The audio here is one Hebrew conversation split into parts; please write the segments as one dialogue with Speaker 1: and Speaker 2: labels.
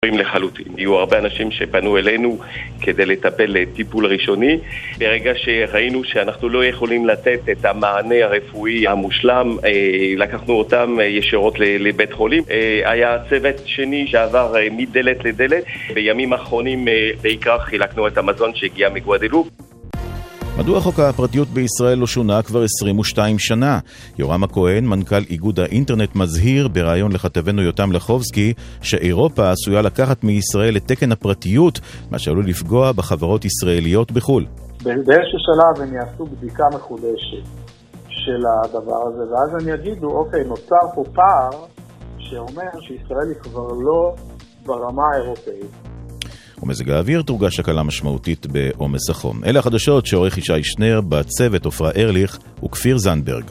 Speaker 1: לחלוטין. היו הרבה אנשים שפנו אלינו כדי לטפל טיפול ראשוני. ברגע שראינו שאנחנו לא יכולים לתת את המענה הרפואי המושלם, לקחנו אותם ישירות לבית חולים. היה צוות שני שעבר מדלת לדלת. בימים האחרונים בעיקר חילקנו את המזון שהגיע מגואדלופ.
Speaker 2: מדוע חוק הפרטיות בישראל לא שונה כבר 22 שנה? יורם הכהן, מנכ"ל איגוד האינטרנט, מזהיר בראיון לכתבנו יותם לחובסקי שאירופה עשויה לקחת מישראל את תקן הפרטיות, מה שעלול לפגוע בחברות ישראליות בחול.
Speaker 3: באיזשהו שלב הם יעשו בדיקה מחודשת של הדבר הזה, ואז הם יגידו, אוקיי, נוצר פה פער שאומר שישראל היא כבר לא ברמה האירופאית.
Speaker 2: ומזג האוויר תורגש הקלה משמעותית בעומס החום. אלה החדשות שעורך ישי שנר, בצוות עופרה ארליך וכפיר זנדברג.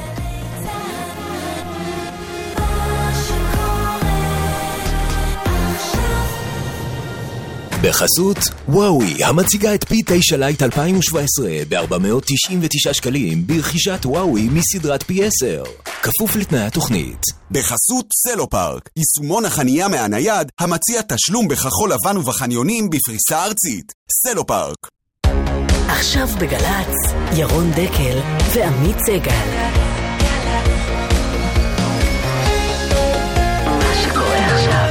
Speaker 4: בחסות וואוי, המציגה את P9 לייט 2017 ב-499 שקלים ברכישת וואוי מסדרת P10, כפוף לתנאי התוכנית.
Speaker 5: בחסות סלופארק, יישומון החנייה מהנייד המציע תשלום בכחול לבן ובחניונים בפריסה ארצית. סלופארק.
Speaker 6: עכשיו בגלץ, ירון דקל ועמית סגל. מה שקורה עכשיו.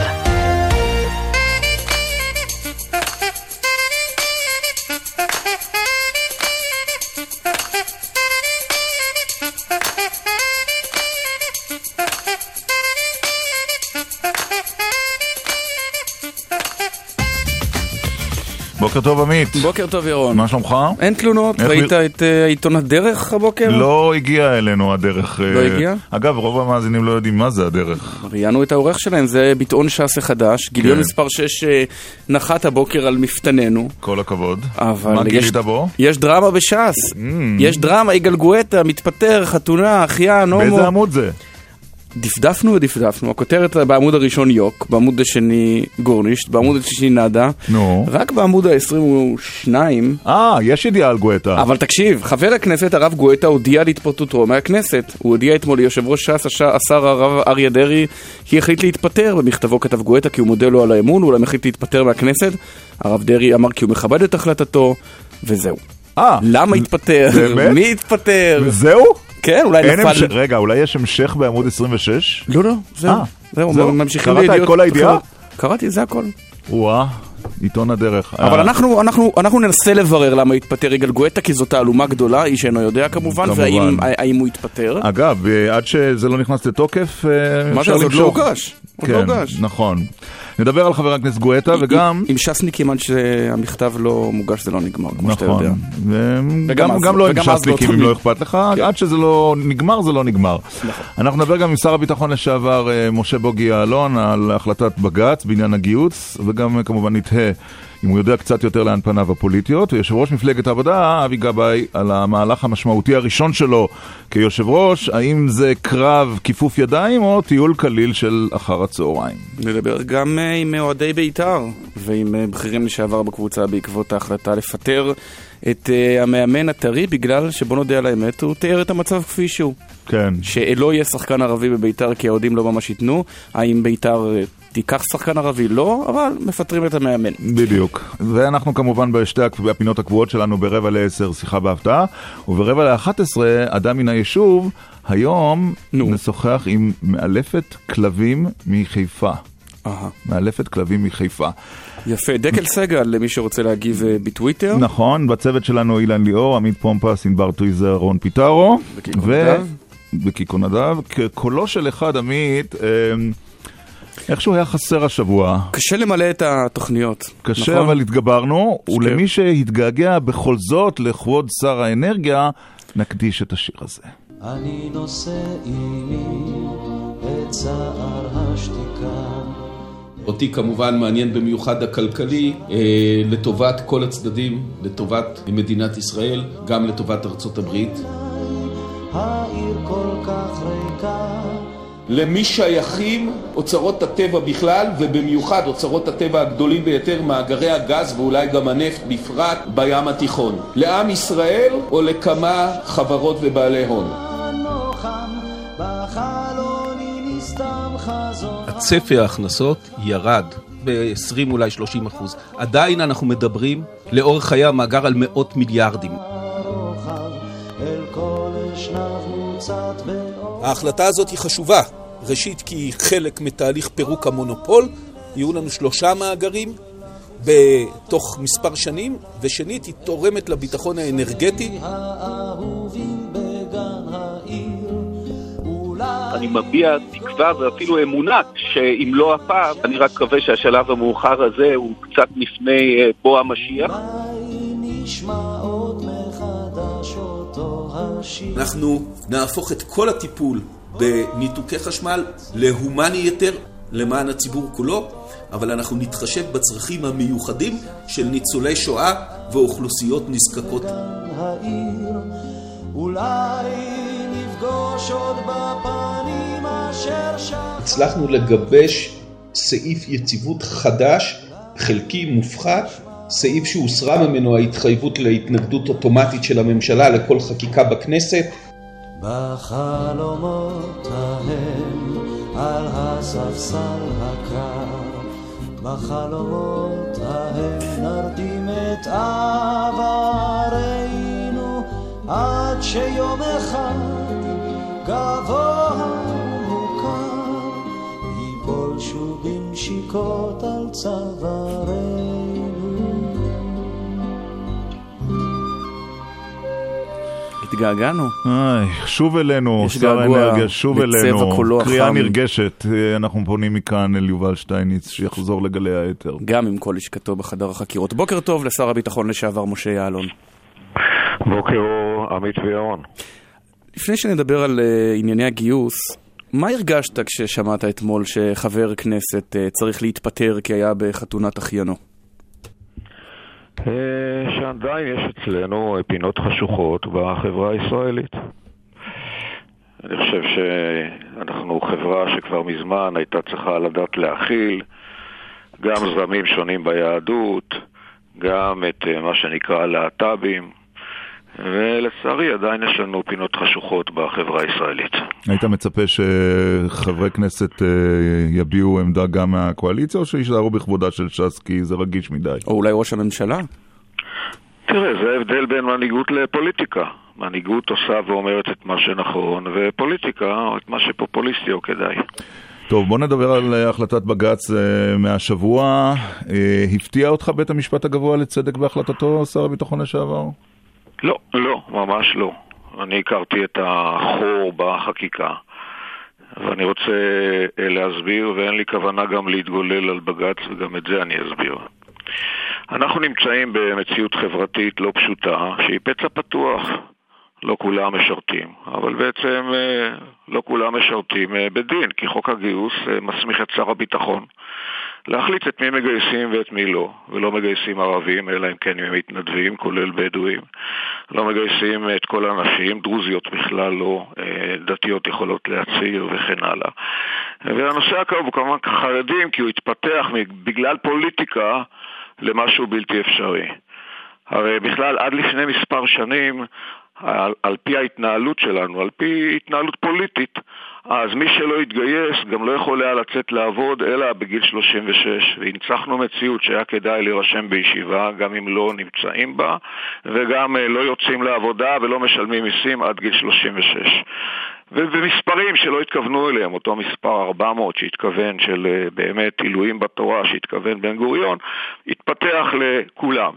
Speaker 2: בוקר טוב עמית.
Speaker 7: בוקר טוב ירון.
Speaker 2: מה שלומך?
Speaker 7: אין תלונות. ראית את עיתון הדרך הבוקר?
Speaker 2: לא הגיע אלינו הדרך.
Speaker 7: לא הגיע?
Speaker 2: אגב, רוב המאזינים לא יודעים מה זה הדרך.
Speaker 7: ראיינו את העורך שלהם, זה ביטאון ש"ס החדש. גיליון מספר 6 נחת הבוקר על מפתננו.
Speaker 2: כל הכבוד.
Speaker 7: מה
Speaker 2: גילית בו?
Speaker 7: יש דרמה בש"ס. יש דרמה, יגאל גואטה, מתפטר, חתונה, אחיין, הומו.
Speaker 2: באיזה עמוד זה?
Speaker 7: דפדפנו, הכותרת בעמוד הראשון יוק, בעמוד השני גורנישט, בעמוד השני נדה, רק בעמוד ה-22.
Speaker 2: יש ידיעה על גואטה.
Speaker 7: אבל תקשיב, חבר הכנסת הרב גואטה הודיע להתפטרותו מהכנסת. הוא הודיע אתמול ליושב ראש ש"ס, השר הרב אריה דרעי, כי החליט להתפטר. במכתבו כתב גואטה כי הוא מודה לו על האמון, הוא החליט להתפטר מהכנסת. הרב דרעי אמר כי הוא מכבד את החלטתו, וזהו. למה התפטר? מי התפטר?
Speaker 2: וזהו?
Speaker 7: כן, אולי נפל...
Speaker 2: רגע, אולי יש המשך בעמוד 26?
Speaker 7: לא, זהו. ממשיכים
Speaker 2: קראת את כל הידיעה?
Speaker 7: קראתי, זה הכל.
Speaker 2: וואה, עיתון הדרך.
Speaker 7: אבל אנחנו ננסה לברר למה התפטר יגאל גואטה, כי זאת תעלומה גדולה, איש אינו יודע כמובן, והאם הוא התפטר.
Speaker 2: אגב, עד שזה לא נכנס לתוקף,
Speaker 7: מה זה, עוד לא הוגש.
Speaker 2: כן, נכון. נדבר על חבר הכנסת גואטה, וגם...
Speaker 7: עם ש"סניקים עד שהמכתב לא מוגש זה לא נגמר, כמו שאתה יודע.
Speaker 2: גם לא עם ש"סניקים, אם לא אכפת לך, עד שזה לא נגמר, זה לא נגמר. אנחנו נדבר גם עם שר הביטחון לשעבר משה בוגי יעלון על החלטת בג"ץ בעניין הגיוס, וגם כמובן נתהה אם הוא יודע קצת יותר לאן פניו הפוליטיות, ויושב ראש מפלגת העבודה, אבי גבאי, על המהלך המשמעותי הראשון שלו כיושב ראש, האם זה קרב כיפוף ידיים או טיול כליל של אחר הצהריים?
Speaker 7: נדבר גם עם אוהדי בית"ר, ועם בכירים לשעבר בקבוצה בעקבות ההחלטה לפטר את המאמן הטרי, בגלל שבוא נודה על האמת, הוא תיאר את המצב כפי שהוא.
Speaker 2: כן.
Speaker 7: שלא יהיה שחקן ערבי בבית"ר, כי האוהדים לא ממש ייתנו. האם בית"ר תיקח שחקן ערבי? לא, אבל מפטרים את המאמן.
Speaker 2: בדיוק. ואנחנו כמובן בשתי הפינות הקבועות שלנו ב10:45 שיחה בהפתעה, וב11:45 אדם מן היישוב, היום נשוחח עם מאלפת כלבים מחיפה. מאלפת כלבים מחיפה.
Speaker 7: יפה, דקל סגל למי שרוצה להגיב בטוויטר.
Speaker 2: נכון, בצוות שלנו אילן ליאור, עמית פומפס, ענבר טויזר, רון פיטרו. וקיקו נדב. כקולו של אחד עמית... איכשהו היה חסר השבוע.
Speaker 7: קשה למלא את התוכניות.
Speaker 2: קשה, נכון? אבל התגברנו, ולמי שהתגעגע בכל זאת לכבוד שר האנרגיה, נקדיש את השיר הזה.
Speaker 8: אני נושא עימי את צער השתיקה. אותי כמובן מעניין במיוחד הכלכלי, לטובת כל הצדדים, לטובת מדינת ישראל, גם לטובת ארצות הברית. העיר כל כך ריקה. למי שייכים אוצרות הטבע בכלל, ובמיוחד אוצרות הטבע הגדולים ביותר, מאגרי הגז ואולי גם הנפט בפרט בים התיכון. לעם ישראל או לכמה חברות ובעלי הון? הצפי ההכנסות ירד ב-20 אולי 30%. עדיין אנחנו מדברים לאורך חיי המאגר על מאות מיליארדים. ההחלטה הזאת היא חשובה. ראשית כי היא חלק מתהליך פירוק המונופול, יהיו לנו 3 מאגרים בתוך מספר שנים, ושנית היא תורמת לביטחון האנרגטי.
Speaker 1: אני מביע תקווה ואפילו אמונה שאם לא הפעם, אני רק מקווה שהשלב המאוחר הזה הוא קצת לפני בוא המשיח.
Speaker 8: אנחנו נהפוך את כל הטיפול בניתוקי חשמל להומני יותר למען הציבור כולו, אבל אנחנו נתחשב בצרכים המיוחדים של ניצולי שואה ואוכלוסיות נזקקות. הצלחנו לגבש סעיף יציבות חדש, חלקי מופחת, סעיף שהוסרה ממנו ההתחייבות להתנגדות אוטומטית של הממשלה לכל חקיקה בכנסת. בחלומות ההם על הספסל הקר, בחלומות ההם נרדים את עברנו, עד שיום אחד גבוה מוכר ייפול שוב בנשיקות על צווארנו.
Speaker 7: התגעגענו.
Speaker 2: שוב אלינו, שר האנרגיה, שוב אלינו. קריאה נרגשת. אנחנו פונים מכאן אל יובל שטייניץ שיחזור לגלי היתר.
Speaker 7: גם עם כל לשכתו בחדר החקירות. בוקר טוב לשר הביטחון לשעבר משה יעלון.
Speaker 9: בוקר עמית וירון.
Speaker 7: לפני שנדבר על ענייני הגיוס, מה הרגשת כששמעת אתמול שחבר כנסת צריך להתפטר כי היה בחתונת אחיינו?
Speaker 9: שעדיין יש אצלנו פינות חשוכות בחברה הישראלית. אני חושב שאנחנו חברה שכבר מזמן הייתה צריכה לדעת להכיל גם זרמים שונים ביהדות, גם את מה שנקרא להט"בים, ולצערי עדיין יש לנו פינות חשוכות בחברה הישראלית.
Speaker 2: היית מצפה שחברי כנסת יביעו עמדה גם מהקואליציה, או שישארו בכבודה של ש"ס כי זה רגיש מדי?
Speaker 7: או אולי ראש הממשלה?
Speaker 9: תראה, זה ההבדל בין מנהיגות לפוליטיקה. מנהיגות עושה ואומרת את מה שנכון, ופוליטיקה את מה שפופוליסטי או כדאי.
Speaker 2: טוב, בוא נדבר על החלטת בג"ץ מהשבוע. הפתיע אותך בית המשפט הגבוה לצדק בהחלטתו, שר הביטחון לשעבר?
Speaker 9: לא, לא, ממש לא. אני הכרתי את החור בחקיקה, ואני רוצה להסביר, ואין לי כוונה גם להתגולל על בג"ץ, וגם את זה אני אסביר. אנחנו נמצאים במציאות חברתית לא פשוטה, שהיא פצע פתוח. לא כולם משרתים, אבל בעצם לא כולם משרתים בדין, כי חוק הגיוס מסמיך את שר הביטחון להחליט את מי מגייסים ואת מי לא, ולא מגייסים ערבים, אלא אם כן הם מתנדבים, כולל בדואים. לא מגייסים את כל האנשים, דרוזיות בכלל לא, דתיות יכולות להציר וכן הלאה. והנושא הקרוב הוא כמובן חרדים, כי הוא התפתח בגלל פוליטיקה למשהו בלתי אפשרי. הרי בכלל עד לפני מספר שנים, על פי ההתנהלות שלנו, על פי התנהלות פוליטית, אז מי שלא יתגייס גם לא יכול היה לצאת לעבוד אלא בגיל 36, והנצחנו מציאות שהיה כדאי להירשם בישיבה גם אם לא נמצאים בה, וגם לא יוצאים לעבודה ולא משלמים מיסים עד גיל 36. ובמספרים שלא התכוונו אליהם, אותו מספר 400 שהתכוון של באמת עילויים בתורה שהתכוון בן גוריון, התפתח לכולם.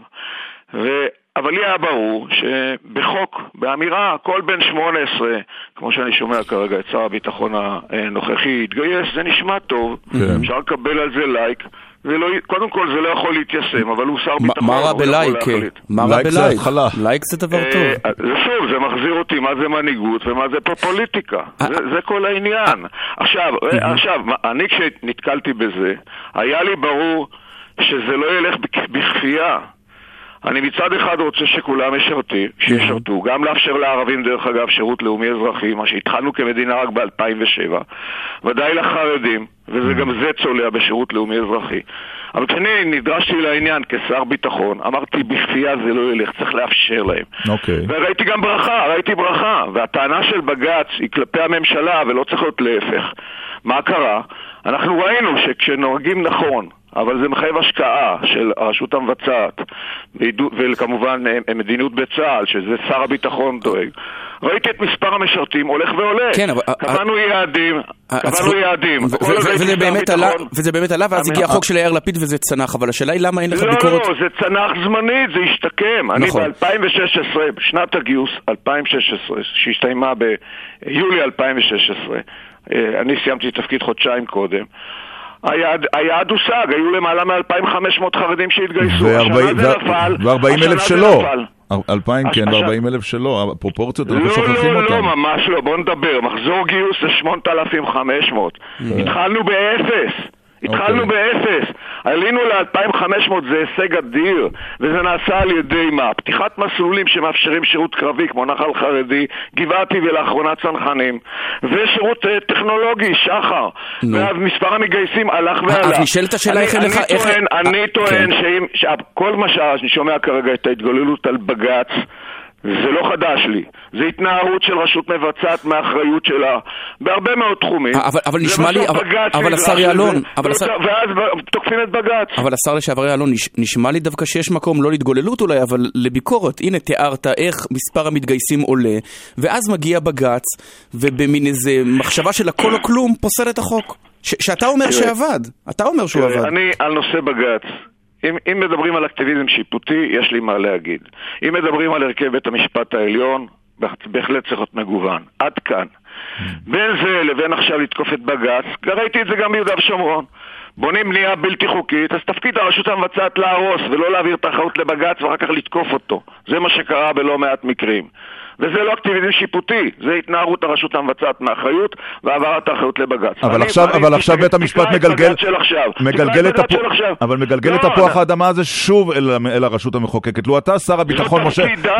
Speaker 9: אבל לי היה ברור שבחוק, באמירה, כל בן 18, כמו שאני שומע כרגע את שר הביטחון הנוכחי, התגייס, זה נשמע טוב, אפשר לקבל על זה לייק, קודם כל זה לא יכול להתיישם, אבל הוא שר ביטחון.
Speaker 7: מה רע בלייק? מה רע בלייק? לייק זה דבר טוב.
Speaker 9: שוב, זה מחזיר אותי מה זה מנהיגות ומה זה פוליטיקה. זה כל העניין. עכשיו, אני כשנתקלתי בזה, היה לי ברור שזה לא ילך בכפייה. אני מצד אחד רוצה שכולם ישרתו, גם לאפשר לערבים דרך אגב שירות לאומי אזרחי, מה שהתחלנו כמדינה רק ב-2007, ודאי לחרדים, וזה גם זה צולע בשירות לאומי אזרחי. אבל כשאני נדרשתי לעניין כשר ביטחון, אמרתי בכפייה זה לא ילך, צריך לאפשר להם. וראיתי גם ברכה, והטענה של בג"ץ היא כלפי הממשלה ולא צריך להיות להפך. מה קרה? אנחנו ראינו שכשנוהגים נכון, אבל זה מחייב השקעה של הרשות המבצעת, וכמובן מדיניות בצה"ל, שזה שר הביטחון דואג. ראיתי את מספר המשרתים הולך ועולה.
Speaker 7: כן, אבל...
Speaker 9: קבענו יעדים.
Speaker 7: וזה באמת עלה, ואז הגיע החוק של יאיר לפיד וזה צנח, אבל השאלה היא למה אין לך ביקורת...
Speaker 9: לא, זה צנח זמנית, זה השתקם. אני ב-2016, בשנת הגיוס 2016, שהסתיימה ביולי 2016, אני סיימתי תפקיד חודשיים קודם, היעד הושג, היו למעלה מ-2,500 חרדים שהתגייסו.
Speaker 2: ו-40,000 שלו. 2,000 כן, ו-40,000 שלו. הפרופורציות, אנחנו שוכחים אותם.
Speaker 9: לא, ממש לא. בוא נדבר. מחזור גיוס זה 8,500. התחלנו באפס. עלינו ל-2,500, זה הישג אדיר, וזה נעשה על ידי מה? פתיחת מסלולים שמאפשרים שירות קרבי, כמו נחל חרדי, גבעתי ולאחרונה צנחנים, ושירות טכנולוגי, שחר. ומספר המתגייסים הלך ועלה.
Speaker 7: נשאלת השאלה
Speaker 9: אני טוען שכל מה שאני שומע כרגע את ההתגוללות על בג"ץ, זה לא חדש לי. זה התנערות של רשות מבצעת מהאחריות שלה בהרבה מאוד תחומים.
Speaker 7: אבל נשמע לי, אבל השר יעלון,
Speaker 9: ואז תוקפים את בג"ץ.
Speaker 7: אבל השר לשעבר יעלון, נשמע לי דווקא שיש מקום לא להתגוללות אולי, אבל לביקורת. הנה תיארת איך מספר המתגייסים עולה, ואז מגיע בג"ץ, ובמין איזה מחשבה של הכל או כלום פוסל את החוק. שאתה אומר שעבד. אתה אומר שהוא עבד.
Speaker 9: אני על נושא בג"ץ. אם מדברים על אקטיביזם שיפוטי, יש לי מה להגיד. אם מדברים על הרכב בית המשפט העליון, בהחלט צריך להיות מגוון. עד כאן. בין זה לבין עכשיו לתקוף את בג"ץ, ראיתי את זה גם ביהודה ושומרון. בונים בנייה בלתי חוקית, אז תפקיד הרשות המבצעת להרוס ולא להעביר את האחריות לבג"ץ ואחר כך לתקוף אותו. זה מה שקרה בלא מעט מקרים. וזה לא אקטיביזם שיפוטי, זה התנערות הרשות המבצעת מאחריות והעברת האחריות לבג"ץ.
Speaker 2: אבל עכשיו בית המשפט מגלגל את תפוח האדמה הזה שוב אל הרשות המחוקקת. לו אתה שר הביטחון משה...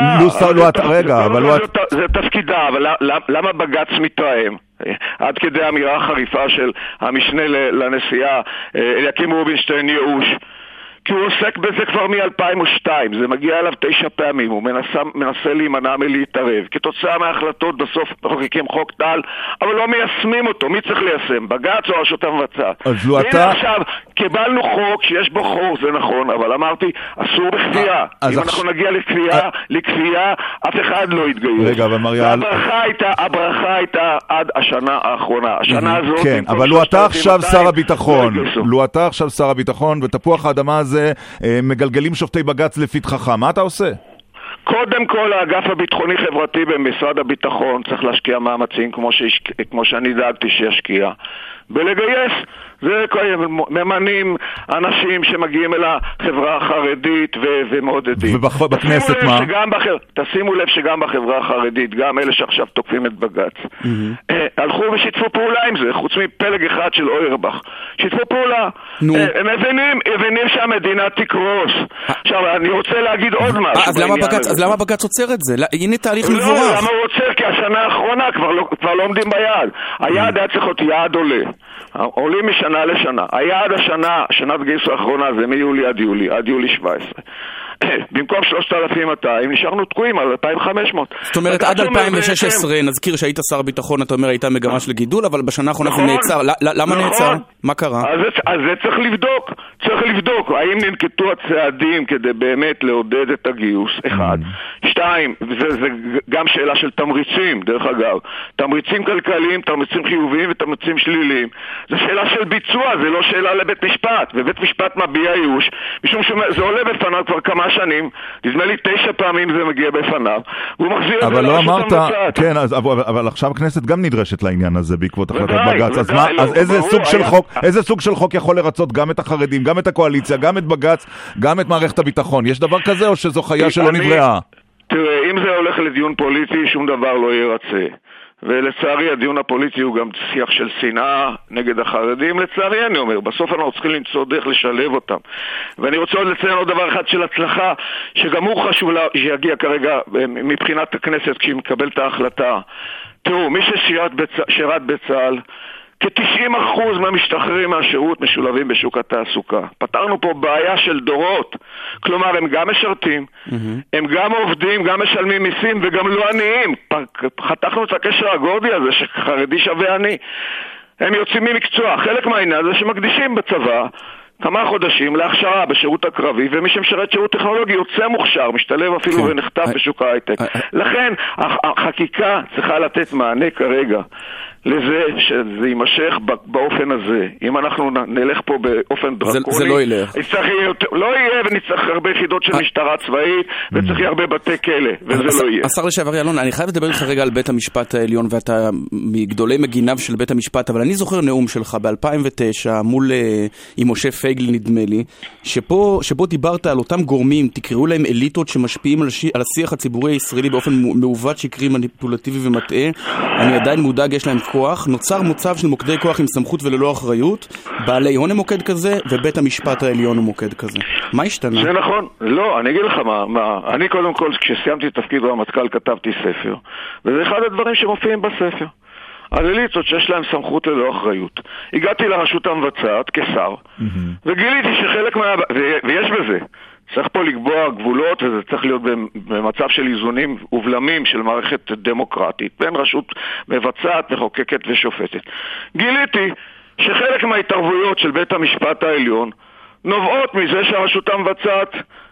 Speaker 9: זה תפקידה, אבל למה בג"ץ מתרעם? עד כדי אמירה חריפה של המשנה לנשיאה אליקים רובינשטיין ייאוש, כי הוא עוסק בזה כבר מ-2002, זה מגיע אליו 9 פעמים, הוא מנסה להימנע מלהתערב. כתוצאה מההחלטות בסוף מחוקקים חוק טל, אבל לא מיישמים אותו. מי צריך ליישם? בג"ץ או הרשות המבצעת? והנה עכשיו, קיבלנו חוק שיש בו חור, זה נכון, אבל אמרתי, אסור בכפייה. אם אנחנו נגיע לכפייה, אף אחד לא יתגייס.
Speaker 2: רגע, אבל מריאל...
Speaker 9: הברכה הייתה עד השנה האחרונה. השנה הזאת...
Speaker 2: כן, אבל לו אתה עכשיו שר הביטחון, ותפוח האדמה הזה מגלגלים שופטי בג"ץ לפתחך, מה אתה עושה?
Speaker 9: קודם כל, האגף הביטחוני חברתי במשרד הביטחון צריך להשקיע מאמצים כמו שאני דאגתי שישקיע. בלגייס, זה ממנים אנשים שמגיעים אל החברה החרדית ומעודדים.
Speaker 2: ובכנסת מה?
Speaker 9: תשימו לב שגם בחברה החרדית, גם אלה שעכשיו תוקפים את בג"ץ, הלכו ושיתפו פעולה עם זה, חוץ מפלג אחד של אוירבך. שיתפו פעולה. הם מבינים שהמדינה תקרוס. עכשיו, אני רוצה להגיד עוד משהו.
Speaker 7: אז למה בג"ץ עוצר את זה? הנה תהליך מבורך.
Speaker 9: לא, למה הוא עוצר? כי השנה האחרונה כבר לא עומדים ביעד. היעד היה צריך להיות יעד עולה. עולים משנה לשנה. היעד השנה, שנת גיוס האחרונה, זה מיולי עד יולי 17. במקום 3,200 נשארנו תקועים על 2,500.
Speaker 7: זאת אומרת, עד 2016, נזכיר שהיית שר ביטחון, אתה אומר, הייתה מגמה של גידול, אבל בשנה האחרונה זה נעצר. למה נעצר? מה קרה?
Speaker 9: אז זה צריך לבדוק. האם ננקטו הצעדים כדי באמת לעודד את הגיוס? 1. 2, זה גם שאלה של תמריצים, דרך אגב. תמריצים כלכליים, תמריצים חיוביים ותמריצים שליליים. זה שאלה של ביצוע, זה לא שאלה לבית משפט. ובית משפט מביע ייאוש, משום שזה עולה בפניו כבר כמה שנים, נדמה לי 9 פעמים זה מגיע בפניו, והוא מחזיר את זה לרשות המבצעת.
Speaker 2: כן, אבל עכשיו הכנסת גם נדרשת לעניין הזה בעקבות החלטת בג"ץ. אז איזה סוג של חוק יכול לרצות גם את החרדים, גם את הקואליציה, גם את בג"ץ, גם את מערכת הביטחון? יש דבר כזה או שזו חיה שלא נבראה?
Speaker 9: תראה, אם זה הולך לדיון פוליטי, שום דבר לא ירצה. ולצערי הדיון הפוליטי הוא גם שיח של שנאה נגד החרדים. לצערי אני אומר, בסוף אנחנו צריכים למצוא דרך לשלב אותם. ואני רוצה עוד לציין עוד דבר אחד של הצלחה, שגם הוא חשוב שיגיע כרגע מבחינת הכנסת כשהיא מקבלת את ההחלטה. תראו, מי ששירת בצה"ל, כ-90% מהמשתחררים מהשירות משולבים בשוק התעסוקה. פתרנו פה בעיה של דורות. כלומר, הם גם משרתים, הם גם עובדים, גם משלמים מיסים וגם לא עניים. חתכנו את הקשר הגורדי הזה שחרדי שווה עני. הם יוצאים ממקצוע. חלק מהעניין זה שמקדישים בצבא כמה חודשים להכשרה בשירות הקרבי, ומי שמשרת שירות טכנולוגי יוצא מוכשר, משתלב אפילו ונחטף בשוק ההייטק. לכן החקיקה צריכה לתת מענה כרגע לזה שזה יימשך באופן הזה. אם אנחנו נלך פה באופן דרקוני,
Speaker 7: זה לא ילך.
Speaker 9: לא יהיה, ונצטרך הרבה יחידות של משטרה צבאית, וצריך הרבה בתי כלא, וזה לא יהיה.
Speaker 7: השר לשעבר ילון, אני חייב לדבר איתך רגע על בית המשפט העליון, ואתה מגדולי מגיניו של בית המשפט, אבל אני זוכר נאום שלך ב-2009 מול עם משה פייגלין, נדמה לי, שבו דיברת על אותם גורמים, תקראו להם אליטות שמשפיעים על השיח הציבורי הישראלי באופן מעוות, שקרי, מניפולטיבי ומטעה. אני עדיין מודאג, יש להם כוח. נוצר מוצב של מוקדי כוח עם סמכות וללא אחריות. בעלי הון הם מוקד כזה, ובית המשפט העליון הוא מוקד כזה. מה השתנה?
Speaker 9: זה נכון. לא, אני אגיד לך מה. אני קודם כל, כשסיימתי תפקיד רמטכ"ל, כתבתי ספר. וזה אחד הדברים שמופיעים בספר. על אליטות שיש להם סמכות ללא אחריות. הגעתי לרשות המבצעת כשר, וגיליתי שחלק ויש בזה. צריך פה לקבוע גבולות, וזה צריך להיות במצב של איזונים ובלמים של מערכת דמוקרטית, בין רשות מבצעת, מחוקקת ושופטת. גיליתי שחלק מההתערבויות של בית המשפט העליון נובעות מזה שהרשות המבצעת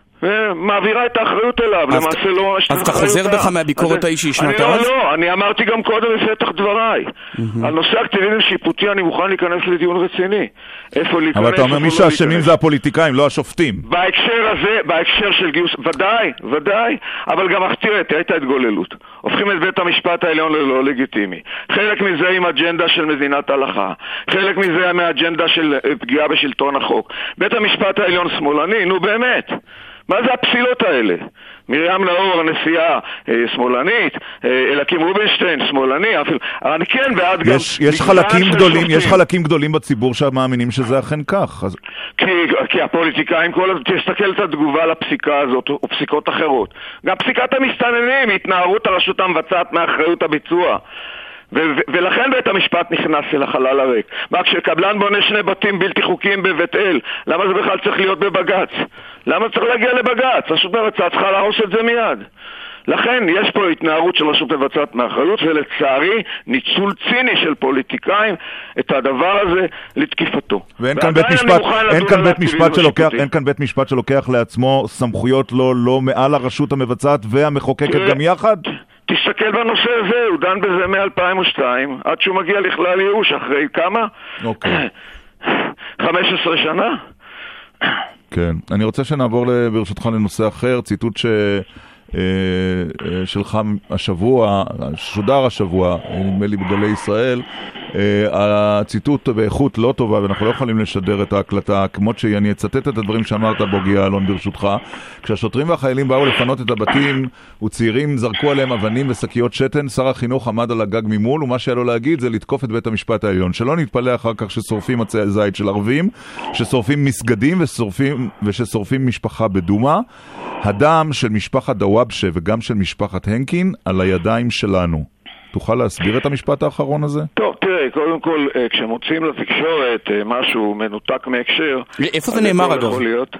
Speaker 9: מעבירה את האחריות אליו, למעשה לא...
Speaker 7: אז אתה חוזר בך מהביקורת האישי שהשמעת אז?
Speaker 9: לא, אני אמרתי גם קודם בפתח דבריי. על נושא אקטיביזם שיפוטי אני מוכן להיכנס לדיון רציני. איפה להיכנס...
Speaker 2: אבל אתה אומר מי שהאשמים זה הפוליטיקאים, לא השופטים.
Speaker 9: בהקשר הזה, בהקשר של גיוס, ודאי, אבל גם תראה את ההתגוללות. הופכים את בית המשפט העליון ללא לגיטימי. חלק מזה עם אג'נדה של מדינת הלכה. חלק מזה מהאג'נדה של פגיעה בשלטון החוק. בית המשפט העליון שמאלני, נו באמת. מה זה הפסילות האלה? מרים נאור, הנשיאה, שמאלנית, אלקים רובינשטיין, שמאלני, אפילו. אני כן בעד גם...
Speaker 2: יש חלקים גדולים בציבור שמאמינים שזה אכן כך.
Speaker 9: כי הפוליטיקאים, תסתכל את התגובה לפסיקה הזאת, או פסיקות אחרות. גם פסיקת המסתננים, התנערות הרשות המבצעת מאחריות הביצוע. ולכן בית המשפט נכנס אל החלל הריק. מה, כשקבלן בונה 2 בתים בלתי חוקיים בבית אל, למה זה בכלל צריך להיות בבגץ? למה צריך להגיע לבגץ? רשות מבצעת צריכה להרוס את זה מיד. לכן יש פה התנערות של רשות מבצעת מאחריות, ולצערי ניצול ציני של פוליטיקאים את הדבר הזה לתקיפתו.
Speaker 2: ואין כאן בית משפט שלוקח לעצמו סמכויות לא מעל הרשות המבצעת והמחוקקת גם יחד?
Speaker 9: תסתכל בנושא הזה, הוא דן בזה מ-2002, עד שהוא מגיע לכלל ייאוש, אחרי כמה? 15 שנה?
Speaker 2: כן, אני רוצה שנעבור ברשותך לנושא אחר, ציטוט שלך השבוע, שודר השבוע, נדמה לי בגלי ישראל, הציטוט באיכות לא טובה, ואנחנו לא יכולים לשדר את ההקלטה כמות שהיא. אני אצטט את הדברים שאמרת בוגי יעלון ברשותך. כשהשוטרים והחיילים באו לפנות את הבתים וצעירים זרקו עליהם אבנים ושקיות שתן, שר החינוך עמד על הגג ממול, ומה שהיה לו להגיד זה לתקוף את בית המשפט העליון. שלא נתפלא אחר כך ששורפים עצי זית של ערבים, ששורפים מסגדים וששורפים משפחה בדומה. הדם של משפחת דוואבשה וגם של משפחת הנקין על הידיים שלנו. תוכל להסביר את המשפט האחרון הזה?
Speaker 9: טוב, תראה, קודם כל, כשמוצאים לתקשורת משהו מנותק מהקשר...
Speaker 7: איפה זה נאמר אגב?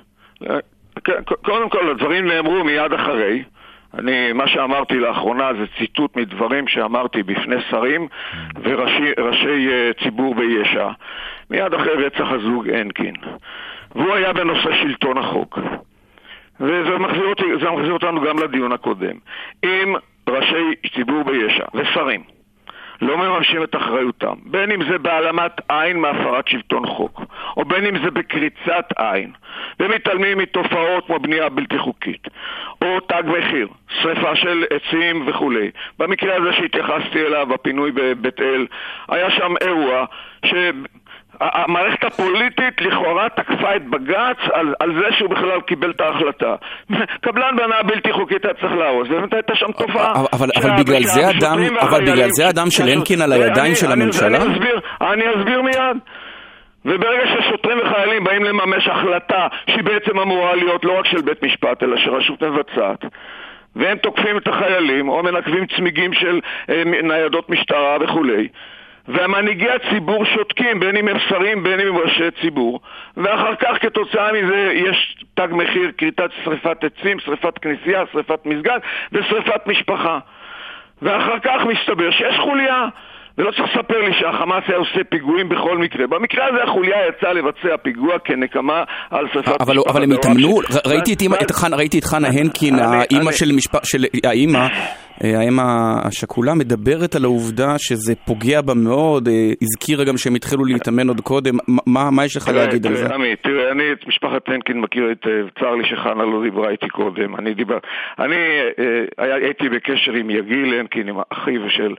Speaker 9: קודם כל, הדברים נאמרו מיד אחרי. מה שאמרתי לאחרונה זה ציטוט מדברים שאמרתי בפני שרים וראשי ציבור ביש"ע. מיד אחרי רצח הזוג הנקין. והוא היה בנושא שלטון החוק. וזה מחזיר אותנו גם לדיון הקודם. אם ראשי ציבור ביש"ע ושרים לא מממשים את אחריותם, בין אם זה בהעלמת עין מהפרת שלטון חוק, או בין אם זה בקריצת עין, ומתעלמים מתופעות כמו בנייה בלתי חוקית, או תג מחיר, שריפה של עצים וכו'. במקרה הזה שהתייחסתי אליו, הפינוי בבית אל, היה שם אירוע המערכת הפוליטית לכאורה תקפה את בג"ץ על זה שהוא בכלל קיבל את ההחלטה. קבלן בנה בלתי חוקית היה צריך להרוס, ובאמת הייתה שם תופעה.
Speaker 7: אבל בגלל זה אדם של הנקין על הידיים של הממשלה?
Speaker 9: אני אסביר מיד. וברגע ששוטרים וחיילים באים לממש החלטה שהיא בעצם אמורה להיות לא רק של בית משפט אלא של רשות מבצעת, והם תוקפים את החיילים או מנקבים צמיגים של ניידות משטרה וכולי, והמנהיגי הציבור שותקים, בין אם הם שרים, בין אם הם ראשי ציבור, ואחר כך כתוצאה מזה יש תג מחיר, כריתת שריפת עצים, שריפת כנסייה, שריפת מסגד ושריפת משפחה. ואחר כך מסתבר שיש חוליה ולא צריך לספר לי שהחמאס היה עושה פיגועים בכל מקרה. במקרה הזה החוליה יצאה לבצע פיגוע כנקמה על שרפת משפחת.
Speaker 7: אבל הם התאמנו, ראיתי את חנה הנקין, האמא של האמא, האמא השכולה, מדברת על העובדה שזה פוגע בה מאוד, הזכירה גם שהם התחילו להתאמן עוד קודם. מה יש לך להגיד על זה?
Speaker 9: תראה, אני את משפחת הנקין מכיר היטב, צר לי שחנה לא דיברה איתי קודם. אני הייתי בקשר עם יגיל הנקין, עם אחיו של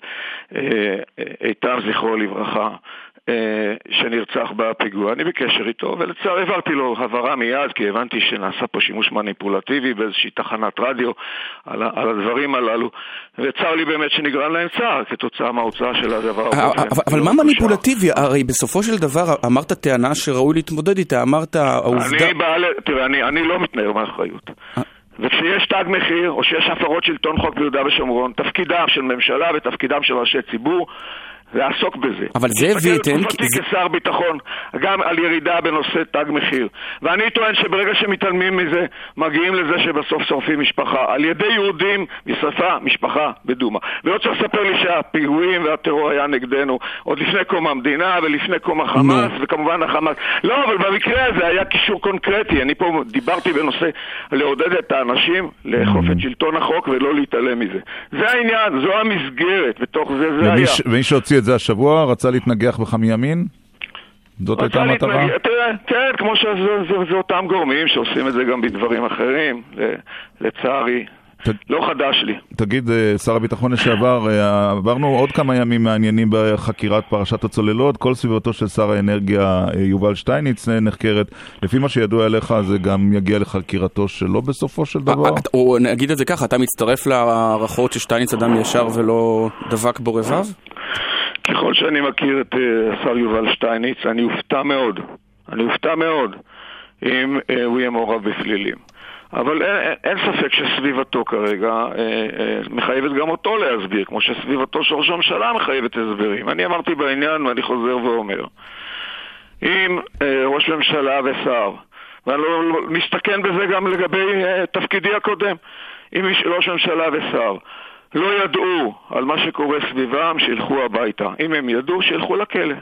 Speaker 9: איתם זכרו לברכה, שנרצח בפיגוע. אני בקשר איתו, ולצער העברתי לו הבהרה מיד, כי הבנתי שנעשה פה שימוש מניפולטיבי באיזושהי תחנת רדיו על הדברים הללו, וצער לי באמת שנגרם להם צער כתוצאה מההוצאה של הדבר.
Speaker 7: אבל מה מניפולטיבי? הרי בסופו של דבר אמרת טענה שראוי להתמודד איתה, אמרת העובדה...
Speaker 9: תראה, אני לא מתנער מהאחריות. וכשיש תג מחיר, או שיש הפרות שלטון חוק ביהודה ושומרון, תפקידם של ממשלה ותפקידם של ראשי ציבור, לעסוק בזה.
Speaker 7: אבל זה הביא את
Speaker 9: הנקין כשר ביטחון, גם על ירידה בנושא תג מחיר. ואני טוען שברגע שמתעלמים מזה, מגיעים לזה שבסוף שורפים משפחה. על ידי יהודים, משרפה משפחה בדומה. ולא צריך לספר לי שהפיגועים והטרור היה נגדנו, עוד לפני קום המדינה ולפני קום החמאס, וכמובן החמאס. לא, אבל במקרה הזה היה קישור קונקרטי. אני פה דיברתי בנושא לעודד את האנשים, לאכוף את שלטון החוק ולא להתעלם מזה. זה העניין, זו המסגרת, בתוך זה היה.
Speaker 2: ומי שהוציא את זה השבוע, רצה להתנגח בך מימין? זאת הייתה המטרה?
Speaker 9: כן, כמו שזה אותם גורמים שעושים את זה גם בדברים אחרים, לצערי. לא חדש לי.
Speaker 2: תגיד, שר הביטחון לשעבר, עברנו עוד כמה ימים מעניינים בחקירת פרשת הצוללות, כל סביבתו של שר האנרגיה יובל שטייניץ נחקרת. לפי מה שידוע אליך, זה גם יגיע לחקירתו שלו בסופו של דבר?
Speaker 7: או נגיד את זה ככה, אתה מצטרף להערכות ששטייניץ אדם ישר ולא דבק בו רבב?
Speaker 9: ככל שאני מכיר את השר יובל שטייניץ, אני אופתע מאוד אם הוא יהיה מעורב בפלילים. אבל אין ספק שסביבתו כרגע מחייבת גם אותו להסביר, כמו שסביבתו של ראש הממשלה מחייבת הסברים. אני אמרתי בעניין ואני חוזר ואומר, אם ראש ממשלה ושר, ואני לא מסתכן בזה גם לגבי תפקידי הקודם, אם ראש ממשלה ושר לא ידעו על מה שקורה סביבם, שילכו הביתה. אם הם ידעו, שילכו לכלא.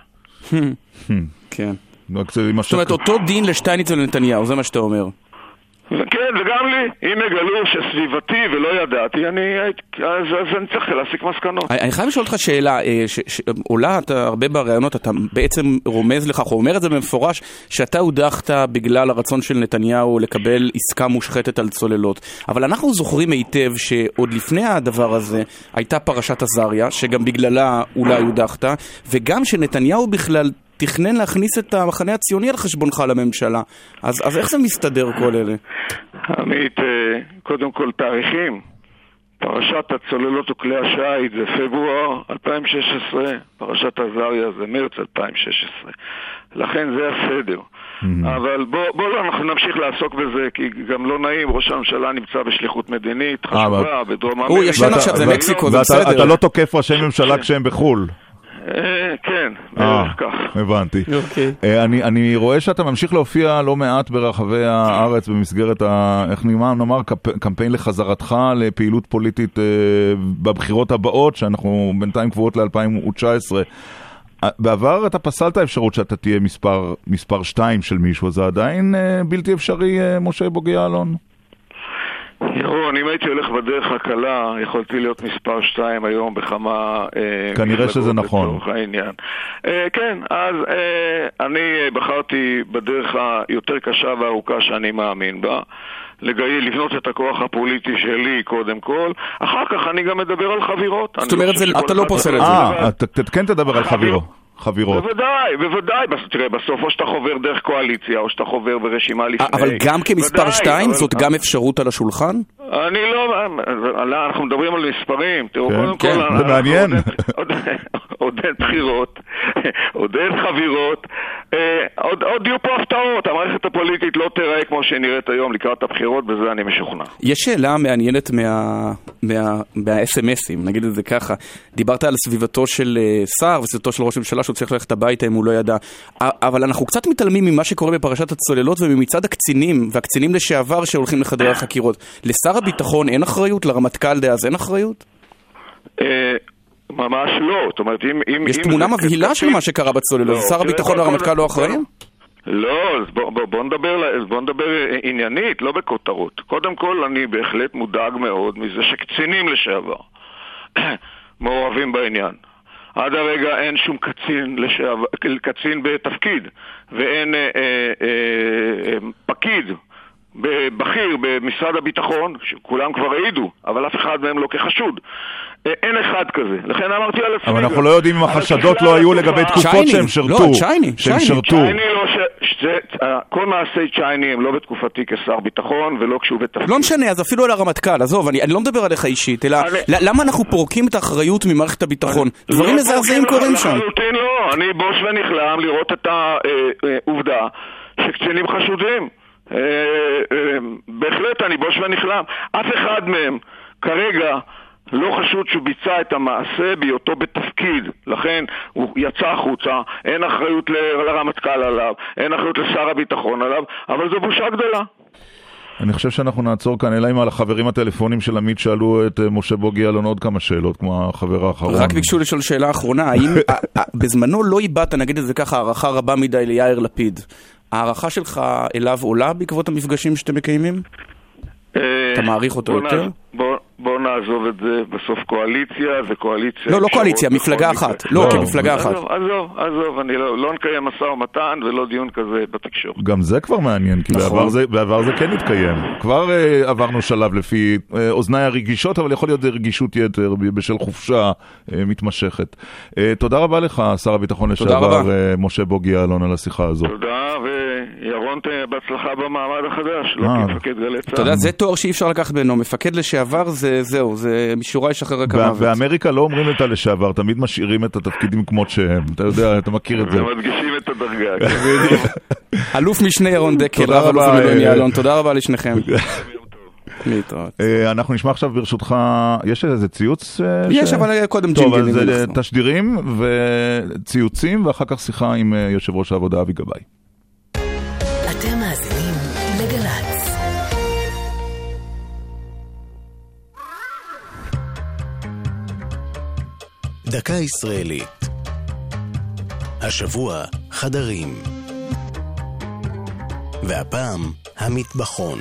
Speaker 7: כן. זאת אומרת, אותו דין לשטייניץ ולנתניהו, זה מה שאתה אומר.
Speaker 9: כן, וגם לי, אם יגלו שסביבתי ולא ידעתי, אז אני צריך להסיק מסקנות.
Speaker 7: אני חייב לשאול אותך שאלה, עולה הרבה ברעיונות, אתה בעצם רומז לכך, או אומר את זה במפורש, שאתה הודחת בגלל הרצון של נתניהו לקבל עסקה מושחתת על צוללות. אבל אנחנו זוכרים היטב שעוד לפני הדבר הזה הייתה פרשת עזריה, שגם בגללה אולי הודחת, וגם שנתניהו בכלל תכנן להכניס את המחנה הציוני על חשבונך לממשלה. אז איך זה מסתדר כל אלה?
Speaker 9: עמית, קודם כל תאריכים. פרשת הצוללות וכלי השיט זה פברואר 2016, פרשת עזריה זה מרץ 2016. לכן זה הסדר. אבל בואו אנחנו נמשיך לעסוק בזה, כי גם לא נעים, ראש הממשלה נמצא בשליחות מדינית, חשובה, בדרום אמריקה.
Speaker 7: הוא ישן עכשיו, זה מקסיקו, זה בסדר.
Speaker 2: ואתה לא תוקף ראשי ממשלה כשהם בחול.
Speaker 9: כן, בערך כך.
Speaker 2: הבנתי. אני רואה שאתה ממשיך להופיע לא מעט ברחבי הארץ במסגרת, איך נאמר, קמפיין לחזרתך לפעילות פוליטית בבחירות הבאות, שאנחנו בינתיים קבועות ל-2019. בעבר אתה פסלת האפשרות שאתה תהיה מספר 2 של מישהו, זה עדיין בלתי אפשרי, משה בוגי יעלון?
Speaker 9: ירון, אם הייתי הולך בדרך הקלה, יכולתי להיות מספר 2 היום בכמה...
Speaker 2: כנראה שזה נכון.
Speaker 9: כן, אז אני בחרתי בדרך היותר קשה והארוכה שאני מאמין בה, לבנות את הכוח הפוליטי שלי קודם כל, אחר כך אני גם מדבר על חבירות.
Speaker 7: זאת אומרת, אתה לא פוסל את זה.
Speaker 2: כן תדבר על חבירות.
Speaker 9: בוודאי. תראה, בסוף או שאתה חובר דרך קואליציה, או שאתה חובר ברשימה לפני.
Speaker 7: אבל גם כמספר 2, זאת גם אפשרות על השולחן?
Speaker 9: אני לא... אנחנו מדברים על מספרים. תראו, קודם כל...
Speaker 2: זה מעניין.
Speaker 9: עוד אין בחירות, עוד אין חבירות, עוד יהיו פה הפתעות. המערכת הפוליטית לא תראה כמו שנראית היום לקראת הבחירות, בזה אני משוכנע.
Speaker 7: יש שאלה מעניינת מה-SMSים, נגיד את זה ככה. דיברת על סביבתו של שר וסביבתו של ראש ממשלה שהוא צריך ללכת הביתה אם הוא לא ידע. אבל אנחנו קצת מתעלמים ממה שקורה בפרשת הצוללות וממצד הקצינים והקצינים לשעבר שהולכים לחדרי החקירות. לשר הביטחון אין אחריות? לרמטכ"ל דאז אין אחריות?
Speaker 9: ממש לא. זאת אומרת,
Speaker 7: יש תמונה מבהילה של מה שקרה בצוללות. שר הביטחון והרמטכ"ל לא אחראים?
Speaker 9: לא, אז בוא נדבר עניינית, לא בכותרות. קודם כל, אני בהחלט מודאג מאוד מזה שקצינים לשעבר מעורבים בעניין. עד הרגע אין שום קצין בתפקיד, ואין פקיד בכיר במשרד הביטחון, שכולם כבר העידו, אבל אף אחד מהם לא כחשוד. אין אחד כזה. לכן אמרתי על עצמי...
Speaker 2: אבל אנחנו לא יודעים אם החשדות לא היו לגבי תקופות שהם שרתו.
Speaker 7: לא, צ'ייני.
Speaker 9: כל מעשי צ'ייני הם לא בתקופתי כשר ביטחון ולא כשהוא בתפקיד.
Speaker 7: לא משנה, אז אפילו על הרמטכ"ל, עזוב, אני לא מדבר עליך אישית, אלא למה אנחנו פורקים את האחריות ממערכת הביטחון? דברים מזעזעים קורים שם.
Speaker 9: לחלוטין לא, אני בוש ונכלם לראות את העובדה שקצינים חשודים. בהחלט אני בוש ונכלם. אף אחד מהם כרגע לא חשוד שהוא ביצע את המעשה בהיותו בתפקיד, לכן הוא יצא החוצה, אין אחריות לרמטכ"ל עליו, אין אחריות לשר הביטחון עליו, אבל זו בושה גדולה.
Speaker 2: אני חושב שאנחנו נעצור כאן, אלא אם על החברים הטלפונים של עמית שאלו את משה בוגי אלון עוד כמה שאלות, כמו החבר האחרון.
Speaker 7: רק ביקשו לשאול שאלה האחרונה, האם בזמנו לא איבדת, נגיד את זה ככה, הערכה רבה מדי ליאיר לפיד, הערכה שלך אליו עולה בעקבות המפגשים שאתם מקיימים? אתה מעריך אותו יותר?
Speaker 9: בוא נעזוב את זה, בסוף קואליציה זה קואליציה...
Speaker 7: לא קואליציה, מפלגה אחת. לא, כמפלגה אחת.
Speaker 9: עזוב, אני לא נקיים משא ומתן ולא דיון כזה בתקשורת.
Speaker 2: גם זה כבר מעניין, כי בעבר זה כן התקיים. כבר עברנו שלב לפי אוזניי הרגישות, אבל יכול להיות רגישות יתר בשל חופשה מתמשכת. תודה רבה לך, שר הביטחון לשעבר, משה בוגי אלון, על השיחה הזו.
Speaker 9: תודה, וירון בהצלחה במעמד החדש, לא כמפקד גלי צה"ל.
Speaker 7: אתה יודע, זה תואר שאי אפשר לקחת בינו, מפקד לשעבר זהו, זה מישורה ישחרר כמוות.
Speaker 2: באמריקה לא אומרים את הלשעבר, תמיד משאירים את התפקידים כמות שהם, אתה יודע, אתה מכיר את זה.
Speaker 9: ומדגישים את הדרגה.
Speaker 7: אלוף משנה ירון דקל, רב אלוף במילואים יעלון, תודה רבה לשניכם. להתראות.
Speaker 2: אנחנו נשמע עכשיו ברשותך, יש איזה ציוץ?
Speaker 7: יש, אבל קודם ג'ינגל.
Speaker 2: טוב, אז זה תשדירים וציוצים, ואחר כך שיחה עם יושב ראש העבודה אבי גבאי.
Speaker 6: אתם מאזינים לגל"צ.
Speaker 4: דקה ישראלית. השבוע חדרים. והפעם המטבחון.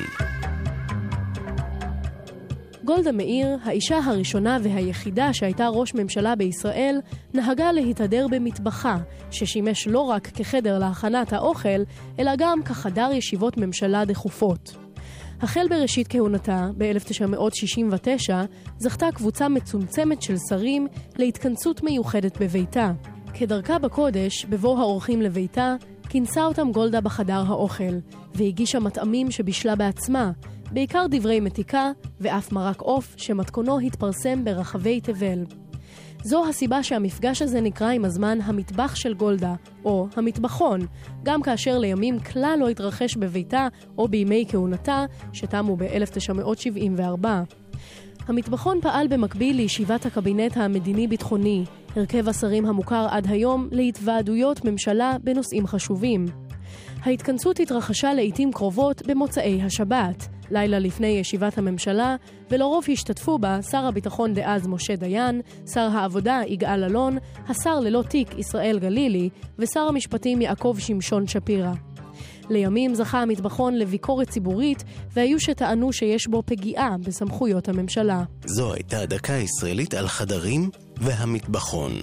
Speaker 10: גולדה מאיר, האישה הראשונה והיחידה שהייתה ראש ממשלה בישראל, נהגה להתהדר במטבחה, ששימש לא רק כחדר להכנת האוכל, אלא גם כחדר ישיבות ממשלה דחופות. החל בראשית כהונתה, ב-1969, זכתה קבוצה מצומצמת של שרים להתכנסות מיוחדת בביתה. כדרכה בקודש, בבוא האורחים לביתה, כינסה אותם גולדה בחדר האוכל, והגישה מטעמים שבישלה בעצמה, בעיקר דברי מתיקה ואף מרק עוף שמתכונו התפרסם ברחבי תבל. זו הסיבה שהמפגש הזה נקרא עם הזמן המטבח של גולדה, או המטבחון, גם כאשר לימים כלל לא התרחש בביתה או בימי כהונתה, שתמו ב-1974. המטבחון פעל במקביל לישיבת הקבינט המדיני-ביטחוני, הרכב השרים המוכר עד היום להתוועדויות ממשלה בנושאים חשובים. ההתכנסות התרחשה לעתים קרובות במוצאי השבת, לילה לפני ישיבת הממשלה, ולרוב השתתפו בה שר הביטחון דאז משה דיין, שר העבודה יגאל אלון, השר ללא תיק ישראל גלילי, ושר המשפטים יעקב שמשון שפירא. לימים זכה המטבחון לביקורת ציבורית, והיו שטענו שיש בו פגיעה בסמכויות הממשלה.
Speaker 4: זו הייתה דקה ישראלית על חדרים והמטבחון.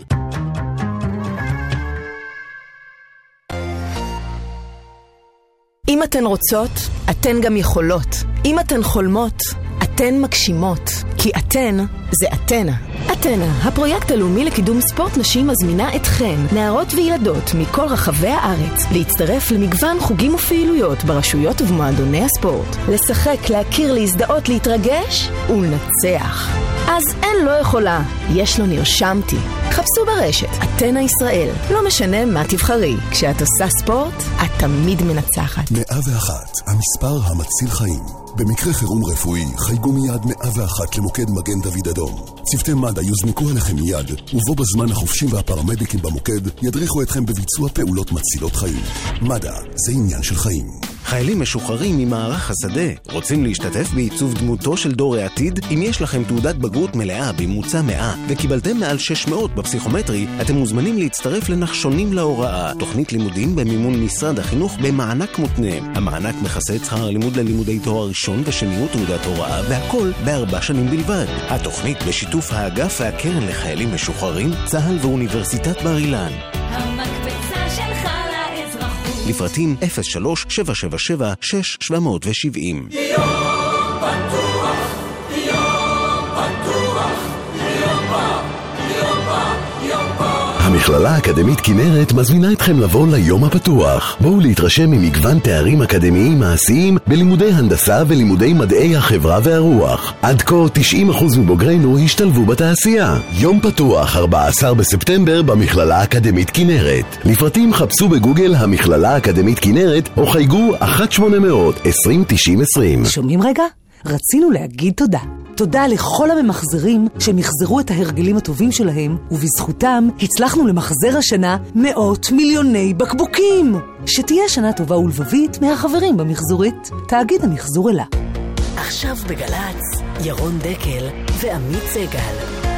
Speaker 6: אם אתן רוצות, אתן גם יכולות. אם אתן חולמות, אתן מגשימות. כי אתן זה אתנה. אתנה, הפרויקט הלאומי לקידום ספורט נשים, מזמינה אתכן, נערות וילדות מכל רחבי הארץ, להצטרף למגוון חוגים ופעילויות ברשויות ובמועדוני הספורט. לשחק, להכיר, להזדהות, להתרגש ולנצח. אז אין לא יכולה, יש לו נרשמתי. חפשו ברשת, אתנה ישראל. לא משנה מה תבחרי, כשאת עושה ספורט, את תמיד מנצחת.
Speaker 11: 101, המספר המציל חיים. במקרה חירום רפואי, חייגו מיד 101 למוקד מגן דוד אדום. צוותי מד"א יוזנקו עליכם מיד, ובו בזמן החופשים והפרמדיקים במוקד ידריכו אתכם בביצוע פעולות מצילות חיים. מד"א זה עניין של חיים.
Speaker 12: חיילים משוחררים ממערך השדה. רוצים להשתתף בעיצוב דמותו של דור העתיד? אם יש לכם תעודת בגרות מלאה בממוצע 100 וקיבלתם מעל 600 בפסיכומטרי, אתם מוזמנים להצטרף לנחשונים להוראה, תוכנית לימודים במימון משרד החינוך במענק מותנה. המענק מכסה את שכר הלימוד ללימודי תואר ראשון ושני ותעודת הוראה, והכל ב4 שנים בלבד. התוכנית בשיתוף האגף והקרן לחיילים משוחררים, צה"ל ואוניברסיטת בר אילן.
Speaker 13: המקפצה שלך לאזרחות.
Speaker 12: לפרטים 03-777-6770.
Speaker 11: המכללה האקדמית כנרת מזמינה אתכם לבוא ליום הפתוח. בואו להתרשם ממגוון תארים אקדמיים מעשיים בלימודי הנדסה ולימודי מדעי החברה והרוח. עד כה 90% מבוגרינו השתלבו בתעשייה. יום פתוח 14 בספטמבר במכללה האקדמית כנרת. לפרטים חפשו בגוגל המכללה האקדמית כנרת או חייגו 1-800-2090-20.
Speaker 14: שומעים רגע? רצינו להגיד תודה. תודה לכל הממחזרים שמחזרו את ההרגלים הטובים שלהם, ובזכותם הצלחנו למחזר השנה מאות מיליוני בקבוקים. שתהיה שנה טובה ולבבית מהחברים במחזורית. תאגיד המחזור אלה.
Speaker 6: עכשיו בגלץ, ירון דקל ועמית סגל.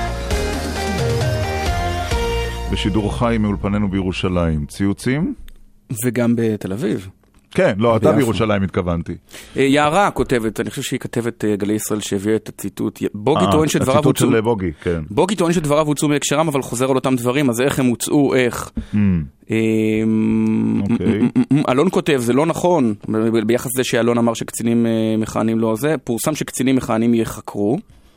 Speaker 2: בשידור חי מאולפנינו בירושלים. ציוצים?
Speaker 7: וגם בתל אביב.
Speaker 2: כן, לא, אתה בירושלים התכוונתי.
Speaker 7: יערה כותבת, אני חושב שהיא כתבת גלי ישראל שהביאה את הציטוט. בוגי טוען שדבריו
Speaker 2: הציטוט של בוגי, כן.
Speaker 7: בוגי טוען שדבריו הוצאו מהקשרם, אבל חוזר על אותם דברים, אז איך הם הוצאו, איך? אלון כותב, זה לא נכון, ביחס לזה שאלון אמר שקצינים מכהנים לא זה, פורסם שקצינים מכהנים יחקרו.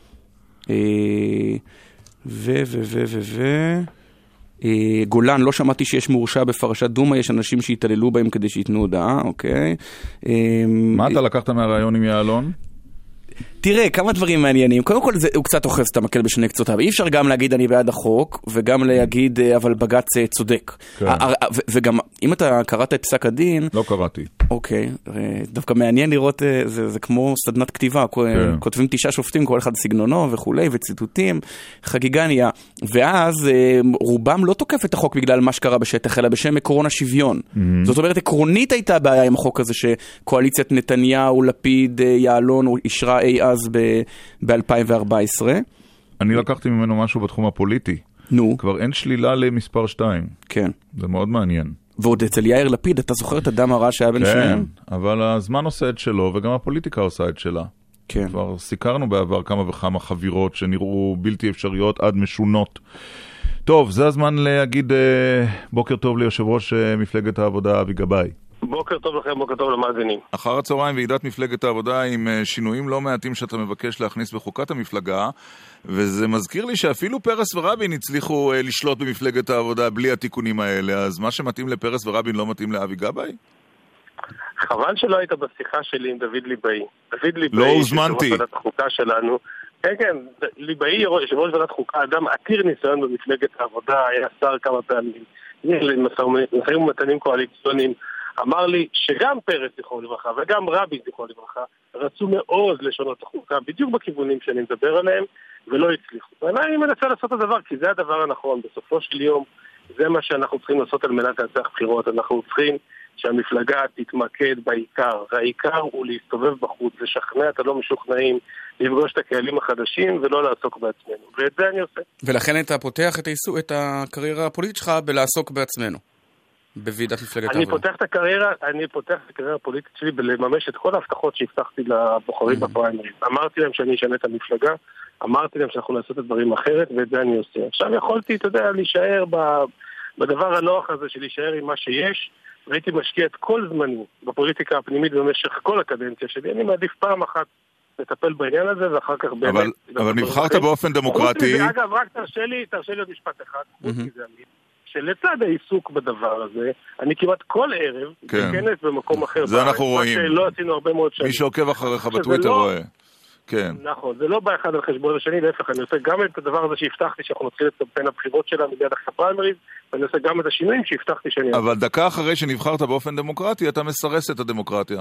Speaker 7: גולן, לא שמעתי שיש מורשע בפרשת דומה, יש אנשים שהתעללו בהם כדי שיתנו הודעה, אוקיי.
Speaker 2: מה אתה לקחת מהרעיון עם יעלון?
Speaker 7: תראה, כמה דברים מעניינים. קודם כל, הוא קצת אוחז את המקל בשני קצותיו. אי אפשר גם להגיד אני בעד החוק, וגם להגיד אבל בג"ץ צודק. וגם, אם אתה קראת את פסק הדין...
Speaker 2: לא קראתי.
Speaker 7: אוקיי, דווקא מעניין לראות, זה כמו סדנת כתיבה, כותבים 9 שופטים, כל אחד סגנונו וכולי, וציטוטים, חגיגה נהיה. ואז רובם לא תוקף את החוק בגלל מה שקרה בשטח, אלא בשם עקרון השוויון. זאת אומרת, עקרונית הייתה בעיה עם החוק הזה, שקואליציית נתניהו, לפיד, יעלון, אישרה אי אז ב-2014.
Speaker 2: אני לקחתי ממנו משהו בתחום הפוליטי.
Speaker 7: נו.
Speaker 2: כבר אין שלילה למספר 2.
Speaker 7: כן.
Speaker 2: זה מאוד מעניין.
Speaker 7: ועוד אצל יאיר לפיד, אתה זוכר את הדם הרע שהיה בין שניהם?
Speaker 2: כן, אבל הזמן עושה את שלו, וגם הפוליטיקה עושה את שלה.
Speaker 7: כן.
Speaker 2: כבר סיכרנו בעבר כמה וכמה חבירות שנראו בלתי אפשריות עד משונות. טוב, זה הזמן להגיד בוקר טוב ליושב ראש מפלגת העבודה אבי גבאי.
Speaker 15: בוקר טוב לכם, בוקר טוב למאזינים.
Speaker 2: אחר הצהריים ועידת מפלגת העבודה עם שינויים לא מעטים שאתה מבקש להכניס בחוקת המפלגה, וזה מזכיר לי שאפילו פרס ורבין הצליחו לשלוט במפלגת העבודה בלי התיקונים האלה, אז מה שמתאים לפרס ורבין לא מתאים לאבי גבאי?
Speaker 15: חבל שלא היית בשיחה שלי עם דוד ליבאי. דוד ליבאי,
Speaker 2: לא הוזמנתי.
Speaker 15: יושב ראש ועדת החוקה שלנו. כן, כן, ליבאי, יושב ראש ועדת חוקה, אדם עתיר ניסיון במפלגת העבודה, היה שר כמה פעמים, משאים ומתנים קואליציוניים, אמר לי שגם פרס זכרו לברכה וגם רבין זכרו לברכה רצו מאוד לשנות את החוקה בדיוק בכיוונים שאני מדבר עליהם ולא הצליחו. ואני מנסה לעשות את הדבר כי זה הדבר הנכון. בסופו של יום זה מה שאנחנו צריכים לעשות על מנת לנצח בחירות. אנחנו צריכים שהמפלגה תתמקד בעיקר. והעיקר הוא להסתובב בחוץ, לשכנע את הלא משוכנעים, לפגוש את הקהלים החדשים ולא לעסוק בעצמנו. ואת זה אני עושה.
Speaker 7: ולכן אתה פותח את הקריירה הפוליטית שלך בלעסוק בעצמנו. בוועידת מפלגת העבודה.
Speaker 15: אני פותח את הקריירה הפוליטית שלי בלממש את כל ההבטחות שהבטחתי לבוחרים בפריימריז. אמרתי להם שאני אשנה את המפלגה, אמרתי להם שאנחנו נעשה את הדברים אחרת, ואת זה אני עושה. עכשיו יכולתי, אתה יודע, להישאר בדבר הנוח הזה של להישאר עם מה שיש, והייתי משקיע את כל זמני בפוליטיקה הפנימית במשך כל הקדנציה שלי. אני מעדיף פעם אחת לטפל בעניין הזה, ואחר כך באמת...
Speaker 2: אבל נבחרת באופן דמוקרטי...
Speaker 15: אגב, רק תרשה לי עוד משפט אחד, חוץ מזה אני... שלצד העיסוק בדבר הזה, אני כמעט כל ערב בכנס במקום אחר.
Speaker 2: זה אנחנו רואים.
Speaker 15: לא עשינו הרבה מאוד שנים.
Speaker 2: מי שעוקב אחריך בטוויטר רואה. כן.
Speaker 15: נכון, זה לא בא אחד על חשבון השני, להפך, אני עושה גם את הדבר הזה שהבטחתי שאנחנו נתחיל את קמפיין הבחירות שלנו מיד אחרי הפריימריז, ואני עושה גם את השינויים שהבטחתי שאני...
Speaker 2: אבל דקה אחרי שנבחרת באופן דמוקרטי, אתה מסרס את הדמוקרטיה.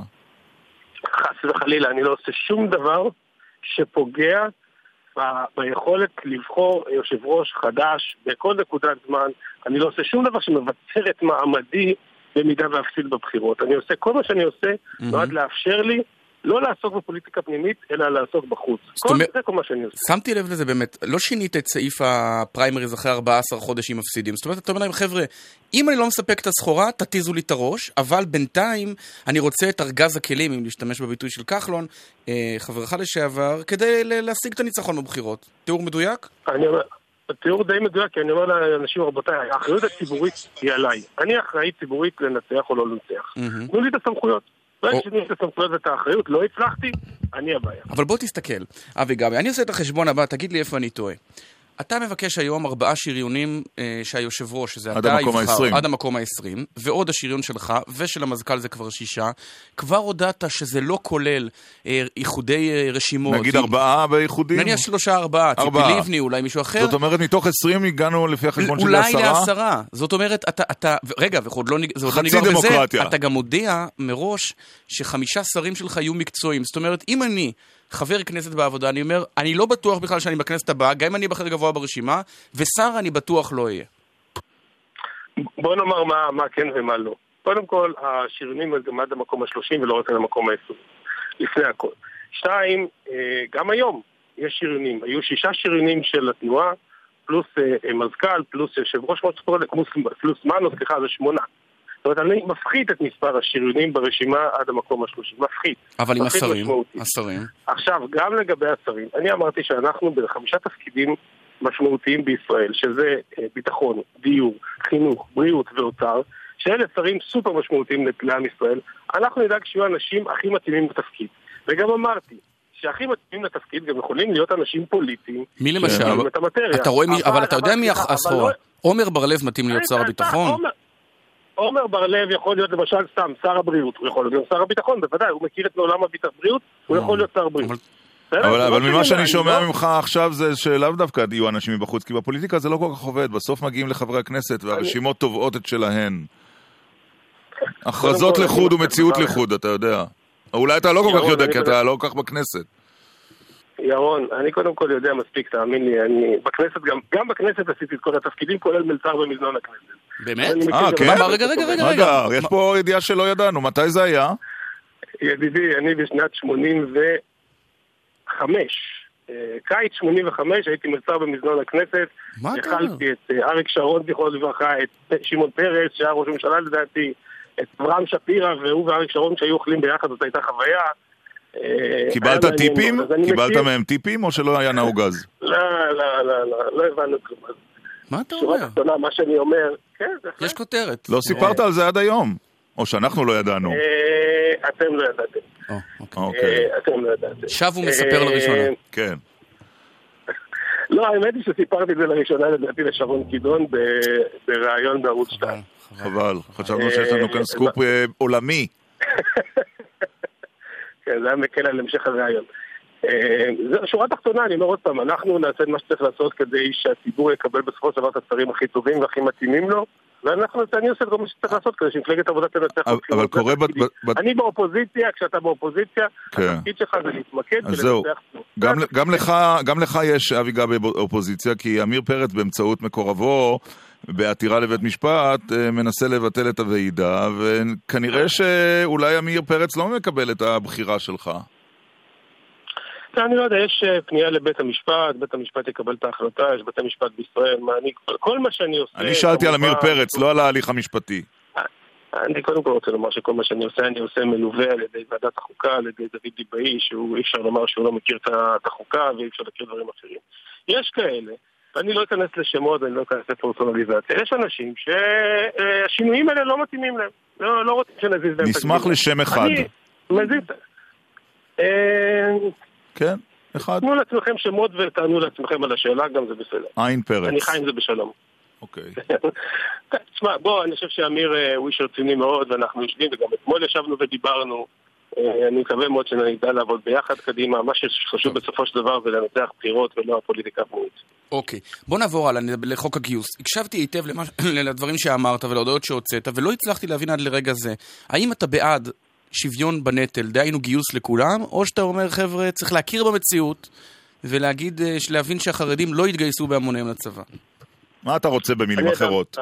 Speaker 15: חס וחלילה, אני לא עושה שום דבר שפוגע ביכולת לבחור יושב ראש חדש בכל נקודת זמן. אני לא עושה שום דבר שמבצר את מעמדי במידה ואפסיד בבחירות. אני עושה, כל מה שאני עושה נועד לאפשר לי לא לעסוק בפוליטיקה פנימית, אלא לעסוק בחוץ. זה כל מה שאני עושה.
Speaker 7: שמתי לב לזה באמת, לא שינית את סעיף הפריימריז אחרי 14 חודשים מפסידים. זאת אומרת, אתה אומר להם, חבר'ה, אם אני לא מספק את הסחורה, תתיזו לי את הראש, אבל בינתיים אני רוצה את ארגז הכלים, אם להשתמש בביטוי של כחלון, חברך לשעבר, כדי להשיג את הניצחון בבחירות. תיאור מדויק?
Speaker 15: תיאור די מדויק, כי אני אומר לאנשים, רבותיי, האחריות הציבורית היא עליי. אני אחראי ציבורית לנצח או לא לנצח. תנו לי את הסמכויות. רק שאני את הסמכויות ואת האחריות, לא הצלחתי, אני הבעיה.
Speaker 7: אבל בוא תסתכל, אבי גבי, אני עושה את החשבון הבא, תגיד לי איפה אני טועה. אתה מבקש היום 4 שריונים שהיושב ראש, שזה אתה יבחר, עד המקום ה-20, ועוד השריון שלך, ושל המזכ"ל זה כבר 6, כבר הודעת שזה לא כולל איחודי רשימות.
Speaker 2: נגיד 4 באיחודים?
Speaker 7: נניח 3-4, ציפי לבני, אולי מישהו אחר.
Speaker 2: זאת אומרת, מתוך 20 הגענו לפי החשבון של 10?
Speaker 7: אולי ל10. זאת אומרת, אתה, רגע, ועוד לא נגמר בזה, אתה גם מודיע מראש ש5 שרים שלך יהיו מקצועיים. זאת אומרת, אם אני חבר כנסת בעבודה, אני אומר, אני לא בטוח בכלל שאני בכנסת הבאה, גם אם אני בחר גבוה ברשימה, ושר אני בטוח לא אהיה.
Speaker 15: בוא נאמר מה כן ומה לא. קודם כל, השריונים הם עד המקום ה-30 ולא רק עד המקום ה-20. לפני הכל. 2, גם היום יש שריונים. היו 6 שריונים של התנועה, פלוס מזכ"ל, פלוס יושב ראש פלוס מנו, סליחה, זה 8. זאת אומרת, אני מפחית את מספר השריונים ברשימה עד המקום ה-30. מפחית.
Speaker 7: אבל עם השרים.
Speaker 15: עכשיו, גם לגבי השרים, אני אמרתי שאנחנו ב5 תפקידים משמעותיים בישראל, שזה ביטחון, דיור, חינוך, בריאות ואוצר, שאלה שרים סופר משמעותיים לעם ישראל, אנחנו נדאג שיהיו אנשים הכי מתאימים לתפקיד. וגם אמרתי, שהכי מתאימים לתפקיד גם יכולים להיות אנשים פוליטיים.
Speaker 7: מי למשל? אתה רואה מי, אבל אתה יודע מי הסחורה. עומר בר-לב מתאים להיות שר הביטחון?
Speaker 15: עומר בר-לב יכול להיות למשל סתם שר הבריאות, הוא יכול להיות שר הביטחון, בוודאי, הוא מכיר את מעולם הבריאות, הוא יכול להיות שר הבריאות.
Speaker 2: אבל ממה שאני שומע ממך עכשיו זה שלאו דווקא יהיו אנשים מבחוץ, כי בפוליטיקה זה לא כל כך עובד, בסוף מגיעים לחברי הכנסת והרשימות תובעות את שלהן. הכרזות לחוד ומציאות לחוד, אתה יודע. אולי אתה לא כל כך יודע, כי אתה לא כל כך בכנסת.
Speaker 15: ירון, אני קודם כל יודע מספיק, תאמין לי, אני בכנסת, גם בכנסת עשיתי את כל התפקידים, כולל מלצר במזנון הכנסת.
Speaker 7: באמת?
Speaker 2: כן?
Speaker 7: רגע.
Speaker 2: יש פה ידיעה שלא ידענו, מתי זה היה?
Speaker 15: ידידי, אני בשנת 85, קיץ 85, הייתי מלצר במזנון הכנסת, החלתי את אריק שרון, זכרו לברכה, את שמעון פרס, שהיה ראש הממשלה לדעתי, את אברהם שפירא, והוא ואריק שרון שהיו אוכלים ביחד, זאת הייתה חוויה.
Speaker 2: קיבלת טיפים? קיבלת מהם טיפים או שלא היה נהוג אז?
Speaker 15: לא הבנו כלום.
Speaker 7: מה אתה אומר?
Speaker 15: מה שאני אומר, כן.
Speaker 7: יש כותרת.
Speaker 2: לא סיפרת על זה עד היום? או שאנחנו לא ידענו?
Speaker 15: אתם לא ידעתם. אתם לא ידעתם.
Speaker 7: שב הוא מספר לראשונה.
Speaker 2: כן.
Speaker 15: לא, האמת היא שסיפרתי את זה לראשונה לדעתי לשרון קידון בראיון בערוץ 2.
Speaker 2: חבל, חשבנו שיש לנו כאן סקופ עולמי.
Speaker 15: כן, זה היה מקל על המשך הראיון. שורה תחתונה, אני אומר עוד פעם, אנחנו נעשה מה שצריך לעשות כדי שהציבור יקבל בסופו של דבר את השרים הכי טובים והכי מתאימים לו, ואני עושה את כל מה שצריך לעשות כדי שמפלגת עבודה תנצח.
Speaker 2: אבל קורה...
Speaker 15: אני באופוזיציה, כשאתה באופוזיציה, התפקיד שלך זה להתמקד ולנצח.
Speaker 2: גם לך יש אבי גבי באופוזיציה, כי אמיר פרץ באמצעות מקורבו, בעתירה לבית משפט, מנסה לבטל את הוועידה, וכנראה שאולי אמיר פרץ לא מקבל את הבחירה שלך.
Speaker 15: אני לא יודע, יש פנייה לבית המשפט, בית המשפט יקבל את ההחלטה, יש בית המשפט בישראל, כל מה שאני עושה...
Speaker 2: אני שאלתי על אמיר פרץ, לא על ההליך המשפטי.
Speaker 15: אני קודם כל רוצה לומר שכל מה שאני עושה מלווה על ידי ועדת החוקה, על ידי דוד ליבאי, שהוא אי אפשר לומר שהוא לא מכיר את החוקה, ואי אפשר להכיר דברים אחרים. יש כאלה, ואני לא אכנס לשמות, אני לא אכנס לפרסונליזציה. יש אנשים שהשינויים האלה לא מתאימים להם, לא רוצים שנזיז להם.
Speaker 2: נשמח לשם אחד.
Speaker 15: אני מזיז...
Speaker 2: כן, אחד.
Speaker 15: תנו לעצמכם שמות ותענו לעצמכם על השאלה, גם זה בסדר.
Speaker 2: עין פרץ.
Speaker 15: אני חי עם זה בשלום.
Speaker 2: אוקיי.
Speaker 15: תשמע, בוא, אני חושב שאמיר הוא איש רציני מאוד, ואנחנו יושבים, וגם אתמול ישבנו ודיברנו. אני מקווה מאוד שנדע לעבוד ביחד קדימה. מה שחשוב בסופו של דבר זה לנצח בחירות ולא הפוליטיקה הפנימית.
Speaker 7: אוקיי, בוא נעבור הלאה לחוק הגיוס. הקשבתי היטב לדברים שאמרת ולהודעות שהוצאת, ולא הצלחתי להבין עד לרגע זה. האם אתה בעד שוויון בנטל, דהיינו גיוס לכולם, או שאתה אומר, חבר'ה, צריך להכיר במציאות ולהבין שהחרדים לא יתגייסו בהמוניהם לצבא?
Speaker 2: מה אתה רוצה במילים אחרות?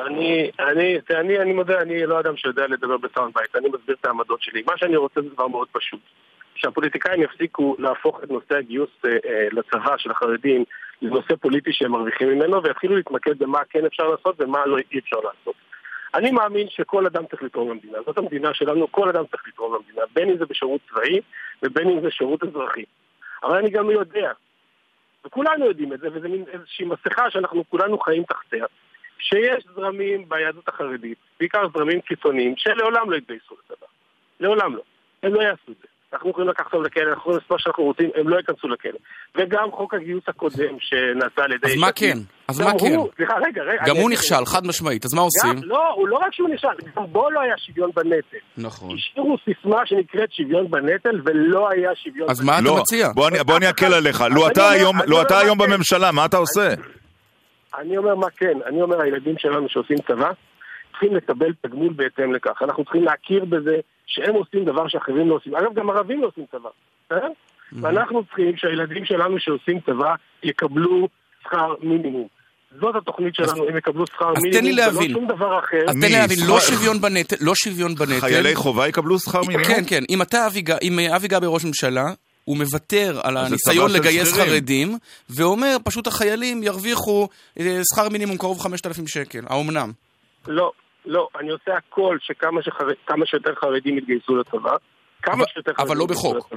Speaker 15: אני מודה, אני לא אדם שיודע לדבר בסאונד בייט, אני מסביר את העמדות שלי. מה שאני רוצה זה דבר מאוד פשוט. שהפוליטיקאים יפסיקו להפוך את נושא הגיוס לצבא של החרדים לנושא פוליטי שהם מרוויחים ממנו, ויתחילו להתמקד במה כן אפשר לעשות ומה לא אי אפשר לעשות. אני מאמין שכל אדם צריך לתרום למדינה. זאת המדינה שלנו, כל אדם צריך לתרום למדינה, בין אם זה בשירות צבאי ובין אם זה שירות אזרחי. אבל אני גם יודע, וכולנו יודעים את זה, וזה מין איזושהי מסכה שאנחנו כולנו חיים תחתיה, שיש זרמים ביהדות החרדית, בעיקר זרמים קיצוניים, שלעולם לא יתגייסו לצבא. לעולם לא. הם לא יעשו את זה. אנחנו יכולים לקחת אותם לכלא, אנחנו יכולים לעשות מה שאנחנו רוצים, הם לא ייכנסו לכלא. וגם חוק הגיוס הקודם שנעשה על ידי...
Speaker 7: אז מה כן? אז מה כן?
Speaker 15: סליחה, רגע.
Speaker 7: גם הוא נכשל, חד משמעית, אז מה עושים?
Speaker 15: לא, הוא לא רק שהוא נכשל, גם בו לא היה שוויון בנטל.
Speaker 7: נכון.
Speaker 15: השאירו סיסמה שנקראת שוויון בנטל, ולא היה שוויון בנטל.
Speaker 7: אז מה אתה מציע?
Speaker 2: בוא אני אקל עליך, לא אתה היום בממשלה, מה אתה עושה?
Speaker 15: אני אומר מה כן, אני אומר הילדים שלנו שעושים צבא, צריכים לקבל תגמול בהתאם לכך. אנחנו צריכים להכיר בזה שהם עושים דבר שאחרים לא עושים. אגב, גם ערבים לא עושים צבא. ואנחנו צריכים שהילדים שלנו שעושים צבא יקבלו שכר מינימום. זאת התוכנית שלנו, הם יקבלו שכר מינימום, ולא שום דבר אחר.
Speaker 7: אז תן לי להבין, לא שוויון בנטל.
Speaker 2: חיילי חובה יקבלו שכר מינימום?
Speaker 7: כן, כן. אם אבי גבי ראש ממשלה, הוא מוותר על הניסיון לגייס חרדים, ואומר, פשוט החיילים ירוויחו שכר מינימום קרוב 5,000 שקל. האומנם?
Speaker 15: לא, אני עושה הכל שכמה שיותר חרדים יתגייסו לצבא.
Speaker 7: אבל לא בחוק.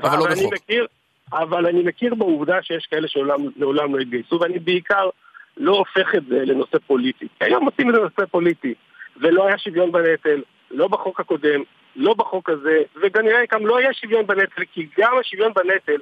Speaker 15: אבל אני מכיר בעובדה שיש כאלה שלעולם לא יתגייסו, ואני בעיקר לא הופך את זה לנושא פוליטי. היום עושים את זה לנושא פוליטי, ולא היה שוויון בנטל, לא בחוק הקודם, לא בחוק הזה, וכנראה גם לא היה שוויון בנטל, כי גם השוויון בנטל,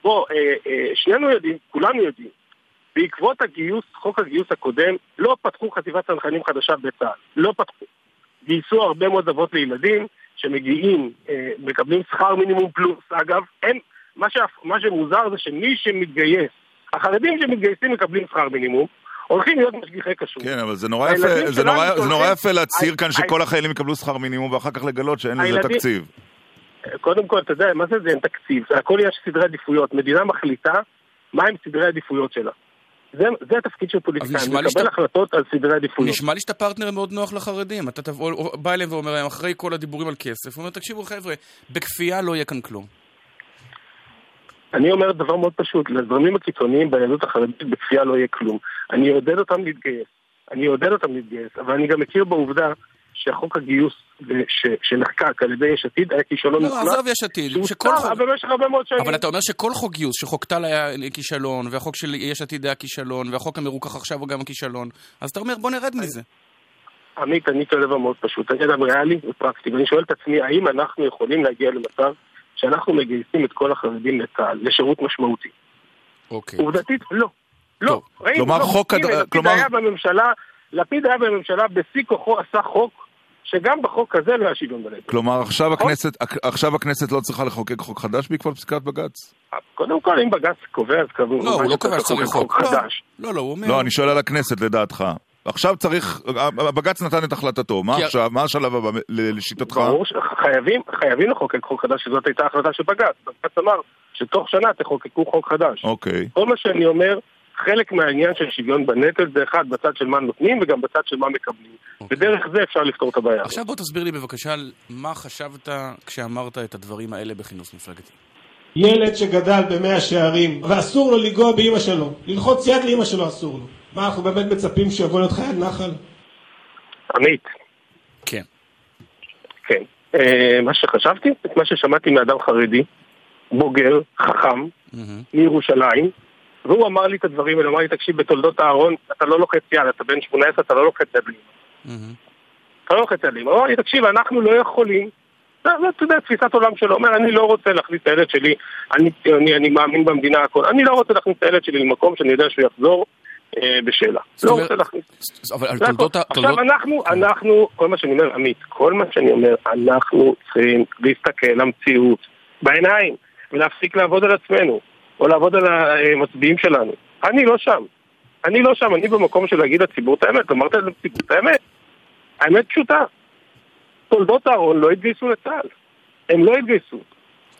Speaker 15: שנינו יודעים, כולנו יודעים, בעקבות חוק הגיוס הקודם, לא פתחו חטיבת צנחנים חדשה בצה"ל. לא פתחו. גייסו הרבה מאוד אבות לילדים שמגיעים, מקבלים שכר מינימום פלוס. אגב, מה שמוזר זה שמי שמתגייס, החרדים שמתגייסים מקבלים שכר מינימום, הולכים להיות משגיחי כשרות.
Speaker 2: כן, אבל זה נורא יפה להצהיר כאן שכל החיילים יקבלו שכר מינימום, ואחר כך לגלות שאין לזה תקציב.
Speaker 15: קודם כל, אתה יודע, מה זה אין תקציב? הכל יש סדרי עדיפויות. מדינה מחליטה מה הם סדרי העדיפויות שלה. זה התפקיד של פוליטיקאים, לקבל החלטות על סדרי עדיפויות.
Speaker 7: נשמע לי שאתה פרטנר מאוד נוח לחרדים. אתה בא אליהם ואומר להם, אחרי כל הדיבורים על כסף, הוא אומר, תקשיבו חבר'ה, בכפייה לא יהיה כאן כלום.
Speaker 15: אני אומר דבר מאוד פשוט, לזרמים הקיצוניים ביהדות החרדית בכפייה לא יהיה כלום. אני אעודד אותם להתגייס, אבל אני גם מכיר בעובדה שהחוק הגיוס שנחקק על ידי יש עתיד היה כישלון
Speaker 7: מוחלט. לא, עזוב יש עתיד.
Speaker 15: במשך הרבה מאוד שנים.
Speaker 7: אבל אתה אומר שכל חוק גיוס, שחוק טל היה כישלון, והחוק של יש עתיד היה כישלון, והחוק המרוכך עכשיו הוא גם כישלון. אז אתה אומר, בוא נרד מזה.
Speaker 15: עמית, אני כלב מאוד פשוט. אני אדם ריאלי ופרקטי, ואני שואל את עצמי, האם אנחנו יכולים להגיע למצב שאנחנו מגייסים את כל החרדים לצה"ל, לשירות משמעותי? עובדתית, לא. לא. לפיד היה בממשלה, בשיא כוחו עשה חוק, שגם בחוק הזה לא היה שוויון בנטל.
Speaker 2: כלומר, עכשיו הכנסת לא צריכה לחוקק חוק חדש בעקבות פסיקת בג"ץ?
Speaker 15: קודם כל, אם בג"ץ קובע, אז קבעו.
Speaker 7: לא, הוא לא קובע שצריך חוק
Speaker 15: חדש.
Speaker 2: לא, אני שואל על הכנסת לדעתך. עכשיו צריך, בג"ץ נתן את החלטתו, מה עכשיו? מה השלב הבא לשיטתך?
Speaker 15: ברור שחייבים לחוקק חוק חדש, שזאת הייתה החלטה של בג"ץ. בג"ץ אמר שתוך שנה תחוקקו חוק חדש.
Speaker 2: אוקיי.
Speaker 15: כל מה שאני אומר, חלק מהעניין של שוויון בנטל זה אחד בצד של מה נותנים וגם בצד של מה מקבלים. בדרך זה אפשר לפתור את הבעיה.
Speaker 7: עכשיו בוא תסביר לי בבקשה מה חשבת כשאמרת את הדברים האלה בכינוס מפלגתי.
Speaker 16: ילד שגדל במאה שערים ואסור לו לגוע באמא שלו, ללחוץ יד לאמא שלו אסור לו. מה, אנחנו באמת מצפים שיבוא להיות חייל נחל?
Speaker 15: עמית.
Speaker 7: כן.
Speaker 15: כן. מה שחשבתי, את מה ששמעתי מאדם חרדי, בוגר, חכם, מירושלים, והוא אמר לי את הדברים האלה, אמר לי, תקשיב, בתולדות הארון, אתה לא לוחץ יד, אתה בן 18, אתה לא לוחץ יד לאמא. אתה לא לוחץ יד לאמא. הוא אמר לי, תקשיב, אנחנו לא יכולים, אתה יודע, תפיסת עולם שלו, אומר, אני לא רוצה להכניס את הילד שלי, אני מאמין במדינה הכל, אני לא רוצה להכניס את הילד שלי למקום שאני יודע שהוא יחזור בשאלה. לא רוצה להכניס. עכשיו אנחנו, כל מה שאני אומר, עמית, כל מה שאני אומר, אנחנו צריכים להסתכל למציאות בעיניים, ולהפסיק לעבוד על עצמנו. או לעבוד על המצביעים שלנו. אני לא שם, אני במקום של להגיד לציבור את האמת, אמרת לציבור את האמת. האמת פשוטה. תולדות הארון לא התגייסו לצה"ל. הם לא התגייסו.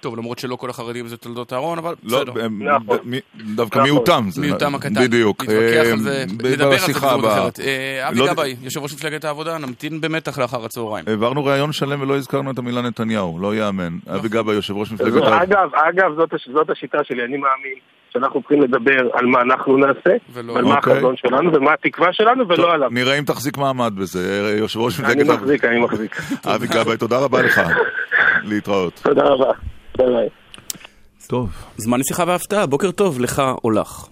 Speaker 7: טוב, למרות שלא כל החרדים זה תולדות אהרון, אבל
Speaker 2: לא,
Speaker 7: בסדר.
Speaker 2: דווקא מיעוטם.
Speaker 7: מיעוטם הקטן.
Speaker 2: בדיוק.
Speaker 7: נתווכח על זה, לדבר על זה בזמן אחרת. אבי
Speaker 2: לא...
Speaker 7: גבאי, יושב ראש מפלגת העבודה, נמתין במתח לאחר הצהריים.
Speaker 2: העברנו ראיון שלם ולא הזכרנו את המילה נתניהו, לא יאמן. אבי גבאי, יושב ראש מפלגת
Speaker 15: העבודה. אגב, זאת השיטה שלי, אני מאמין שאנחנו צריכים לדבר על מה אנחנו נעשה, על מה החזון שלנו ומה התקווה שלנו ולא עליו.
Speaker 2: נראה אם תחזיק מעמד בזה, יושב ראש מפלגת העבודה.
Speaker 15: אני מחזיק.
Speaker 2: אבי גבאי, תודה רבה לך. להתראות.
Speaker 15: תודה רבה. ביי.
Speaker 2: טוב.
Speaker 7: זמן לשיחה והפתעה, בוקר טוב, לך או לך?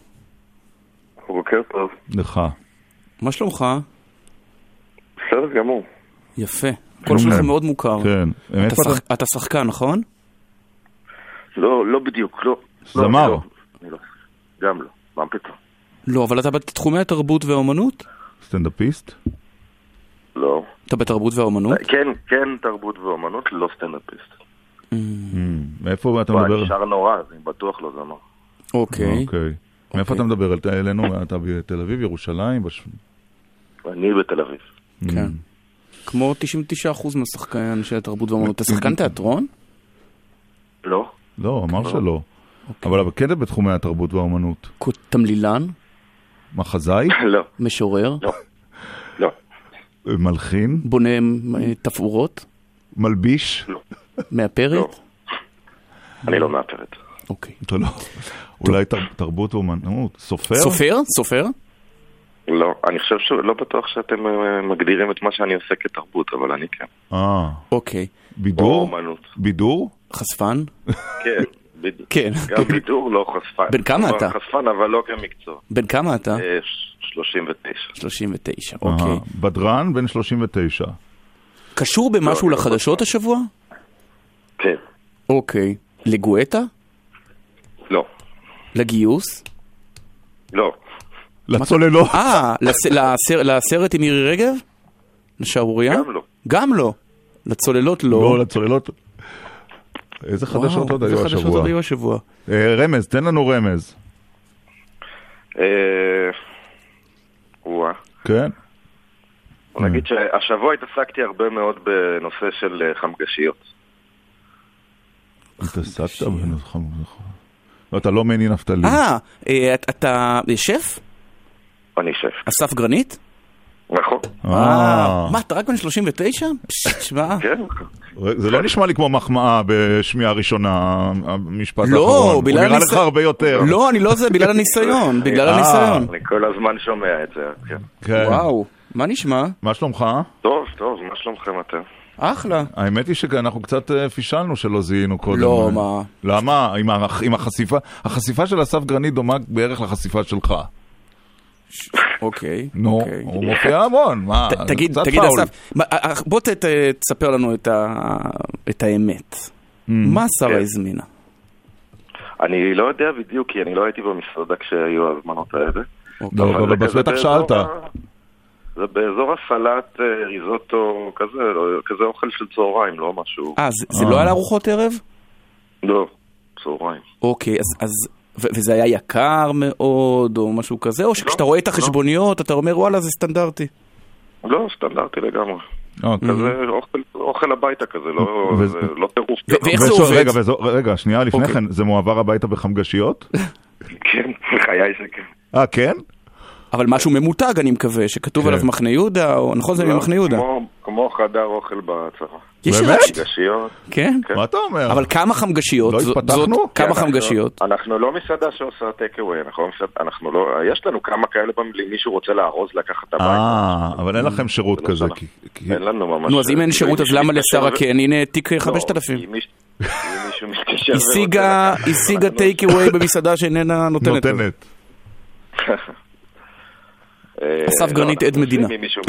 Speaker 17: בוקר טוב.
Speaker 2: לך.
Speaker 7: מה שלומך?
Speaker 17: בסדר גמור.
Speaker 7: יפה. כל שלך מאוד מוכר.
Speaker 2: כן.
Speaker 7: אתה שחקן, נכון?
Speaker 17: לא בדיוק, לא.
Speaker 2: זמר.
Speaker 17: גם לא. מה פתאום?
Speaker 7: לא, אבל אתה בתחומי התרבות והאומנות?
Speaker 2: סטנדאפיסט?
Speaker 17: לא.
Speaker 7: אתה בתרבות והאומנות?
Speaker 17: כן, תרבות ואומנות, לא סטנדאפיסט.
Speaker 2: מאיפה אתה מדבר?
Speaker 17: נשאר נורא, אז אני בטוח לא זמר.
Speaker 7: אוקיי.
Speaker 2: מאיפה אתה מדבר אלינו? אתה בתל אביב, ירושלים?
Speaker 17: אני בתל אביב.
Speaker 7: כן. כמו 99% מהשחקן של התרבות והאומנות. אתה שחקן תיאטרון?
Speaker 17: לא.
Speaker 2: לא, אמר שלא. אבל כן בתחומי התרבות והאומנות.
Speaker 7: תמלילן?
Speaker 2: מחזאי?
Speaker 17: לא.
Speaker 7: משורר?
Speaker 17: לא.
Speaker 2: מלחין?
Speaker 7: בונה תפאורות?
Speaker 2: מלביש?
Speaker 17: לא.
Speaker 7: מאפרת?
Speaker 17: לא. אני לא מאפרת.
Speaker 7: אוקיי.
Speaker 2: אתה לא. אולי תרבות ואומנות. סופר?
Speaker 7: סופר?
Speaker 17: לא, אני חושב שלא בטוח שאתם מגדירים את מה שאני עושה כתרבות, אבל אני כן.
Speaker 7: אוקיי.
Speaker 2: בידור?
Speaker 17: או אומנות.
Speaker 2: בידור?
Speaker 7: חשפן?
Speaker 17: כן, בידור.
Speaker 7: כן.
Speaker 17: גם בידור, לא חשפן.
Speaker 7: בן כמה אתה?
Speaker 17: חשפן, אבל לא כמקצוע.
Speaker 7: בן כמה אתה?
Speaker 17: 39.
Speaker 7: 39, אוקיי.
Speaker 2: בדרן בן 39.
Speaker 7: קשור במשהו לחדשות השבוע?
Speaker 17: כן.
Speaker 7: אוקיי. לגואטה?
Speaker 17: לא.
Speaker 7: לגיוס?
Speaker 17: לא.
Speaker 2: לצוללות?
Speaker 7: לסרט עם מירי רגב? לשערוריה?
Speaker 17: גם לא.
Speaker 7: גם לא. לצוללות לא.
Speaker 2: לא, לצוללות. איזה חדשות עוד היו השבוע? רמז, תן לנו רמז. כן.
Speaker 17: נגיד שהשבוע התעסקתי הרבה מאוד בנושא של חמגשיות.
Speaker 2: התעסקת בנושא חמגשיות? אתה לא מני נפתלי.
Speaker 7: אתה שף?
Speaker 17: אני שף.
Speaker 7: אסף גרנית?
Speaker 17: נכון.
Speaker 7: מה, אתה רק בן 39? שמע.
Speaker 17: כן.
Speaker 2: זה לא נשמע לי כמו מחמאה בשמיעה ראשונה, המשפט האחרון.
Speaker 7: לא,
Speaker 2: הוא נראה לך הרבה יותר.
Speaker 7: לא, אני לא זה, בגלל הניסיון. בגלל הניסיון.
Speaker 17: אני כל הזמן שומע את זה, כן.
Speaker 7: וואו, מה נשמע?
Speaker 2: מה שלומך?
Speaker 17: טוב, מה שלומכם אתם?
Speaker 7: אחלה.
Speaker 2: האמת היא שאנחנו קצת פישלנו שלא זיהינו קודם.
Speaker 7: לא, מה?
Speaker 2: למה? עם החשיפה. החשיפה של אסף גרנית דומה בערך לחשיפה שלך.
Speaker 7: אוקיי.
Speaker 2: נו, הוא מופיע המון.
Speaker 7: תגיד אסף, בוא תספר לנו את האמת. מה שרה הזמינה?
Speaker 17: אני לא יודע בדיוק, כי אני לא הייתי במסעדה כשהיו הזמנות האלה.
Speaker 2: אבל בטח שאלת.
Speaker 17: זה באזור הסלט ריזוטו, כזה אוכל של צהריים, לא משהו.
Speaker 7: זה לא על ארוחות ערב?
Speaker 17: לא, צהריים.
Speaker 7: אוקיי, אז וזה היה יקר מאוד או משהו כזה, או שכשאתה רואה את החשבוניות אתה אומר וואלה זה סטנדרטי?
Speaker 17: לא, סטנדרטי לגמרי. כזה אוכל הביתה כזה, לא טירוף.
Speaker 7: ואיך זה עובד?
Speaker 2: רגע, שנייה לפני כן, זה מועבר הביתה בחמגשיות?
Speaker 17: כן, בחיי שכן.
Speaker 2: כן?
Speaker 7: אבל משהו ממותג אני מקווה, שכתוב עליו מחנה יהודה, או נכון זה ממחנה יהודה?
Speaker 17: כמו חדר אוכל בצבא.
Speaker 2: באמת?
Speaker 17: חמגשיות.
Speaker 7: כן?
Speaker 2: מה אתה אומר?
Speaker 7: אבל כמה חמגשיות?
Speaker 2: לא התפתחנו?
Speaker 7: כמה חמגשיות?
Speaker 17: אנחנו לא מסעדה שעושה טייק-אווי, אנחנו לא, יש לנו כמה כאלה במלים, מישהו רוצה לארוז לקחת הבית.
Speaker 2: אבל אין לכם שירות כזה.
Speaker 17: אין לנו ממש.
Speaker 7: נו, אז אם אין שירות, אז למה לשרה כן? הנה תיק 5,000. השיגה טייק-אווי במסעדה שאיננה נותנת. אסף גרנית עד מדינה.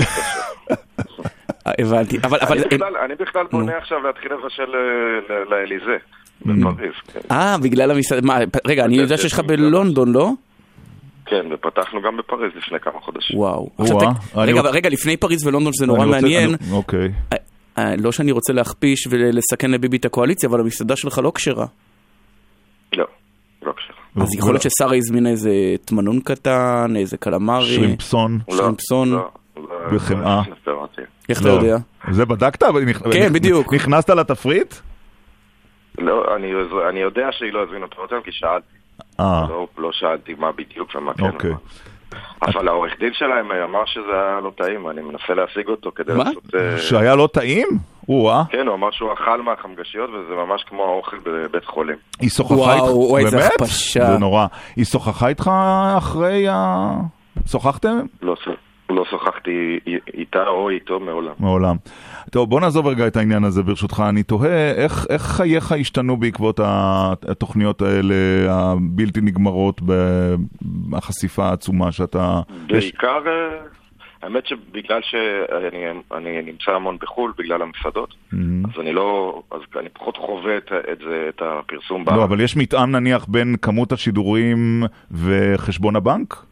Speaker 7: הבנתי, אבל
Speaker 17: אני בכלל בונה עכשיו להתחיל לבשל לאליזה בפריז.
Speaker 7: בגלל המסעדה, רגע, אני יודע שיש לך בלונדון, לא?
Speaker 17: כן, ופתחנו גם בפריז לפני כמה חודשים.
Speaker 7: וואו. רגע, לפני פריז ולונדון זה נורא מעניין.
Speaker 2: אוקיי.
Speaker 7: לא שאני רוצה להכפיש ולסכן לביבי את הקואליציה, אבל המסעדה שלך לא כשרה.
Speaker 17: לא, לא כשרה.
Speaker 7: אז יכול להיות ששרה הזמינה איזה תמנון קטן, איזה קלמרי.
Speaker 2: שרימפסון. בחמאה.
Speaker 7: איך אתה יודע?
Speaker 2: זה בדקת?
Speaker 7: כן, בדיוק.
Speaker 2: נכנסת לתפריט?
Speaker 17: לא, אני יודע שהיא לא הזמינה אותם, כי שאלתי. לא שאלתי מה בדיוק ומה כן.
Speaker 2: אוקיי.
Speaker 17: אבל העורך דין שלהם אמר שזה היה לא טעים, אני מנסה להשיג אותו כדי לעשות...
Speaker 2: שהיה לא טעים?
Speaker 17: כן, הוא אמר שהוא אכל מהחמגשיות, וזה ממש כמו האוכל בבית חולים.
Speaker 2: היא שוחחה איתך?
Speaker 7: וואו, איזה הכפשה.
Speaker 2: זה נורא. היא שוחחה איתך אחרי שוחחתם?
Speaker 17: לא שוחחתי איתה או איתו מעולם.
Speaker 2: מעולם. טוב, בוא נעזוב רגע את העניין הזה ברשותך. אני תוהה, איך חייך השתנו בעקבות התוכניות האלה הבלתי נגמרות בחשיפה העצומה שאתה...
Speaker 17: בעיקר, האמת שבגלל שאני נמצא המון בחול בגלל המסעדות, אז אני פחות חווה את הפרסום בארץ.
Speaker 2: לא, אבל יש מתאם נניח בין כמות השידורים וחשבון הבנק?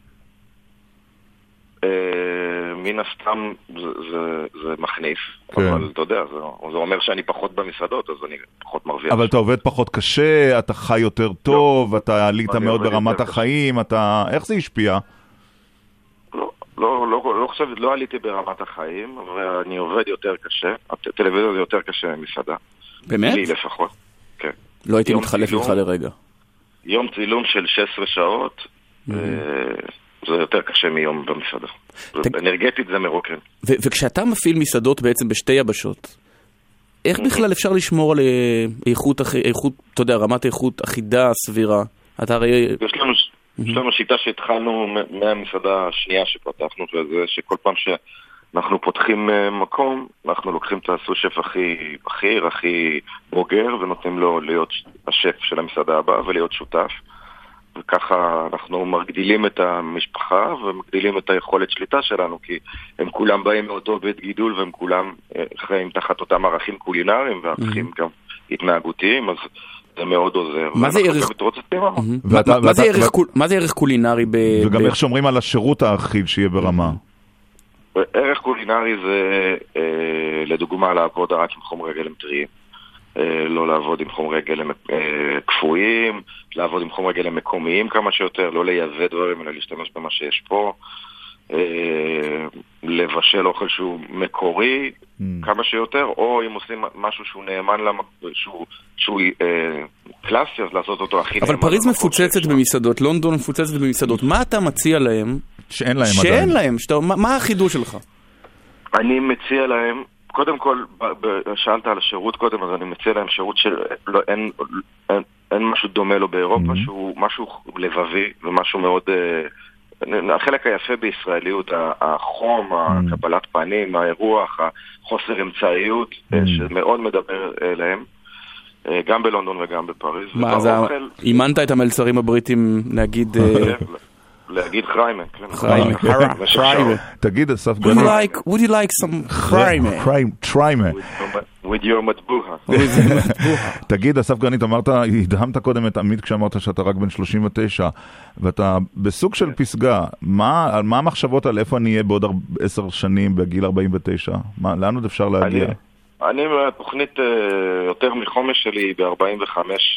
Speaker 17: מן הסתם זה מכניס, אבל אתה יודע, זה אומר שאני פחות במסעדות, אז אני פחות מרוויח.
Speaker 2: אבל אתה עובד פחות קשה, אתה חי יותר טוב, אתה עלית מאוד ברמת החיים, איך זה השפיע?
Speaker 17: לא חושב, לא עליתי ברמת החיים, אבל אני עובד יותר קשה, הטלוויזיה זה יותר קשה ממסעדה.
Speaker 7: באמת?
Speaker 17: לי לפחות, כן.
Speaker 7: לא הייתי מתחלף איתך לרגע.
Speaker 17: יום צילום של 16 שעות, זה יותר קשה מיום במסעדה. אנרגטית זה מרוקן.
Speaker 7: וכשאתה מפעיל מסעדות בעצם בשתי יבשות, איך בכלל אפשר לשמור על איכות, אתה יודע, רמת איכות אחידה, סבירה?
Speaker 17: יש לנו שיטה שהתחלנו מהמסעדה השנייה שפתחנו, וזה שכל פעם שאנחנו פותחים מקום, אנחנו לוקחים את הסו-שף הכי בכיר, הכי בוגר, ונותנים לו להיות השף של המסעדה הבאה ולהיות שותף. וככה אנחנו מגדילים את המשפחה ומגדילים את היכולת שליטה שלנו, כי הם כולם באים מאותו בית גידול והם כולם חיים תחת אותם ערכים קולינריים וערכים גם התנהגותיים, אז זה מאוד עוזר.
Speaker 7: מה זה ערך קולינרי?
Speaker 2: וגם איך שומרים על השירות האחיד שיהיה ברמה?
Speaker 17: ערך קולינרי זה לדוגמה לעבוד רק עם חומרי גלם טריים. לא לעבוד עם חומרי גלם קפואים, לעבוד עם חומרי גלם מקומיים כמה שיותר, לא לייבא דברים, אלא להשתמש במה שיש פה, לבשל אוכל שהוא מקורי כמה שיותר, או אם עושים משהו שהוא נאמן, שהוא קלאסי, אז לעשות אותו הכי נאמן.
Speaker 7: אבל פריז מפוצצת במסעדות, לונדון מפוצצת במסעדות, מה אתה מציע להם?
Speaker 2: שאין להם עדיין.
Speaker 7: שאין להם, מה החידוש שלך?
Speaker 17: אני מציע להם, קודם כל, שאלת על השירות קודם, אז אני מציע להם שירות אין משהו דומה לו באירופה, שהוא משהו לבבי ומשהו מאוד... החלק היפה בישראליות, החום, הקבלת פנים, האירוח, החוסר אמצעיות, שמאוד מדבר אליהם, גם בלונדון וגם בפריז.
Speaker 7: מה, אז אימנת את המלצרים הבריטים
Speaker 17: להגיד חריימה.
Speaker 7: חריימה.
Speaker 2: תגיד, אסף גרנית.
Speaker 7: Would you like some חריימה?
Speaker 2: חריימה.
Speaker 17: With your מטבוחה.
Speaker 2: תגיד, אסף גרנית, הדהמת קודם את עמית כשאמרת שאתה רק בן 39, ואתה בסוג של פסגה, מה המחשבות על איפה אני אהיה בעוד 10 שנים בגיל 49? לאן עוד אפשר להגיע?
Speaker 17: אני בתוכנית יותר מחומש שלי ב-45,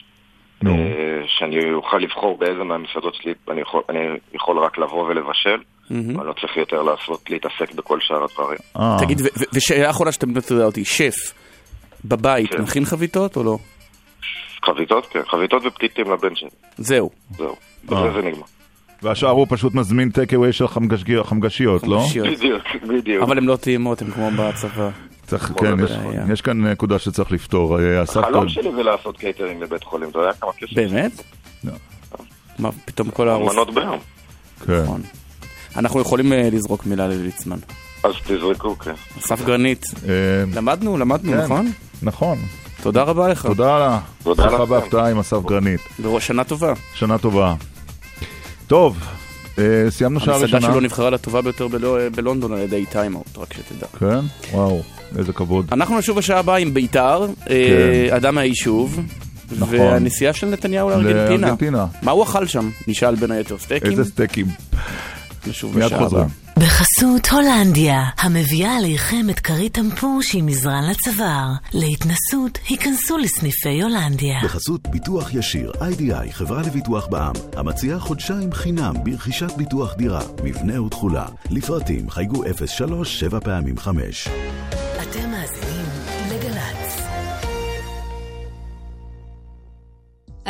Speaker 17: שאני אוכל לבחור באיזה מהמסעדות שלי, אני יכול רק לבוא ולבשל, אני לא צריך יותר להתעסק בכל שאר הדברים.
Speaker 7: תגיד, ושאלה האחרונה שאתה מתדע אותי, שף, בבית, מכין חביתות או לא?
Speaker 17: חביתות, כן, חביתות ופתיתים לבן שלי.
Speaker 7: זהו.
Speaker 17: בזה זה נגמר.
Speaker 2: והשאר הוא פשוט מזמין טייק-אווי של חמגשיות, לא?
Speaker 17: בדיוק.
Speaker 7: אבל הם לא טעימות, הם כמו בצבא.
Speaker 2: כן, יש כאן נקודה שצריך לפתור.
Speaker 17: החלום שלי זה לעשות קייטרינג לבית חולים, אתה יודע כמה כסף?
Speaker 7: באמת? מה, פתאום כל הערוץ?
Speaker 17: מנות ביום.
Speaker 2: כן.
Speaker 7: אנחנו יכולים לזרוק מילה לליצמן.
Speaker 17: אז תזרקו, כן.
Speaker 7: אסף גרנית. למדנו, נכון?
Speaker 2: נכון.
Speaker 7: תודה רבה לך.
Speaker 2: תודה לך בהפתעה עם אסף גרנית.
Speaker 7: שנה טובה.
Speaker 2: שנה טובה. טוב, סיימנו שעה ראשונה.
Speaker 7: המסעדה שלו נבחרה לטובה ביותר בלונדון על ידי טיימאוט, רק שתדע.
Speaker 2: כן? וואו, איזה כבוד.
Speaker 7: אנחנו נשוב השעה הבאה עם ביתר, אדם מהיישוב, והנסיעה של נתניהו לארגנטינה. מה הוא אכל שם? נשאל בין היתר סטייקים?
Speaker 2: איזה סטייקים?
Speaker 7: נשוב בשעה הבאה.
Speaker 6: בחסות הולנדיה, המביאה עליכם את כרית טמפור שהיא מזרן לצוואר. להתנסות, היכנסו לסניפי הולנדיה.
Speaker 11: בחסות ביטוח ישיר, IDI, חברה לביטוח בע"מ, המציעה חודשיים חינם ברכישת ביטוח דירה, מבנה ותכולה. לפרטים חייגו 03 7 פעמים 5.
Speaker 6: אתם מאזינים לגל"צ.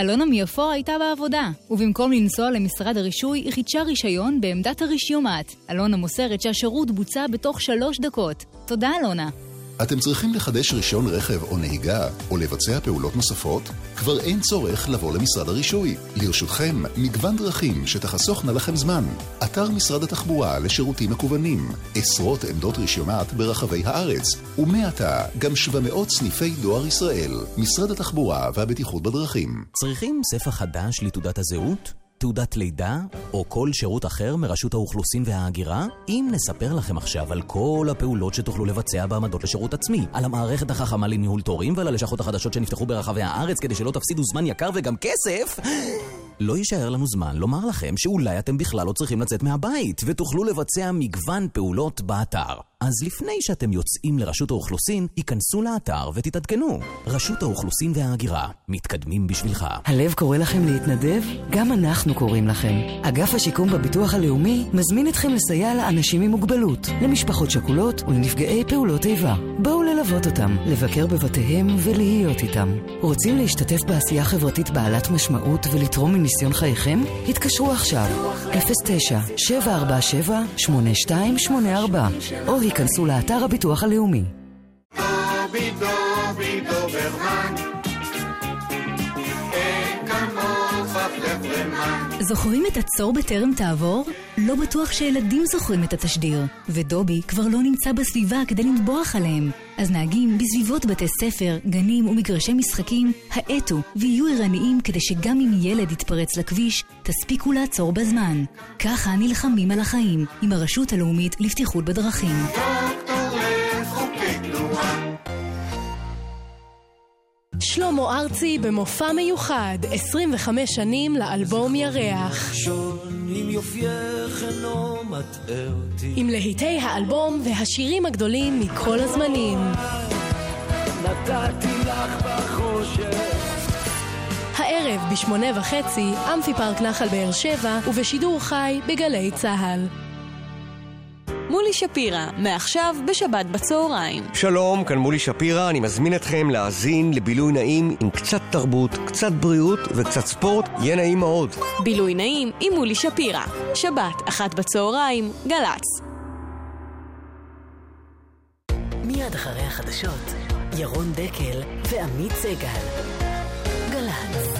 Speaker 18: אלונה מיפו הייתה בעבודה, ובמקום לנסוע למשרד הרישוי, היא חידשה רישיון בעמדת הרישיומט. אלונה מוסרת שהשירות בוצע בתוך 3 דקות. תודה אלונה.
Speaker 19: אתם צריכים לחדש רישיון רכב או נהיגה, או לבצע פעולות נוספות? כבר אין צורך לבוא למשרד הרישוי. לרשותכם מגוון דרכים שתחסוכנה לכם זמן. אתר משרד התחבורה לשירותים מקוונים, עשרות עמדות רישיומט ברחבי הארץ, ומעתה גם 700 סניפי דואר ישראל. משרד התחבורה והבטיחות בדרכים.
Speaker 12: צריכים ספר חדש לתעודת הזהות? תעודת לידה, או כל שירות אחר מרשות האוכלוסין וההגירה? אם נספר לכם עכשיו על כל הפעולות שתוכלו לבצע בעמדות לשירות עצמי, על המערכת החכמה לניהול תורים ועל הלשכות החדשות שנפתחו ברחבי הארץ כדי שלא תפסידו זמן יקר וגם כסף, לא יישאר לנו זמן לומר לכם שאולי אתם בכלל לא צריכים לצאת מהבית ותוכלו לבצע מגוון פעולות באתר. אז לפני שאתם יוצאים לרשות האוכלוסין, היכנסו לאתר ותתעדכנו. רשות האוכלוסין וההגירה, מתקדמים בשבילך.
Speaker 14: הלב קורא לכם להתנדב? גם אנחנו קוראים לכם. אגף השיקום בביטוח הלאומי מזמין אתכם לסייע לאנשים עם מוגבלות, למשפחות שכולות ולנפגעי פעולות איבה. בואו ללוות אותם, לבקר בבתיהם ולהיות איתם. רוצים להשתתף בעשייה חברתית בעלת משמעות ולתרום מניסיון חייכם? התקשרו עכשיו 09-747-8284 או היכנסו לאתר הביטוח הלאומי.
Speaker 20: דובי דובי דוברמן, אין כמוך פלפלמן.
Speaker 18: זוכרים את הצור בטרם תעבור? לא בטוח שילדים זוכרים את התשדיר, ודובי כבר לא נמצא בסביבה כדי לנבוח עליהם. אז נהגים בסביבות בתי ספר, גנים ומגרשי משחקים האטו ויהיו ערניים כדי שגם אם ילד יתפרץ לכביש, תספיקו לעצור בזמן. ככה נלחמים על החיים עם הרשות הלאומית לבטיחות בדרכים.
Speaker 10: שלמה ארצי במופע מיוחד, 25 שנים לאלבום ירח. עם להיטי האלבום והשירים הגדולים מכל הזמנים. נתתי לך בחושך. הערב ב8:30, אמפי פארק נחל באר שבע, ובשידור חי בגלי צהל.
Speaker 21: מולי שפירה, מעכשיו בשבת בצהריים.
Speaker 22: שלום, כאן מולי שפירה, אני מזמין אתכם להאזין לבילוי נעים עם קצת תרבות, קצת בריאות וקצת ספורט, יהיה נעים מאוד.
Speaker 21: בילוי נעים עם מולי שפירה, שבת 1 בצהריים, גלץ.
Speaker 6: מיד אחרי החדשות, ירון דקל ועמית סגל. גלץ.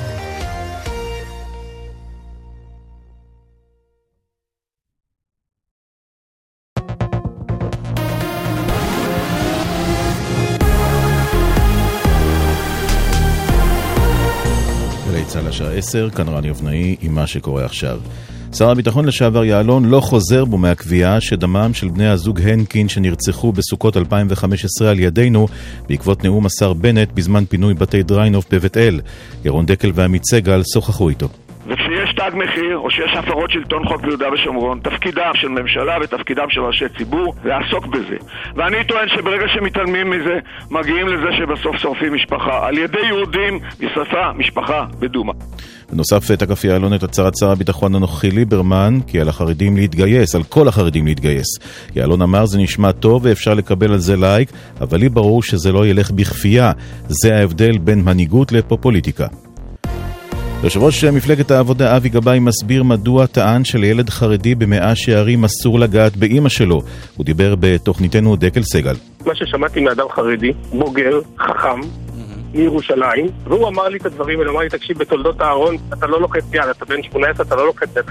Speaker 2: צה"ל השעה 10, כאן רני אבנאי עם מה שקורה עכשיו. שר הביטחון לשעבר יעלון לא חוזר בו מהקביעה שדמם של בני הזוג הנקין שנרצחו בסוכות 2015 על ידינו בעקבות נאום השר בנט בזמן פינוי בתי דריינוף בבית אל. ירון דקל ועמית סגל שוחחו איתו.
Speaker 9: וכשיש תג מחיר או שיש הפרות שלטון חוק ביהודה ושומרון, תפקידם של ממשלה ותפקידם של ראשי ציבור לעסוק בזה. ואני טוען שברגע שמתעלמים מזה, מגיעים לזה שבסוף שורפים משפחה. על ידי יהודים נשרפה משפחה בדומה.
Speaker 2: בנוסף תקף יעלון את הצהרת שר הביטחון הנוכחי ליברמן כי על החרדים להתגייס, על כל החרדים להתגייס. יעלון אמר זה נשמע טוב ואפשר לקבל על זה לייק, אבל לי ברור שזה לא ילך בכפייה. זה ההבדל בין מנהיגות לפופוליטיקה. יושב ראש מפלגת העבודה אבי גבאי מסביר מדוע טען שלילד חרדי במאה שערים אסור לגעת באמא שלו. הוא דיבר בתוכניתנו דקל סגל.
Speaker 15: מה ששמעתי מאדם חרדי, בוגר, חכם, מירושלים, והוא אמר לי את הדברים האלה, אמר לי, תקשיב, בתולדות הארון אתה לא לוקח יד, אתה בן 18, אתה לא לוקח יד.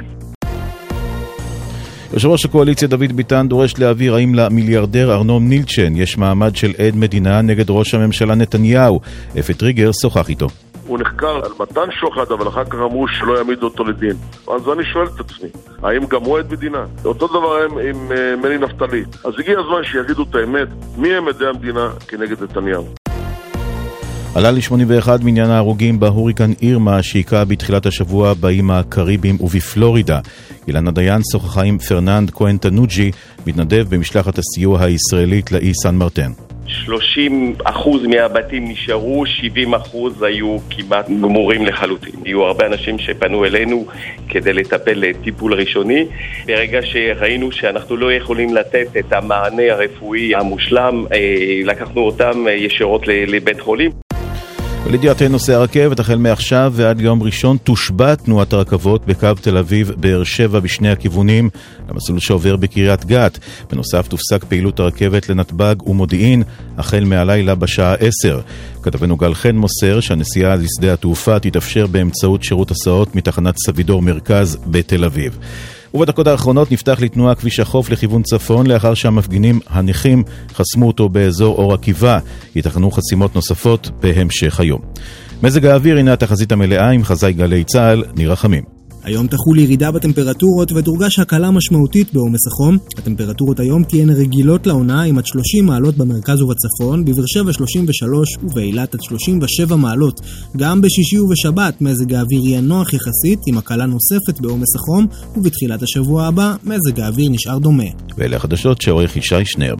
Speaker 2: יושב ראש הקואליציה דוד ביטן דורש להעביר האם למיליארדר ארנון מילצ'ן יש מעמד של עד מדינה נגד ראש הממשלה נתניהו. אפי טריגר שוחח איתו.
Speaker 23: הוא נחקר על מתן שוחד, אבל אחר כך אמרו שלא יעמידו אותו לדין. אז אני שואל את עצמי, האם גם הוא עד מדינה? אותו דבר הם עם מני נפתלי. אז הגיע הזמן שיגידו את האמת, מי הם עדי המדינה כנגד נתניהו.
Speaker 2: עלה ל-81 מניין ההרוגים בהוריקן אירמה שהיכה בתחילת השבוע באיים הקריביים ובפלורידה. אילנה דיין שוחחה עם פרננד כהן תנוג'י, מתנדב במשלחת הסיוע הישראלית לאי סן מרטן.
Speaker 1: 30% מהבתים נשארו, 70% היו כמעט גמורים לחלוטין. היו הרבה אנשים שפנו אלינו כדי לטפל טיפול ראשוני. ברגע שראינו שאנחנו לא יכולים לתת את המענה הרפואי המושלם, לקחנו אותם ישירות לבית חולים.
Speaker 3: ולידיעתנו נושא הרכבת, החל מעכשיו ועד ליום ראשון תושבת תנועת הרכבות בקו תל אביב באר שבע בשני הכיוונים למסלול שעובר בקריית גת. בנוסף תופסק פעילות הרכבת לנתב"ג ומודיעין החל מהלילה בשעה 10. כתבנו גל חן מוסר שהנסיעה לשדה התעופה תתאפשר באמצעות שירות הסעות מתחנת סבידור מרכז בתל אביב. ובדקות האחרונות נפתח לתנועה כביש החוף לכיוון צפון לאחר שהמפגינים הנכים חסמו אותו באזור אור עקיבא. ייתכנו חסימות נוספות בהמשך היום. מזג האוויר, הנה התחזית המלאה עם חזאי גלי צהל, ניר רחמים.
Speaker 5: היום תחול ירידה בטמפרטורות ותורגש הקלה משמעותית בעומס החום. הטמפרטורות היום תהיינה רגילות לעונה עם עד 30 מעלות במרכז ובצפון, בבאר שבע 33 ובאילת עד 37 מעלות. גם בשישי ובשבת מזג האוויר יהיה נוח יחסית עם הקלה נוספת בעומס החום, ובתחילת השבוע הבא מזג האוויר נשאר דומה.
Speaker 3: ואלה החדשות שעורך ישי שנרב.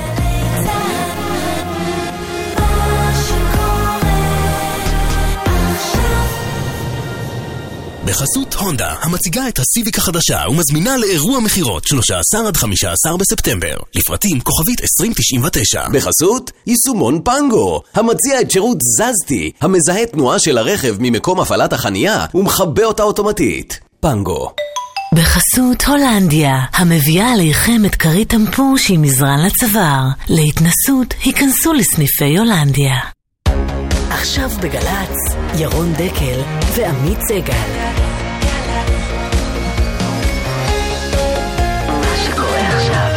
Speaker 4: בחסות הונדה, המציגה את הסיביק החדשה ומזמינה לאירוע מחירות 13 עד 15 בספטמבר. לפרטים כוכבית 2099. בחסות יישומון פנגו, המציע את שירות זזתי, המזהה תנועה של הרכב ממקום הפעלת החנייה ומחבא אותה אוטומטית. פנגו.
Speaker 8: בחסות הולנדיה, המביאה עליכם את קרית טמפוש עם מזרן לצוואר. להתנסות, היכנסו לסניפי הולנדיה.
Speaker 6: עכשיו בגלץ, ירון דקל ועמית סגל. מה שקורה עכשיו.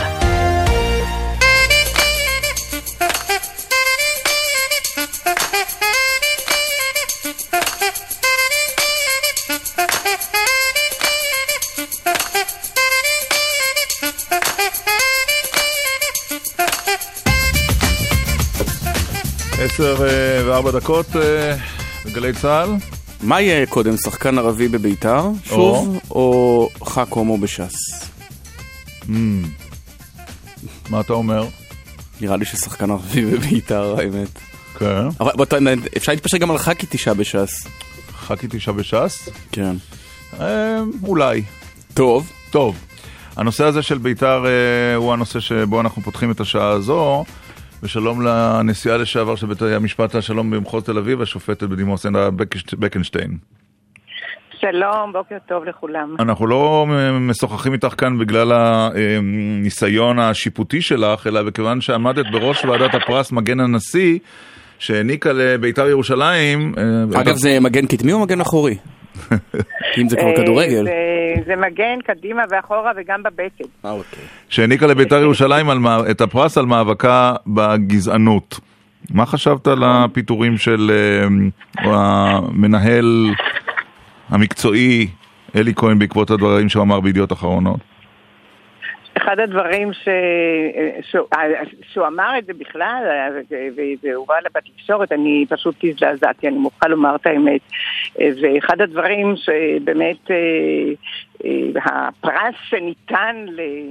Speaker 2: עשר וארבע דקות בגלי צהל.
Speaker 7: מה יהיה קודם, שחקן ערבי בביתר שוב או ח"כ הומו בש"ס?
Speaker 2: מה אתה אומר?
Speaker 7: נראה לי ששחקן ערבי בביתר, האמת.
Speaker 2: כן.
Speaker 7: אבל אפשר להתפשר גם על ח"כית אישה בש"ס.
Speaker 2: ח"כית אישה בש"ס?
Speaker 7: כן.
Speaker 2: אולי.
Speaker 7: טוב.
Speaker 2: טוב. הנושא הזה של ביתר הוא הנושא שבו אנחנו פותחים את השעה הזו. ושלום לנשיאה לשעבר של בית המשפט השלום במחוז תל אביב, השופטת בדימוס ענבל בקנשטיין.
Speaker 24: שלום, בוקר טוב לכולם.
Speaker 2: אנחנו לא משוחחים איתך כאן בגלל הניסיון השיפוטי שלך, אלא בכיוון שעמדת בראש ועדת הפרס מגן הנשיא, שהעניקה לביתר ירושלים.
Speaker 7: אגב, זה מגן קדמי או מגן אחורי? אם זה כבר כדורגל.
Speaker 24: זה מגן קדימה ואחורה וגם בבטן.
Speaker 7: אוקיי.
Speaker 2: שהעניקה לביתר ירושלים את הפרס על מאבקה בגזענות. מה חשבת על הפיטורים של המנהל המקצועי אלי כהן בעקבות הדברים שהוא אמר בידיעות אחרונות?
Speaker 24: אחד הדברים שהוא אמר את זה בכלל, והוא בא בתקשורת, אני פשוט הזדעזעתי, אני מוכרחה לומר את האמת. ואחד הדברים שבאמת הפרס שניתן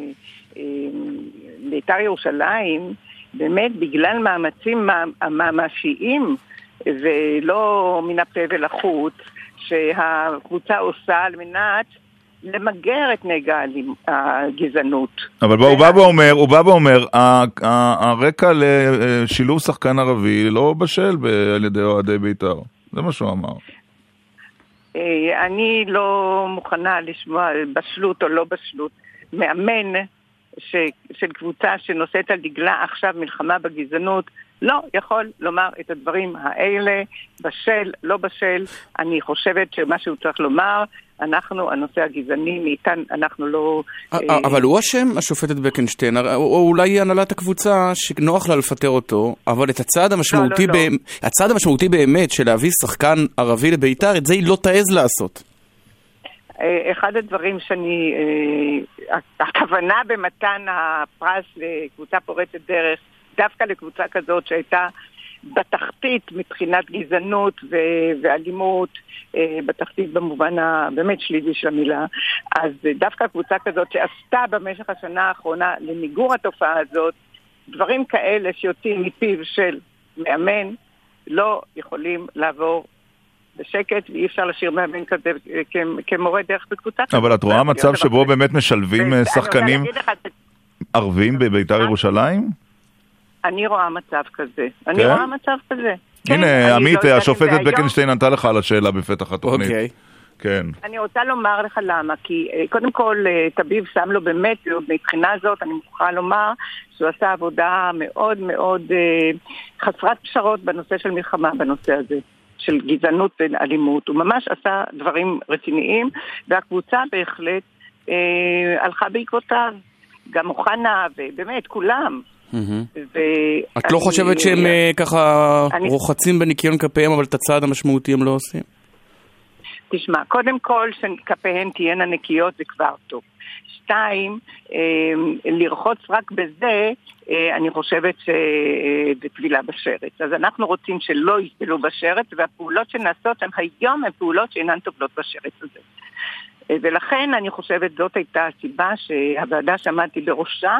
Speaker 24: לבית"ר ירושלים, באמת בגלל מאמצים ממשיים ולא מן הפה ולחוץ, שהקבוצה עושה על מנת למגר את נגע הגזענות.
Speaker 2: אבל הוא בא ואומר, הרקע לשילוב שחקן ערבי לא בשל על ידי אוהדי בית"ר. זה מה שהוא אמר.
Speaker 24: אני לא מוכנה לשמוע בשלות או לא בשלות. מאמן של קבוצה שנושאת על דגלה עכשיו מלחמה בגזענות, לא יכול לומר את הדברים האלה, בשל, לא בשל. אני חושבת שמה שהוא צריך לומר, הנושא הגזעני מאיתן, אנחנו לא...
Speaker 7: אבל הוא אשם, השופטת בקנשטיין, או אולי הנהלת הקבוצה שנוח לה לפטר אותו, אבל את הצעד המשמעותי, הצעד המשמעותי באמת של להביא שחקן ערבי לביתר, את זה היא לא תעז לעשות.
Speaker 24: אחד הדברים שאני... הכוונה במתן הפרס לקבוצה פורצת דרך, דווקא לקבוצה כזאת שהייתה בתחתית מבחינת גזענות ואלימות, בתחתית במובן הבאמת שלילי של המילה, אז דווקא קבוצה כזאת שעשתה במשך השנה האחרונה למיגור התופעה הזאת, דברים כאלה שיוצאים מפיו של מאמן לא יכולים לעבור בשקט, ואי אפשר להשאיר מאמן כזה כמורה דרך בקבוצה כזאת.
Speaker 2: אבל את רואה מצב שבו באמת משלבים שחקנים ערבים בבית"ר ירושלים?
Speaker 24: אני רואה מצב כזה. אני רואה מצב כזה.
Speaker 2: הנה, עמית, השופטת בקנשטיין ענתה לך על השאלה בפתח התוכנית.
Speaker 7: אוקיי.
Speaker 2: כן.
Speaker 24: אני רוצה לומר לך למה, כי קודם כל טביב שם לו באמת, מבחינה זאת אני מוכרחה לומר שהוא עשה עבודה מאוד מאוד חסרת פשרות בנושא של מלחמה, בנושא הזה של גזענות ואלימות. הוא ממש עשה דברים רציניים, והקבוצה בהחלט הלכה בעקבותיו, גם אוחנה ובאמת כולם.
Speaker 7: את לא חושבת שהם ככה רוחצים בניקיון כפיהם, אבל את הצעד המשמעותי הם לא עושים?
Speaker 24: תשמע, קודם כל שכפיהן תהיינה נקיות זה כבר טוב. 2, לרחוץ רק בזה, אני חושבת שזה טבילה בשרץ. אז אנחנו רוצים שלא יטבלו בשרץ, והפעולות שנעשות הן היום הן פעולות שאינן טובלות בשרץ הזה. ולכן אני חושבת זאת הייתה הסיבה שהוועדה שעמדתי בראשה,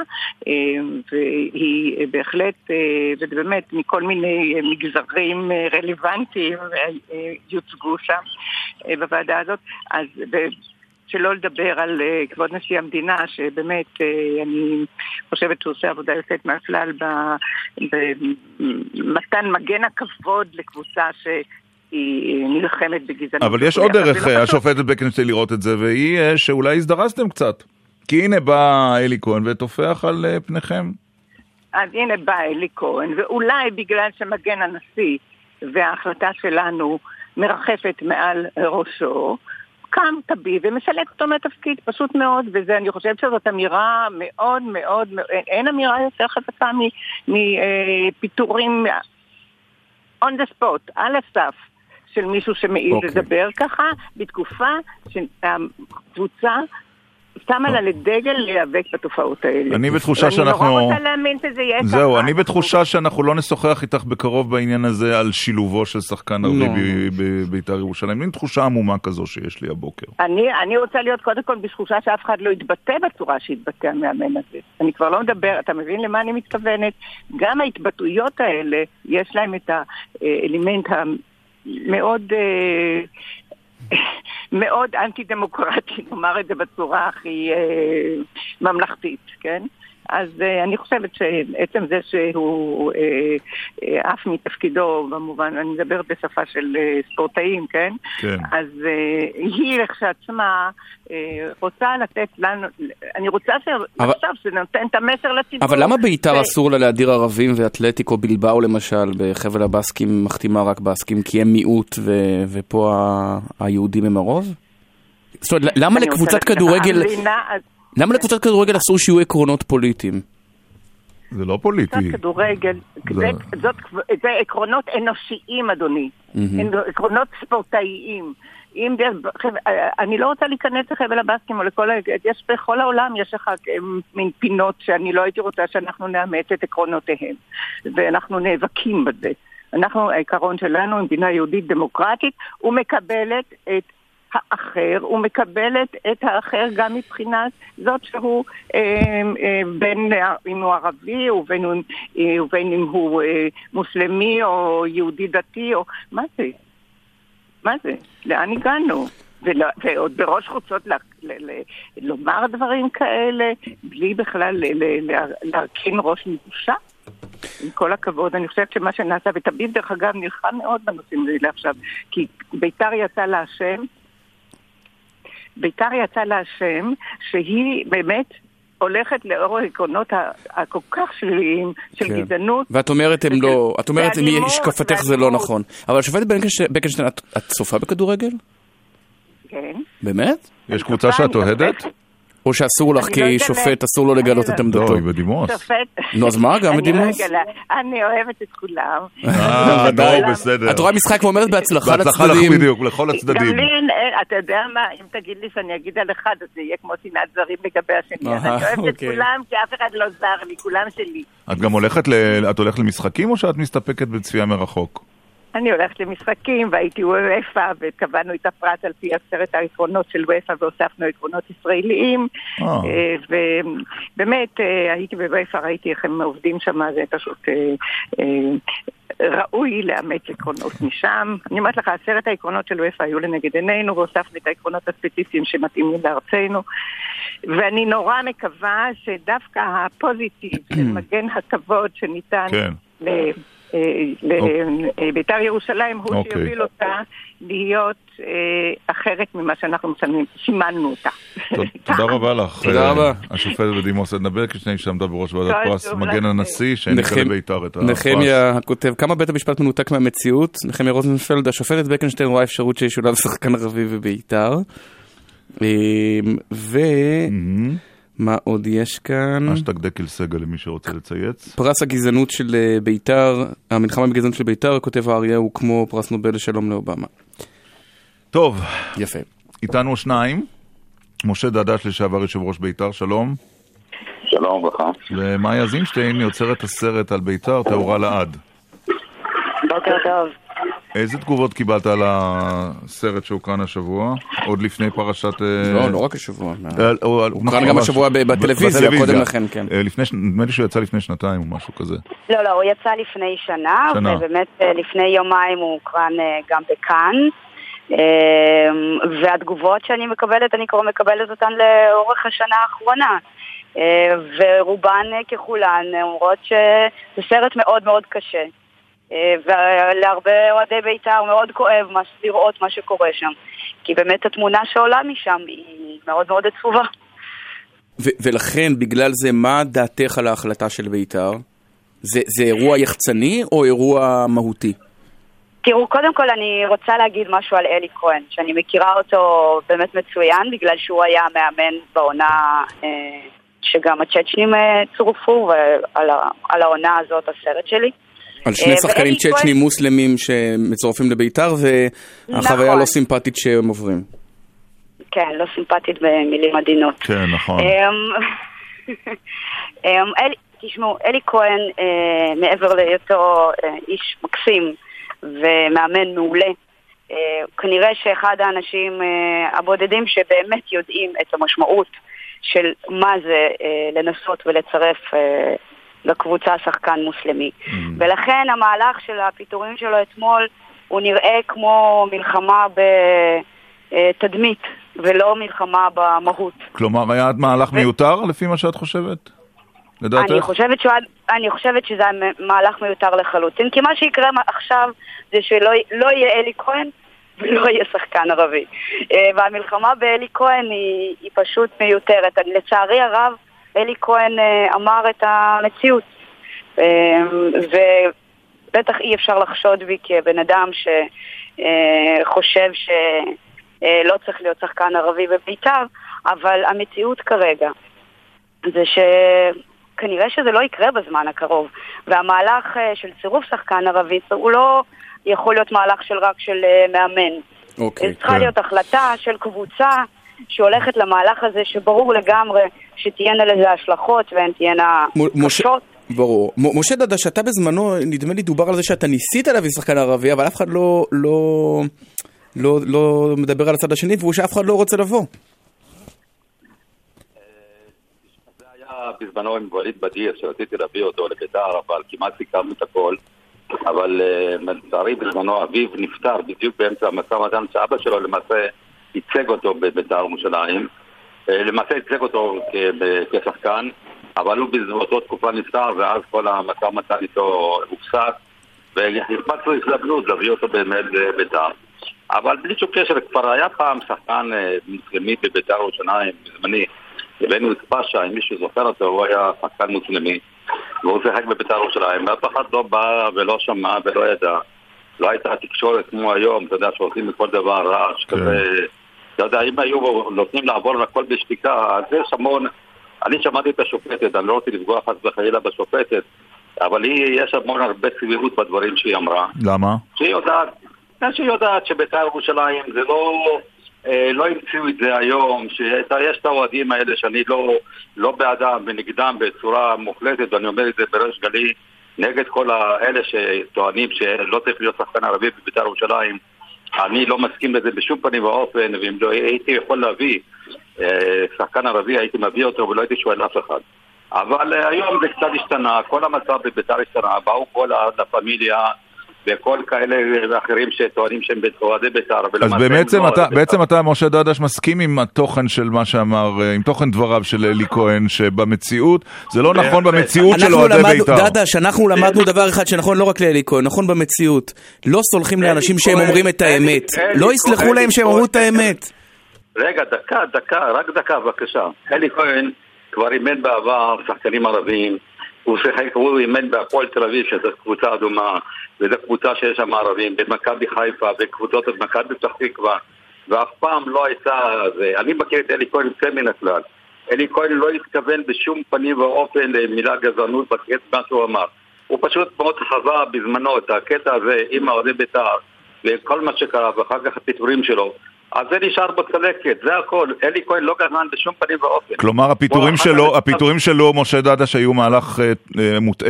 Speaker 24: והיא בהחלט, ובאמת מכל מיני מגזרים רלוונטיים יוצגו שם בוועדה הזאת, אז שלא לדבר על כבוד נשיא המדינה, שבאמת אני חושבת שהוא עושה עבודה יוצאת מהכלל במתן מגן הכבוד לקבוצה היא נלחמת בגזענות.
Speaker 2: אבל יש עוד דרך, השופטת בקנשטיין לראות את זה, והיא שאולי הזדרזתם קצת. כי הנה בא אלי כהן ותופח על פניכם.
Speaker 24: אז הנה בא אלי כהן, ואולי בגלל שמגן הנשיא וההחלטה שלנו מרחפת מעל ראשו, קם טביב ומשלק אותו מהתפקיד, פשוט מאוד, וזה אני חושבת שזאת אמירה מאוד מאוד, אין אמירה יותר חזקה מפיתורים on the spot, על הסף. של מישהו שמעיז לדבר ככה, בתקופה שהקבוצה שמה לה לדגל להיאבק בתופעות האלה.
Speaker 2: אני בתחושה שאנחנו...
Speaker 24: אני נורא רוצה להאמין שזה יהיה ככה.
Speaker 2: זהו, אני בתחושה שאנחנו לא נשוחח איתך בקרוב בעניין הזה על שילובו של שחקן ערבי בבית"ר ירושלים. אין תחושה עמומה כזו שיש לי הבוקר.
Speaker 24: אני רוצה להיות קודם כל בתחושה שאף אחד לא יתבטא בצורה שהתבטא המאמן הזה. אני כבר לא מדבר, אתה מבין למה אני מתכוונת? גם ההתבטאויות האלה, יש להם את האלמנט מאוד מאוד אנטי-דמוקרטי, נאמר את זה בצורה הכי ממלכתית, כן? אז אני חושבת שעצם זה שהוא אף מתפקידו, במובן, אני מדברת בשפה של ספורטאים, כן? כן. אז היא לכשעצמה רוצה לתת לנו, אני רוצה עכשיו שנותן את המסר לציבור.
Speaker 7: אבל למה בית"ר אסור לה להדיר ערבים ואתלטיקו בלבאו למשל בחבל הבאסקים מחתימה רק באסקים כי הם מיעוט ופה היהודים הם הרוב? זאת אומרת, למה לקבוצת כדורגל... למה לקבוצת כדורגל אסור שיהיו עקרונות פוליטיים?
Speaker 2: זה לא פוליטי.
Speaker 24: קבוצת כדורגל, זה עקרונות אנושיים, אדוני. עקרונות ספורטאיים. אני לא רוצה להיכנס לחבל הבאסקים, יש בכל העולם, יש לך מין פינות שאני לא הייתי רוצה שאנחנו נאמץ את עקרונותיהם. ואנחנו נאבקים בזה. העיקרון שלנו, מדינה יהודית דמוקרטית, ומקבלת את האחר, הוא מקבלת את האחר גם מבחינת זאת שהוא בין אם הוא ערבי ובין אם הוא מוסלמי או יהודי דתי או מה זה? מה זה? לאן הגענו? ועוד בראש חוצות לומר דברים כאלה בלי בכלל להרכין ראש מבושה? עם כל הכבוד, אני חושבת שמה שנעשה, ותמיד דרך אגב נלחם מאוד בנושאים האלה עכשיו, כי בית"ר יצא להשם שהיא באמת הולכת לאור העקרונות הכל כך שליליים של גזענות.
Speaker 7: ואת אומרת הם לא, את אומרת השקפתך זה לא נכון. אבל השופטת בקנשטיין, את צופה בכדורגל?
Speaker 24: כן.
Speaker 7: באמת?
Speaker 2: יש קבוצה שאת אוהדת?
Speaker 7: או שאסור לך כשופט, אסור לו לגלות את עמדתו.
Speaker 2: לא, היא בדימוס.
Speaker 7: נו, אז מה? גם בדימוס?
Speaker 24: אני אוהבת את כולם.
Speaker 2: לא, בסדר.
Speaker 7: את רואה משחק ואומרת בהצלחה לצדדים.
Speaker 2: בהצלחה בדיוק, לכל הצדדים.
Speaker 24: גם לי, אתה יודע מה, אם תגיד לי שאני אגיד על אחד, אז זה יהיה כמו שנאת זרים לגבי השני. אני אוהבת את כולם, כי אף אחד לא זר לי, כולם שלי.
Speaker 2: את גם הולכת למשחקים או שאת מסתפקת בצפייה מרחוק?
Speaker 24: אני הולכת למשחקים, והייתי וופא, וקבענו את הפרט על פי 10 העקרונות של וופא, והוספנו עקרונות ישראליים, ובאמת הייתי בוופא, ראיתי איך הם עובדים שם, זה פשוט ראוי לאמץ עקרונות משם. אני אומרת לך, 10 העקרונות של וופא היו לנגד עינינו, והוספנו את העקרונות הספציפיים שמתאימים לארצנו, ואני נורא מקווה שדווקא הפוזיטיב של מגן הכבוד שניתן בית"ר ירושלים הוא שיוביל אותה להיות אחרת ממה שאנחנו סימנו אותה.
Speaker 2: תודה רבה לך.
Speaker 7: תודה רבה.
Speaker 2: השופטת בדימוס עדנה ברקנשטיין שעמדה בראש ועדת פרס מגן הנשיא שהעניקה לבית"ר את הפרס.
Speaker 7: נחמיה כותב, כמה בית המשפט מנותק מהמציאות? נחמיה רוזנפלד, השופטת ברקנשטיין רואה אפשרות שישולב שחקן ערבי בבית"ר. מה עוד יש כאן?
Speaker 2: אשטג דקל סגל למי שרוצה לצייץ.
Speaker 7: פרס הגזענות של בית"ר, המלחמה בגזענות של בית"ר, כותב האריה, הוא כמו פרס נובל לשלום לאובמה.
Speaker 2: טוב.
Speaker 7: יפה.
Speaker 2: איתנו שניים. משה דדש לשעבר יושב ראש בית"ר, שלום.
Speaker 11: שלום וברכה.
Speaker 2: ומאיה זינשטיין יוצרת הסרט על בית"ר, תאורה לעד.
Speaker 13: בוקר טוב.
Speaker 2: איזה תגובות קיבלת על הסרט שהוקרן השבוע? עוד לפני פרשת...
Speaker 7: לא רק השבוע. הוקרן גם השבוע בטלוויזיה, קודם לכן, כן.
Speaker 2: נדמה לי שהוא יצא לפני שנתיים או משהו כזה.
Speaker 13: לא, הוא יצא לפני שנה, ובאמת לפני יומיים הוא הוקרן גם בכאן. והתגובות שאני מקבלת, אני כבר מקבלת אותן לאורך השנה האחרונה. ורובן ככולן אומרות שזה סרט מאוד מאוד קשה. ולהרבה אוהדי בית"ר מאוד כואב לראות מה שקורה שם, כי באמת התמונה שעולה משם היא מאוד מאוד עצובה.
Speaker 7: ולכן בגלל זה מה דעתך על ההחלטה של בית"ר? זה אירוע יחצני או אירוע מהותי?
Speaker 13: תראו, קודם כל אני רוצה להגיד משהו על אלי כהן, שאני מכירה אותו באמת מצוין, בגלל שהוא היה מאמן בעונה שגם הצ'צ'נים צורפו, ועל העונה הזאת הסרט שלי.
Speaker 7: על שני שחקנים צ'צ'נים מוסלמים שמצורפים לבית"ר, והחוויה לא סימפטית שהם עוברים.
Speaker 13: כן, לא סימפטית במילים עדינות.
Speaker 2: כן, נכון.
Speaker 13: תשמעו, אלי כהן, מעבר להיותו איש מקסים ומאמן מעולה, כנראה שאחד האנשים הבודדים שבאמת יודעים את המשמעות של מה זה לנסות ולצרף לקבוצה שחקן מוסלמי. ולכן המהלך של הפיטורים שלו אתמול הוא נראה כמו מלחמה בתדמית ולא מלחמה במהות.
Speaker 2: כלומר, היה מהלך מיותר לפי מה שאת חושבת? לדעתך?
Speaker 13: אני חושבת שזה מהלך מיותר לחלוטין, כי מה שיקרה עכשיו זה שלא יהיה אלי כהן ולא יהיה שחקן ערבי. והמלחמה באלי כהן היא פשוט מיותרת. לצערי הרב אלי כהן אמר את המציאות, ובטח אי אפשר לחשוד בי כבן אדם שחושב שלא צריך להיות שחקן ערבי בבית"ר, אבל המציאות כרגע זה שכנראה שזה לא יקרה בזמן הקרוב, והמהלך של צירוף שחקן ערבי הוא לא יכול להיות מהלך רק של מאמן. צריכה להיות החלטה של קבוצה שהולכת למהלך הזה, שברור לגמרי שתהיינה לזה השלכות והן תהיינה קשות.
Speaker 7: ברור. משה דדש, שאתה בזמנו, נדמה לי דובר על זה שאתה ניסית להביא שחקן ערבי, אבל אף אחד לא מדבר על הצד השני, והוא שאף אחד לא רוצה לבוא.
Speaker 11: זה היה בזמנו עם וליד בדיר, שרציתי להביא אותו לבית"ר, אבל כמעט סיכמנו את הכל. אבל לצערי בזמנו אביו נפטר בדיוק באמצע המשא ומתן שאבא שלו למעשה ייצג אותו בבית"ר ירושלים, למעשה ייצג אותו כשחקן, אבל הוא באותה תקופה נפטר, ואז כל המשא ומתן איתו הופסק, והחמצנו הזדמנות להביא אותו באמת לבית"ר. אבל בלי שום קשר, כבר היה פעם שחקן מוסלמי בבית"ר ירושלים בזמני, הבאנו את פאשה, אם מישהו זוכר אותו, הוא היה שחקן מוסלמי, והוא שיחק בבית"ר ירושלים, ואף אחד לא בא ולא שמע ולא ידע. לא הייתה תקשורת כמו היום, אתה יודע, שעושים מכל דבר רעש כזה. אתה יודע, אם היו נותנים לעבור לכל בשתיקה, אז יש המון. אני שמעתי את השופטת, אני לא רוצה לפגוע חס וחלילה בשופטת, אבל יש המון הרבה סבירות בדברים שהיא אמרה.
Speaker 2: למה?
Speaker 11: שהיא יודעת שבית"ר ירושלים זה לא המציאו את זה היום, שיש את האוהדים האלה שאני לא בעדם ונגדם בצורה מוחלטת, ואני אומר את זה בריש גלי נגד כל האלה שטוענים שלא צריך להיות שחקן ערבי בבית"ר ירושלים. אני לא מסכים לזה בשום פנים ואופן, ואם לא הייתי יכול להביא שחקן ערבי הייתי מביא אותו ולא הייתי שואל אף אחד. אבל היום זה קצת השתנה, כל המצב בבית"ר השתנה, באו כל הפמיליה וכל כאלה ואחרים שטוענים שהם אוהדי בית"ר.
Speaker 2: אז בעצם אתה, משה דדש, מסכים עם התוכן של מה שאמר, עם תוכן דבריו של אלי כהן, שבמציאות, זה לא נכון במציאות של אוהדי בית"ר.
Speaker 7: דדש, אנחנו למדנו דבר אחד שנכון לא רק לאלי כהן, נכון במציאות. לא סולחים לאנשים שהם אומרים את האמת. לא יסלחו להם שהם אמרו את האמת.
Speaker 11: רגע, רק דקה, בבקשה. אלי כהן כבר אימן בעבר שחקנים ערבים, הוא אימן בהפועל תל אביב, שזו קבוצה אדומה, וזו קבוצה שיש שם ערבים, במכבי חיפה, בקבוצות מכבי פתח תקווה, ואף פעם לא הייתה זה. אני מכיר את אלי כהן יוצא מן הכלל. אלי כהן לא התכוון בשום פנים ואופן למילה גזענות בקטע מה שהוא אמר. הוא פשוט מאוד חווה בזמנו את הקטע הזה עם אוהדי בית"ר, וכל מה שקרה, ואחר כך הפיטורים שלו. אז זה נשאר בצלקת, זה הכל. אלי כהן לא גזען בשום פנים ואופן.
Speaker 2: כלומר, הפיטורים שלו, משה דדש, היו מהלך מוטעה.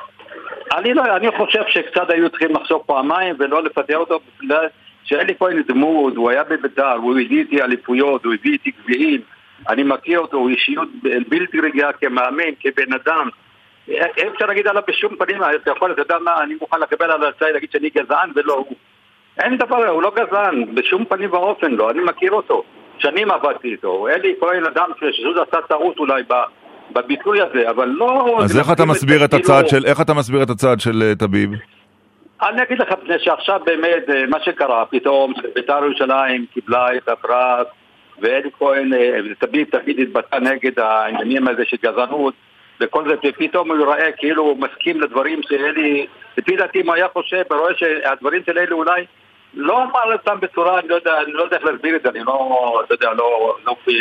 Speaker 11: אני חושב שקצת היו צריכים לחשוב פעמיים ולא לפטר אותו, שאלי כהן דמות, הוא היה בבית"ר, הוא הביא איתי אליפויות, הוא הביא איתי גביעים, אני מכיר אותו, הוא אישיות בלתי רגילה כמאמן, כבן אדם. אפשר להגיד עליו בשום פנים, אתה יכול, אתה יודע מה, אני מוכן לקבל על הצעה להגיד שאני גזען ולא הוא. אין דבר, הוא לא גזען, בשום פנים ואופן לא, אני מכיר אותו, שנים עבדתי איתו, אלי כהן אדם ששוד עשה טעות אולי בביטוי הזה, אבל לא...
Speaker 2: אז איך אתה מסביר את הצעד של טביב?
Speaker 11: אני אגיד לך, פני שעכשיו באמת, מה שקרה, פתאום בית"ר ירושלים קיבלה את הפרס, ואלי כהן, טביב תמיד התבטא נגד העניינים הזה של גזענות, וכל זה, ופתאום הוא יראה כאילו הוא מסכים לדברים שאלי, לפי דעתי מה היה חושב, ורואה שהדברים של אלי אולי לא אמר אותם בצורה, אני לא יודע איך להסביר את זה, אני לא יודע, לא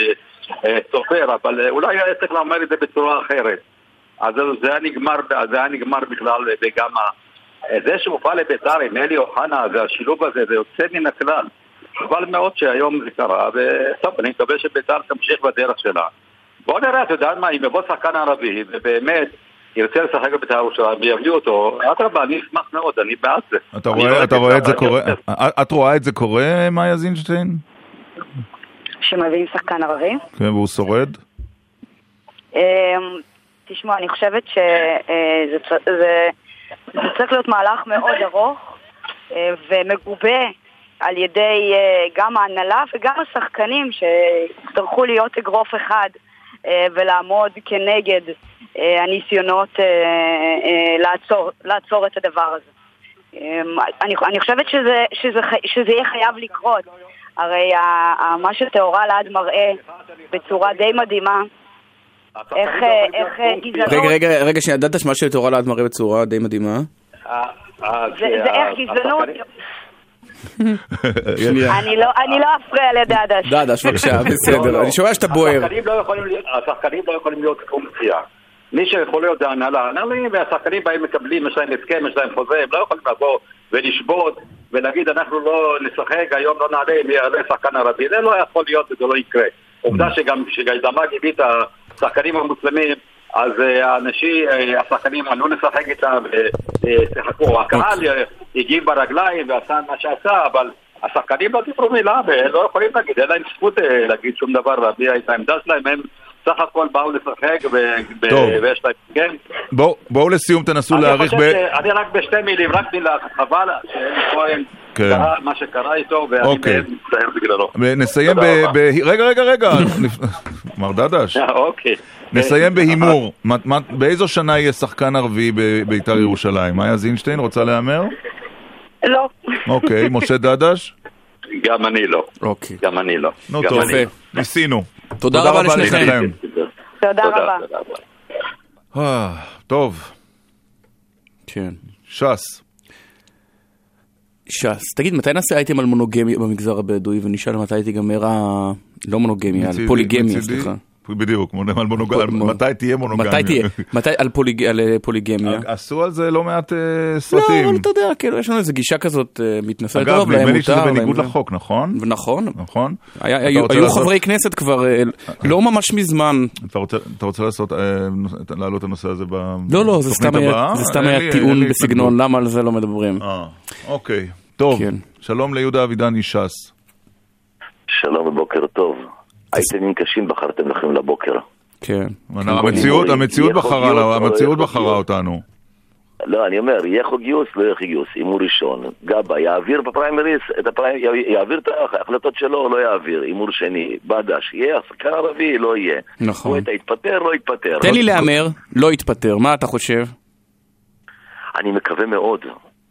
Speaker 11: סופר, אבל אולי היה צריך לאמר את זה בצורה אחרת. אז זה היה נגמר בכלל, וגם זה שהוא בא לבית"ר עם אלי אוחנה, זה השילוב הזה, זה יוצא מן הכלל. חבל מאוד שהיום זה קרה, וטוב, אני מקווה שבית"ר תמשיך בדרך שלה. בוא נראה, אתה יודע מה, אם יבוא שחקן ערבי, ובאמת ירצה לשחק בבית"ר ירושלים ויביאו אותו, אדרבה, אני אשמח מאוד, אני בעד זה.
Speaker 2: אתה רואה את זה קורה? את רואה את זה קורה, מאיה זינשטיין?
Speaker 13: שמביאים שחקן ערבי?
Speaker 2: כן, והוא שורד?
Speaker 13: תשמע, אני חושבת שזה צריך להיות מהלך מאוד ארוך ומגובה על ידי גם ההנהלה וגם השחקנים שיצטרכו להיות אגרוף אחד ולעמוד כנגד הניסיונות לעצור את הדבר הזה. אני חושבת שזה יהיה חייב לקרות. הרי מה שתאורה לעד מראה בצורה די מדהימה איך גזענות...
Speaker 7: רגע, ידעת שמה שתאורה לעד מראה בצורה די מדהימה?
Speaker 13: זה איך גזענות... אני לא אפריע לדדש.
Speaker 7: דדש, בבקשה, בסדר. אני שומע שאתה בוער.
Speaker 11: השחקנים לא יכולים להיות פונקציה. מי שיכול להיות זה ההנהלה, והשחקנים בהם מקבלים, יש להם הסכם, יש להם חוזה, הם לא יכולים לבוא ולשבות ולהגיד אנחנו לא נשחק, היום לא נעלה, מי יעלה שחקן ערבי. זה לא יכול להיות, זה לא יקרה. עובדה שגם כשגיידמק הביא את השחקנים המוסלמים, אז השחקנים עלו לשחק איתם ושיחקו. הקהל הגיב ברגליים ועשה מה שעשה, אבל השחקנים לא דיברו מילה ולא יכולים להגיד, אין להם זכות להגיד שום דבר להביע את העמדה שלהם, הם סך הכל באו לשחק ויש להם, כן?
Speaker 2: בואו לסיום תנסו להעריך
Speaker 11: אני רק בשתי מילים, רק מילה, חבל שאלי כהן קרה מה שקרה איתו ואני מצטער בגללו.
Speaker 2: נסיים רגע, מר דדש.
Speaker 11: אוקיי.
Speaker 2: נסיים בהימור. באיזו שנה יהיה שחקן ערבי בבית"ר ירושלים? מאיה זינשטיין רוצה להאמר?
Speaker 13: לא.
Speaker 2: אוקיי, משה דדש?
Speaker 11: גם אני לא.
Speaker 7: אוקיי.
Speaker 11: גם אני לא.
Speaker 2: נו טוב, ניסינו.
Speaker 7: תודה רבה לשניכם.
Speaker 13: תודה רבה.
Speaker 2: טוב.
Speaker 7: כן.
Speaker 2: ש"ס.
Speaker 7: תגיד, מתי נעשה אייטם על מונוגמיה במגזר הבדואי, ונשאל מתי תיגמר לא מונוגמיה, על פוליגמיה, סליחה.
Speaker 2: בדיוק, מתי תהיה מונוגמיה?
Speaker 7: מתי על פוליגמיה?
Speaker 2: עשו על זה לא מעט סרטים.
Speaker 7: לא, אבל אתה יודע, יש לנו איזו גישה כזאת מתנשאת.
Speaker 2: אגב, נדמה לי שזה בניגוד לחוק, נכון?
Speaker 7: נכון. היו חברי כנסת כבר לא ממש מזמן.
Speaker 2: אתה רוצה להעלות את הנושא הזה בתוכנית הבאה?
Speaker 7: לא, זה סתם היה טיעון בסגנון, למה על זה לא מדברים.
Speaker 2: אוקיי, טוב. שלום ליהודה אבידן מש"ס.
Speaker 12: שלום ובוקר טוב. אייטמים קשים בחרתם לכם לבוקר.
Speaker 7: כן.
Speaker 2: המציאות בחרה אותנו.
Speaker 12: לא, אני אומר, יהיה חוק גיוס, לא יהיה חוק גיוס. אם הוא ראשון, גבא יעביר בפריימריס, יעביר את ההחלטות שלו, לא יעביר. אם הוא שני, בדש, יהיה, שחקן ערבי, לא יהיה.
Speaker 7: נכון.
Speaker 12: הוא יתפטר, לא יתפטר.
Speaker 7: תן לי לאמר, לא יתפטר. מה אתה חושב?
Speaker 12: אני מקווה מאוד.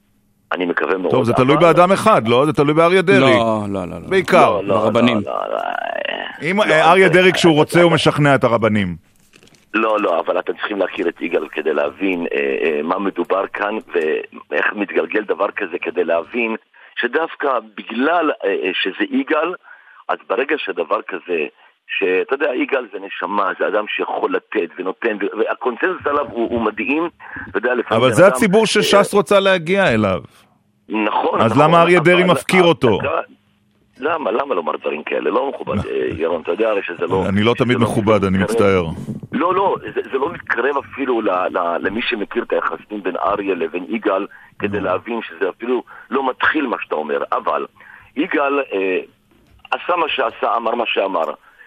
Speaker 2: טוב, זה תלוי באדם אחד, לא? זה תלוי באריה דרעי.
Speaker 7: לא.
Speaker 2: בעיקר.
Speaker 7: ברבנים.
Speaker 2: אם אריה דרעי כשהוא רוצה הוא משכנע את הרבנים.
Speaker 12: לא, אבל אתם צריכים להכיר את יגאל כדי להבין מה מדובר כאן ואיך מתגלגל דבר כזה, כדי להבין שדווקא בגלל שזה יגאל, אז ברגע שדבר כזה, שאתה יודע, יגאל זה נשמה, זה אדם שיכול לתת ונותן, והקונצנזוס עליו הוא מדהים.
Speaker 2: אבל זה הציבור שש"ס רוצה להגיע אליו.
Speaker 12: נכון.
Speaker 2: אז למה אריה דרעי מפקיר אותו?
Speaker 12: למה לא אומר דברים כאלה? לא מכובד, ירון, אתה יודע הרי שזה לא...
Speaker 2: אני לא תמיד מכובד, אני מצטער.
Speaker 12: לא, זה לא מתקרב אפילו למי שמכיר את היחסים בין אריה לבין יגאל, כדי להבין שזה אפילו לא מתחיל מה שאתה אומר. אבל יגאל עשה מה שעשה, אמר מה שאמר.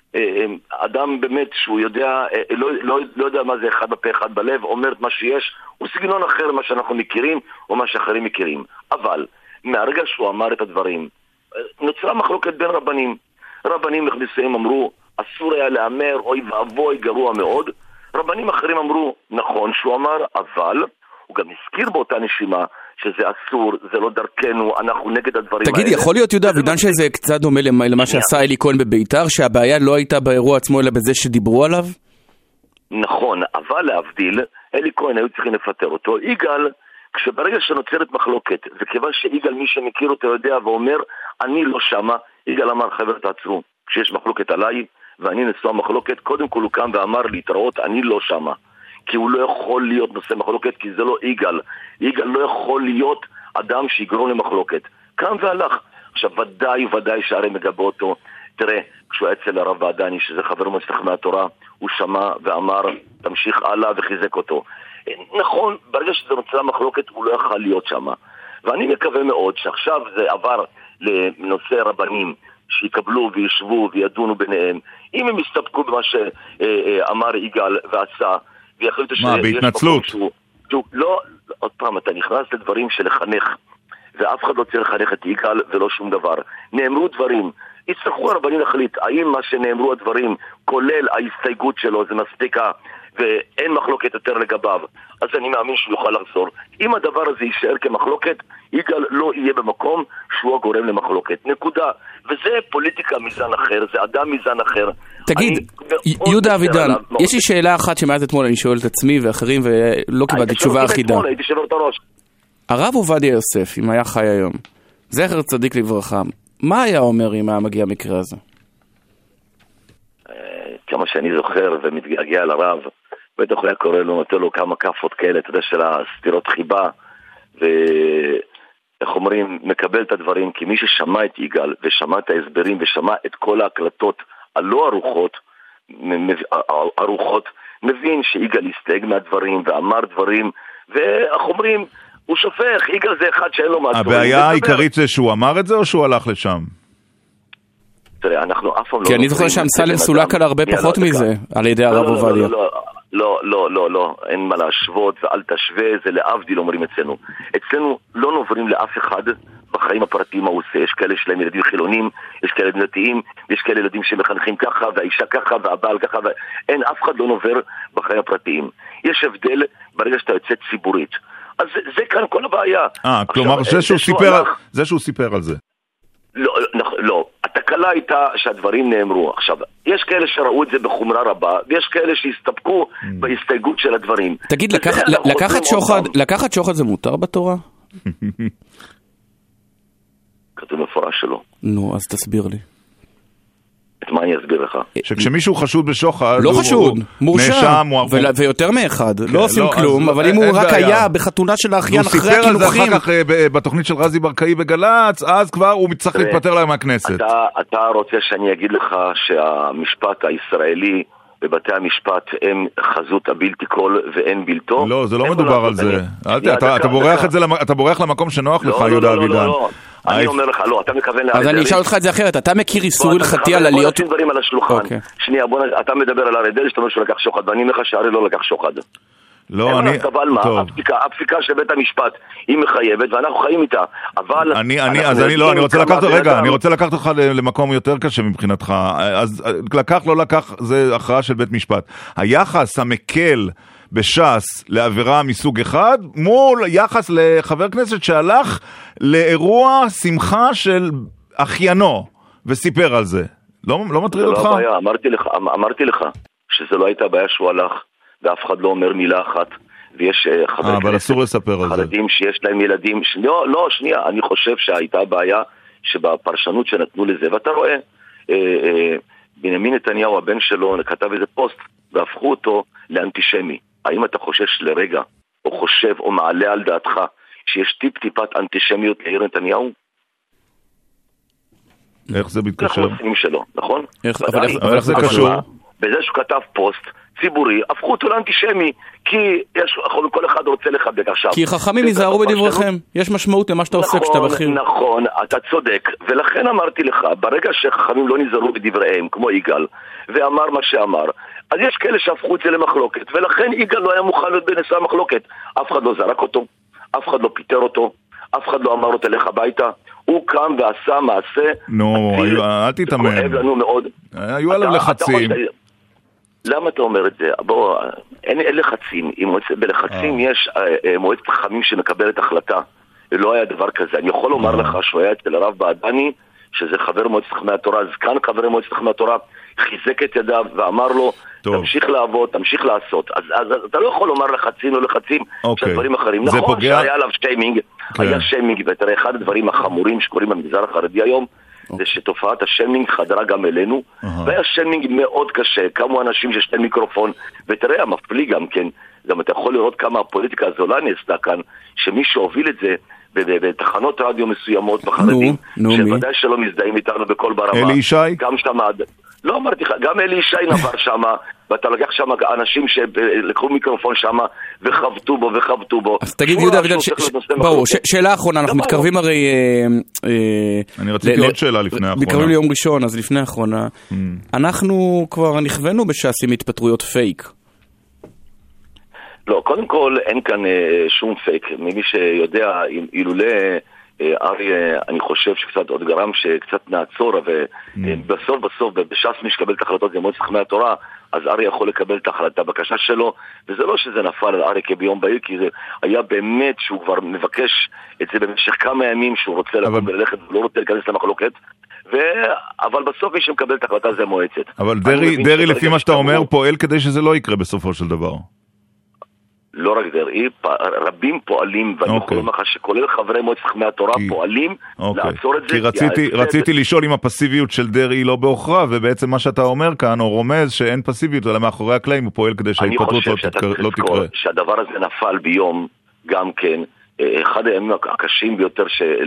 Speaker 12: אדם באמת שהוא יודע, לא יודע מה זה אחד בפה אחד בלב, אומר את מה שיש, הוא סגנון אחר מה שאנחנו מכירים או מה שאחרים מכירים. אבל מהרגע שהוא אמר את הדברים, נוצרה מחלוקת בין רבנים מכניסים אמרו אסור היה לאמר, אוי ואבוי, גרוע מאוד. רבנים אחרים אמרו נכון שהוא אמר, אבל הוא גם הזכיר באותה נשימה שזה אסור, זה לא דרכנו, אנחנו נגד הדברים האלה.
Speaker 7: תגיד, יכול להיות יהודה אבידן שזה קצת דומה למה שעשה אלי כהן בביתר, שהבעיה לא הייתה באירוע עצמו אלא בזה שדיברו עליו?
Speaker 12: נכון, אבל להבדיל, אלי כהן היו צריכים לפטר אותו. יגאל, כשברגע שנוצרת מחלוקת, וכיוון שיגאל מי שמכיר אותו יודע ואומר אני לא שמה, יגאל אמר חבר'ה תעצרו, כשיש מחלוקת עליי ואני נשוא המחלוקת, קודם כל הוא קם ואמר להתראות אני לא שמה, כי הוא לא יכול להיות נושא מחלוקת, כי זה לא יגאל. יגאל לא יכול להיות אדם שיגרום למחלוקת. קם והלך. עכשיו ודאי שהרי מגבה אותו. תראה, כשהוא היה אצל הרב ועדני, שזה חבר מועצת חכמי התורה, הוא שמע ואמר תמשיך הלאה וחיזק אותו. נכון, ברגע שזה נוצרה מחלוקת הוא לא יכול להיות שם. ואני מקווה מאוד שעכשיו זה עבר לנושא רבנים שיקבלו וישבו וידונו ביניהם. אם הם יסתפקו במה שאמר יגאל ועשה,
Speaker 2: מה, בהתנצלות?
Speaker 12: לא, עוד פעם, אתה נכנס לדברים של לחנך, ואף אחד לא צריך לחנך את יגאל ולא שום דבר. נאמרו דברים, יצטרכו הרבנים להחליט, האם מה שנאמרו הדברים, כולל ההסתייגות שלו, זה מספיקה, ואין מחלוקת יותר לגביו, אז אני מאמין שהוא יוכל לחזור. אם הדבר הזה יישאר כמחלוקת, יגאל לא יהיה במקום שהוא הגורם למחלוקת. נקודה. וזה פוליטיקה מזן אחר, זה אדם מזן אחר.
Speaker 7: תגיד, יהודה אבידן, יש לי שאלה אחת שמאז אתמול אני שואל את עצמי ואחרים ולא קיבלתי תשובה אחידה.
Speaker 12: הייתי שבר את הראש.
Speaker 7: הרב עובדיה יוסף, אם היה חי היום, זכר צדיק לברכה, מה היה אומר אם היה מגיע המקרה הזה?
Speaker 12: כמה שאני זוכר ומתגעגע לרב, בטח הוא היה קורא לו, נותן לו כמה כפות כאלה, אתה יודע, של הסתירות חיבה, ואיך אומרים, מקבל את הדברים, כי מי ששמע את יגאל, ושמע את ההסברים, ושמע את כל ההקלטות הלא ערוכות, מבין שיגאל הסתייג מהדברים, ואמר דברים, ואיך אומרים, הוא שופך, יגאל זה אחד שאין לו מהדברים.
Speaker 2: הבעיה העיקרית זה שהוא אמר את זה, או שהוא הלך לשם?
Speaker 12: תראה, אנחנו אף פעם לא...
Speaker 7: כי אני זוכר שאמסלם סולק על הרבה פחות מזה, על ידי הרב עובדיה.
Speaker 12: לא, אין מה להשוות ואל תשווה, זה להבדיל אומרים אצלנו. אצלנו לא נוברים לאף אחד בחיים הפרטיים מה הוא עושה. יש כאלה שלהם ילדים חילונים, יש כאלה ילדים דתיים, יש כאלה ילדים שמחנכים ככה, והאישה ככה, והבעל ככה, אין, אף אחד לא נובר בחיים הפרטיים. יש הבדל ברגע שאתה יוצא ציבורית. אז זה כאן כל הבעיה.
Speaker 2: כלומר, זה שהוא סיפר על זה.
Speaker 12: לא, התקלה הייתה שהדברים נאמרו. עכשיו, יש כאלה שראו את זה בחומרה רבה, ויש כאלה שהסתפקו בהסתייגות של הדברים.
Speaker 7: תגיד, לקחת שוחד זה מותר בתורה?
Speaker 12: כתוב מפורש שלא.
Speaker 7: נו, אז תסביר לי.
Speaker 12: את מה אני אסביר לך?
Speaker 2: שכשמישהו חשוד בשוחד,
Speaker 7: לא חשוד, מורשע, ויותר מאחד, לא עושים כלום, אבל אם הוא רק היה בחתונה של האחיין אחרי הקינוחים... הוא סיפר על זה אחר כך
Speaker 2: בתוכנית של רזי ברקאי בגלץ, אז כבר הוא צריך להתפטר להם מהכנסת.
Speaker 12: אתה רוצה שאני אגיד לך שהמשפט הישראלי בבתי המשפט הם חזות הבלתי כל ואין בלתו?
Speaker 2: לא, זה לא מדובר על זה. אתה בורח למקום שנוח לך, יהודה אבידן.
Speaker 12: אני אומר לך, לא, אתה מכוון
Speaker 7: אז אני אשאל אותך את זה אחרת, אתה מכיר איסור הלכתי על עליות...
Speaker 12: בוא נשים דברים על השולחן. שנייה, אתה מדבר על אריה דרעי, שאתה אומר שהוא לקח שוחד, ואני אומר לך שהרי לא לקח שוחד.
Speaker 2: לא,
Speaker 12: אבל מה? הפסיקה של בית המשפט היא מחייבת ואנחנו חיים איתה. אבל...
Speaker 2: אני רוצה לקחת אותך למקום יותר קשה מבחינתך. אז לקח, לא לקח, זה הכרעה של בית משפט. היחס המקל בש"ס לעבירה מסוג אחד, מול יחס לחבר כנסת שהלך לאירוע שמחה של אחיינו, וסיפר על זה. לא מטריד אותך?
Speaker 12: זה לא הבעיה, אמרתי לך שזה לא הייתה הבעיה שהוא הלך, ואף אחד לא אומר מילה אחת, ויש
Speaker 2: אבל אסור לספר על זה.
Speaker 12: חרדים שיש להם ילדים, לא, שנייה, אני חושב שהייתה בעיה שבפרשנות שנתנו לזה, ואתה רואה, בנימין נתניהו, הבן שלו, כתב איזה פוסט, והפכו אותו לאנטישמי. האם אתה חושש לרגע, או חושב, או מעלה על דעתך, שיש טיפ-טיפת אנטישמיות לעיר נתניהו?
Speaker 2: איך זה מתקשר?
Speaker 12: שלו, נכון?
Speaker 2: אבל איך זה קשור?
Speaker 12: בזה שהוא כתב פוסט ציבורי, הפכו אותו לאנטישמי, כי כל אחד רוצה לחבק עכשיו.
Speaker 7: כי חכמים ייזהרו בדבריכם, יש משמעות למה שאתה עושה כשאתה בכיר.
Speaker 12: נכון, אתה צודק, ולכן אמרתי לך, ברגע שחכמים לא נזהרו בדבריהם, כמו יגאל, ואמר מה שאמר, אז יש כאלה שהפכו את זה למחלוקת, ולכן יגאל לא היה מוכן להיות בנשא המחלוקת. אף אחד לא זרק אותו, אף אחד לא פיטר אותו, אף אחד לא אמר אותו לך הביתה, הוא קם ועשה מעשה.
Speaker 2: נו, אל תתאמן.
Speaker 12: כואב לנו מאוד.
Speaker 2: היו עליו לחצים.
Speaker 12: למה אתה אומר את זה? בוא, אין לחצים. בלחצים יש מועצת חכמים שמקבלת החלטה. לא היה דבר כזה. אני יכול לומר לך שהוא היה אצל הרב בעדני, שזה חבר מועצת חכמי התורה, זקן חבר מועצת חכמי התורה, חיזק את ידיו ואמר לו, תמשיך לעבוד, תמשיך לעשות. אז אתה לא יכול לומר לחצים או לחצים של דברים אחרים. נכון שהיה עליו שיימינג, היה שיימינג, ותראה, אחד הדברים החמורים שקוראים במגזר החרדי היום, זה שתופעת השיימינג חדרה גם אלינו, והיה שיימינג מאוד קשה, כמה אנשים שיש להם מיקרופון, ותראה, המפליא גם כן, גם אתה יכול לראות כמה הפוליטיקה הזולה נעשתה כאן, שמי שהוביל את זה, בתחנות רדיו מסוימות בחרדים, שוודאי שלא מזדהים איתנו בכל ברמה.
Speaker 2: אלי ישי?
Speaker 12: גם שם, לא אמרתי לך, גם אלי ישי נבר שם, ואתה לקח שם אנשים שלקחו מיקרופון שם, וחבטו בו.
Speaker 7: אז תגיד יהודה אבידן, ברור, שאלה אחרונה, אנחנו מתקרבים הרי...
Speaker 2: אני רציתי עוד שאלה לפני האחרונה.
Speaker 7: מתקרבים ליום ראשון, אז לפני האחרונה. אנחנו כבר נכוונו בש"ס עם התפטרויות פייק.
Speaker 12: לא, קודם כל אין כאן שום פייק. ממי שיודע, אילולא אריה, אני חושב שקצת עוד גרם שקצת נעצור, ובסוף בש"ס מי שקבל את ההחלטות זה מועצת חכמי התורה, אז אריה יכול לקבל את ההחלטה בקשה שלו, וזה לא שזה נפל על אריה כביום בהיר, כי זה היה באמת שהוא כבר מבקש את זה במשך כמה ימים שהוא רוצה לקום וללכת ולא רוצה להיכנס למחלוקת, אבל בסוף מי שמקבל את ההחלטה זה מועצת.
Speaker 2: אבל דרי לפי מה שאתה אומר פועל כדי שזה לא יקרה בסופו של דבר.
Speaker 12: לא רק דרעי, רבים פועלים, ואני יכול לומר לך שכולל חברי מועצת חכמי התורה פועלים לעצור את זה.
Speaker 2: כי רציתי לשאול אם הפסיביות של דרעי לא בעוכרה, ובעצם מה שאתה אומר כאן, או רומז שאין פסיביות, אלא מאחורי הקלעים הוא פועל כדי שההתפטרות לא תקרה.
Speaker 12: שהדבר הזה נפל ביום, גם כן, אחד הימים הקשים ביותר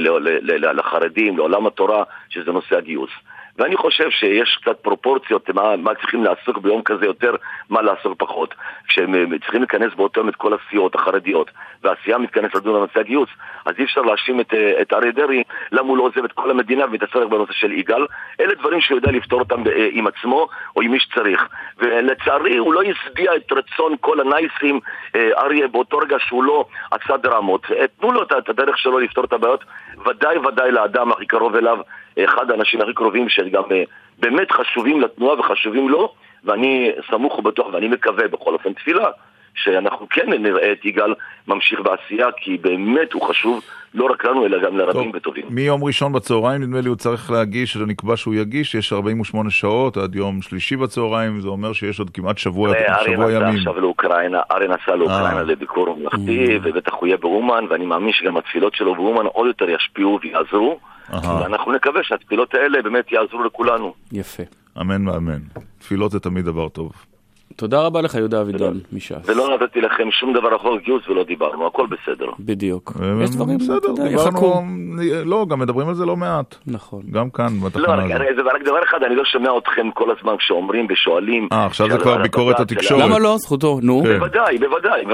Speaker 12: לחרדים, לעולם התורה, שזה נושא הגיוס. ואני חושב שיש קצת פרופורציות מה צריכים לעסוק ביום כזה יותר, מה לעסוק פחות. כשהם צריכים להיכנס באותו יום את כל הסיעות החרדיות, והסיעה מתכנס לדון בנושא הגיוס, אז אי אפשר להאשים את אריה דרעי, למה הוא לא עוזב את כל המדינה ומתעסק בנושא של יגאל. אלה דברים שהוא יודע לפתור אותם עם עצמו או עם מי שצריך. ולצערי הוא לא ישביע את רצון כל הנייסים, אריה, באותו רגע שהוא לא עשה דרמות. תנו לו את הדרך שלו לפתור את הבעיות, ודאי לאדם הכי קרוב אליו, אחד האנשים הכי קרובים שגם באמת חשובים לתנועה וחשובים לו, ואני סמוך ובטוח ואני מקווה בכל אופן תפילה שאנחנו כן נראה את יגאל ממשיך בעשייה, כי באמת הוא חשוב לא רק לנו אלא גם לרבים וטובים.
Speaker 2: מיום ראשון בצהריים נדמה לי הוא צריך להגיש, נקבע שהוא יגיש, יש 48 שעות עד יום שלישי בצהריים, זה אומר שיש עוד כמעט שבוע ימים.
Speaker 12: אריה נסע עכשיו לאוקראינה, לביקור ממלכתי, ובטח הוא יהיה באומן, ואני מאמין שגם התפילות שלו באומן עוד יותר ישפיעו ויעזרו, ואנחנו נקווה שהתפילות האלה באמת יעזרו לכולנו.
Speaker 7: יפה.
Speaker 2: אמן ואמן. תפילות זה תמיד דבר טוב.
Speaker 7: תודה רבה לך יהודה אבידן מש"ס.
Speaker 12: ולא נתתי לכם שום דבר אחר גיוס ולא דיברנו, הכל בסדר.
Speaker 7: בדיוק.
Speaker 2: יש דברים בסדר, דיברנו, לא, גם מדברים על זה לא מעט.
Speaker 7: נכון.
Speaker 2: גם כאן בתחנה הזאת.
Speaker 12: זה רק דבר אחד, אני לא שומע אתכם כל הזמן כשאומרים ושואלים.
Speaker 2: עכשיו זה כבר ביקורת התקשורת.
Speaker 7: למה לא? זכותו, נו.
Speaker 12: בוודאי.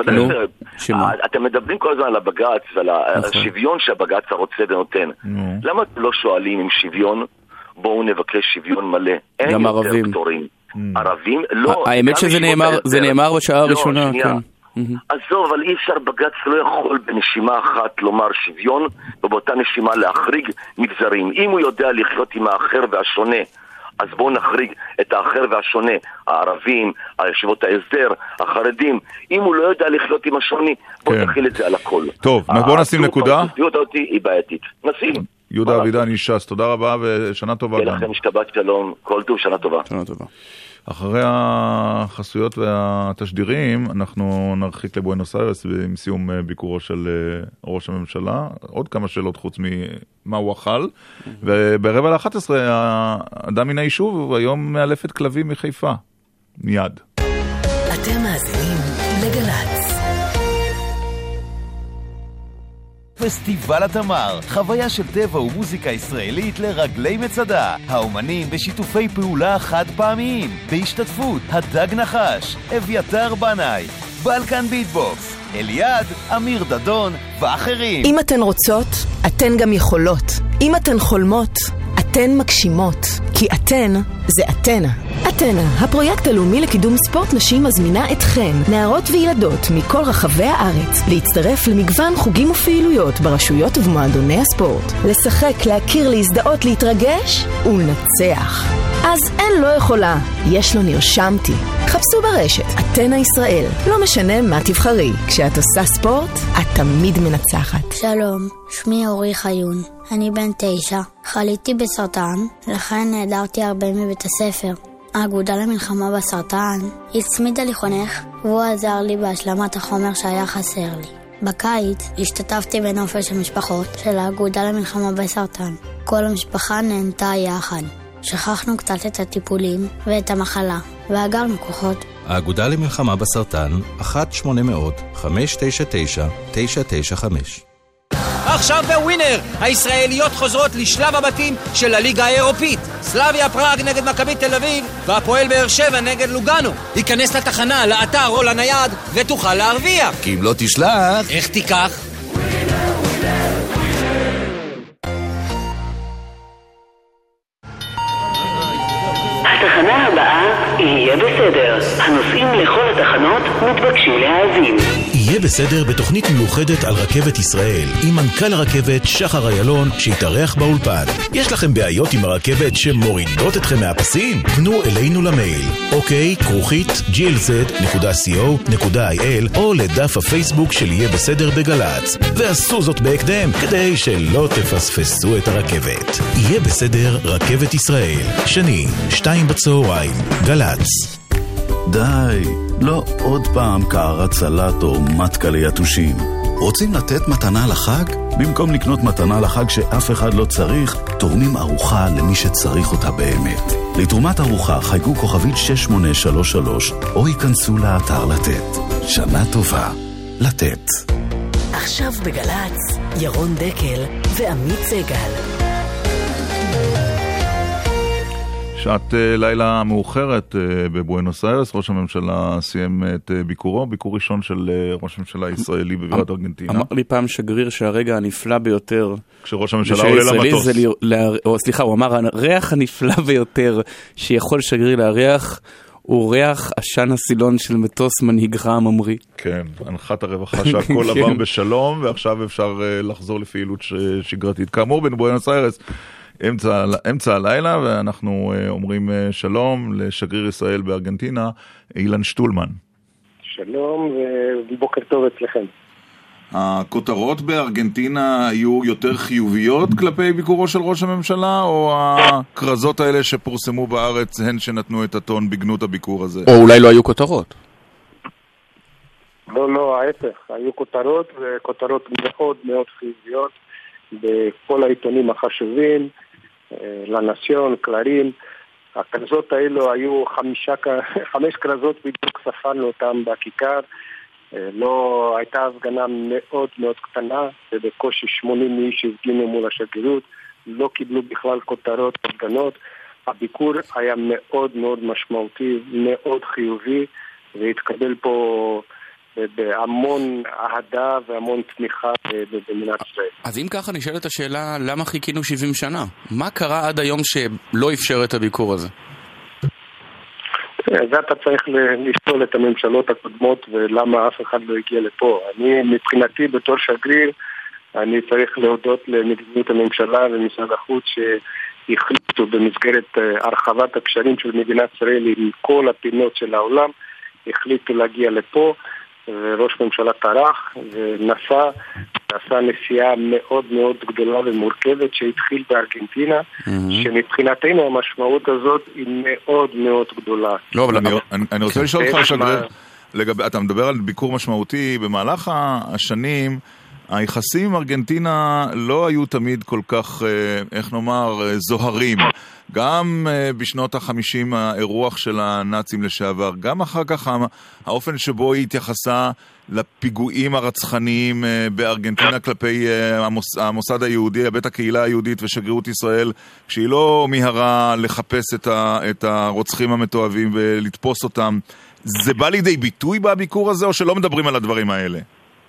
Speaker 12: אתם מדברים כל הזמן על הבג"ץ ועל השוויון שהבג"ץ רוצה ונותן. למה אתם לא שואלים עם שוויון? בואו נבקש שוויון מלא.
Speaker 7: גם ערבים.
Speaker 12: ערבים, לא.
Speaker 7: האמת שזה נאמר בשעה הראשונה.
Speaker 12: עזוב, אבל אי אפשר, בג"ץ לא יכול בנשימה אחת לומר שוויון, ובאותה נשימה להחריג מגזרים. אם הוא יודע לחיות עם האחר והשונה, אז בואו נחריג את האחר והשונה, הערבים, הישיבות ההסדר, החרדים. אם הוא לא יודע לחיות עם השוני, בואו נכיל את זה על הכל.
Speaker 2: טוב, בואו נשים נקודה.
Speaker 12: הפרספקטיביות אותי היא בעייתית. נשים.
Speaker 2: יהודה אבידן אישס, תודה רבה ושנה טובה.
Speaker 12: תהיה לכם שבת שלום, כל טוב, שנה טובה.
Speaker 7: שנה טובה.
Speaker 2: אחרי החסויות והתשדירים, אנחנו נרחיק לבואנוס איירס עם סיום ביקורו של ראש הממשלה. עוד כמה שאלות חוץ ממה הוא אכל. וב11 האדם מן היישוב היום מאלפת כלבים מחיפה. מיד.
Speaker 8: אתם מאזינים לגל"צ.
Speaker 14: פסטיבל התמר, חוויה של טבע ומוזיקה ישראלית לרגלי מצדה. האומנים בשיתופי פעולה חד פעמיים, בהשתתפות הדג נחש, אביתר בנאי, בלקן ביטבוקס, אליעד, אמיר דדון ואחרים.
Speaker 6: אם אתן רוצות, אתן גם יכולות. אם אתן חולמות, אתן מגשימות. כי אתן זה אתנה. אתנה, הפרויקט הלאומי לקידום ספורט נשים, מזמינה אתכן, נערות וילדות מכל רחבי הארץ, להצטרף למגוון חוגים ופעילויות ברשויות ובמועדוני הספורט. לשחק, להכיר, להזדהות, להתרגש ולנצח. אז אין לא יכולה, יש לו נרשמתי. חפשו ברשת, אתנה ישראל. לא משנה מה תבחרי, כשאת עושה ספורט, את תמיד מנצחת.
Speaker 16: שלום, שמי אורי חיון. אני בן 9, חליתי בסרטן, לכן נעדרתי הרבה מבית הספר. האגודה למלחמה בסרטן הצמידה לי חונך, והוא עזר לי בהשלמת החומר שהיה חסר לי. בקיץ השתתפתי בנופש המשפחות של האגודה למלחמה בסרטן. כל המשפחה נהנתה יחד. שכחנו קצת את הטיפולים ואת המחלה, ואגרנו כוחות.
Speaker 17: האגודה למלחמה בסרטן, 1-800-599-995.
Speaker 19: עכשיו בווינר, הישראליות חוזרות לשלב הבתים של הליגה האירופית. סלאביה פראג נגד מכבי תל אביב, והפועל באר שבע נגד לוגאנו. היכנס לתחנה, לאתר או לנייד, ותוכל להרוויח.
Speaker 17: כי אם לא תשלח,
Speaker 19: איך תיקח?
Speaker 8: התחנה הבאה יהיה בסדר. הנוסעים לכל התחנות מתבקשים להאזין.
Speaker 3: יהיה בסדר בתוכנית מיוחדת על רכבת ישראל עם מנכ"ל הרכבת שחר איילון שיתארח באולפן. יש לכם בעיות עם הרכבת שמורידות אתכם מהפסים? פנו אלינו למייל ok@glz.co.il או לדף הפייסבוק של יהיה בסדר בגל"צ, ועשו זאת בהקדם כדי שלא תפספסו את הרכבת. יהיה בסדר רכבת ישראל, שני 14:00 גל"צ.
Speaker 25: די, לא עוד פעם קערת סלט או מתקה ליתושים. רוצים לתת מתנה לחג? במקום לקנות מתנה לחג שאף אחד לא צריך, תורמים ארוחה למי שצריך אותה באמת. לתרומת ארוחה חייגו כוכבית 6833 או ייכנסו לאתר לתת. שנה טובה. לתת.
Speaker 8: עכשיו בגל"צ, ירון דקל ועמית סגל.
Speaker 2: שעת לילה מאוחרת בבואנוס איירס, ראש הממשלה סיים את ביקורו, ביקור ראשון של ראש הממשלה הישראלי בבירת ארגנטינה.
Speaker 7: אמר לי פעם שגריר שהרגע הנפלא ביותר
Speaker 2: כשראש הממשלה עולה למטוס.
Speaker 7: סליחה, הוא אמר, הריח הנפלא ביותר שיכול שגריר להריח הוא ריח עשן הסילון של מטוס מנהיגך הממריא.
Speaker 2: כן, הנחת הרווחה שהכל עבר בשלום, ועכשיו אפשר לחזור לפעילות שגרתית. כאמור, בבואנוס איירס, אמצע הלילה, ואנחנו אומרים שלום לשגריר ישראל בארגנטינה, אילן שטולמן.
Speaker 15: שלום ובוקר טוב אצלכם.
Speaker 2: הכותרות בארגנטינה היו יותר חיוביות כלפי ביקורו של ראש הממשלה, או הכרזות האלה שפורסמו בארץ הן שנתנו את הטון בגנות הביקור הזה?
Speaker 7: או אולי לא היו כותרות?
Speaker 15: לא, ההפך. היו כותרות, וכותרות מאוד מאוד חיוביות בכל העיתונים החשובים, לנציון, קלארין. הכרזות האלו היו 5 כרזות בדיוק, ספרנו אותם בכיכר. לא הייתה הפגנה מאוד מאוד קטנה, ובקושי 80 איש הפגינו מול השגרירות, לא קיבלו בכלל כותרות הפגנות. הביקור היה מאוד מאוד משמעותי, מאוד חיובי, והתקבל פה בהמון אהדה והמון תמיכה במדינת ישראל.
Speaker 7: אז אם ככה נשאלת השאלה, למה חיכינו 70 שנה? מה קרה עד היום שלא אפשר את הביקור הזה?
Speaker 15: זה אתה צריך לשאול את הממשלות הקודמות ולמה אף אחד לא הגיע לפה. אני מבחינתי בתור שגריר, אני צריך להודות למדיניות הממשלה ומשרד החוץ שהחליטו במסגרת הרחבת הקשרים של מדינת ישראל עם כל הפינות של העולם, החליטו להגיע לפה, וראש ממשלה טרח ונסע, עשה נסיעה מאוד מאוד גדולה ומורכבת שהתחיל בארגנטינה, שמבחינתנו המשמעות הזאת היא מאוד מאוד גדולה.
Speaker 2: לא, אבל אני רוצה לשאול אותך שגריר, אתה מדבר על ביקור משמעותי, במהלך השנים היחסים עם ארגנטינה לא היו תמיד כל כך, איך נאמר, זוהרים. גם בשנות ה-50 האירוח של הנאצים לשעבר, גם אחר כך האופן שבו היא התייחסה לפיגועים הרצחניים בארגנטינה כלפי המוסד היהודי, בית הקהילה היהודית ושגרירות ישראל, כשהיא לא מיהרה לחפש את הרוצחים המתועבים ולתפוס אותם. זה בא לידי ביטוי בביקור הזה או שלא מדברים על הדברים האלה?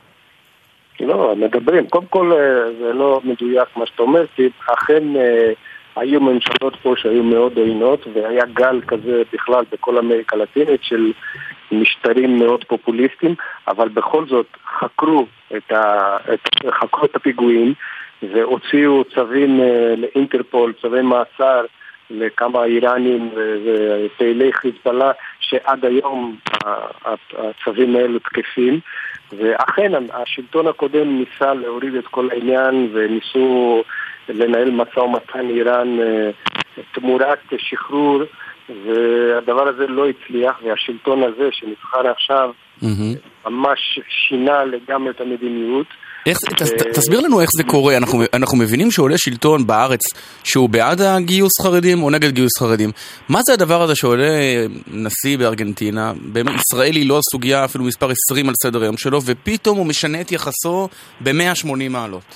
Speaker 15: לא, מדברים. קודם כל זה לא מדויק מה שאתה אומר, כי אכן היו ממשלות פה שהיו מאוד עוינות, והיה גל כזה בכלל בכל אמריקה הלטינית של משטרים מאוד פופוליסטיים, אבל בכל זאת חקרו את הפיגועים, והוציאו צווים לאינטרפול, צווי מאסר לכמה איראנים ופעילי חיזבאללה, שעד היום הצווים האלו תקפים, ואכן השלטון הקודם ניסה להוריד את כל העניין, וניסו לנהל משא ומתן איראן תמורת שחרור, והדבר הזה לא הצליח, והשלטון הזה שנבחר עכשיו ממש שינה לגמרי את המדיניות.
Speaker 7: תסביר לנו איך זה קורה. אנחנו מבינים שעולה שלטון בארץ שהוא בעד הגיוס חרדים או נגד גיוס חרדים. מה זה הדבר הזה שעולה נשיא בארגנטינה? באמת ישראל היא לא הסוגיה אפילו מספר 20 על סדר היום שלו, ופתאום הוא משנה את יחסו ב-180 מעלות.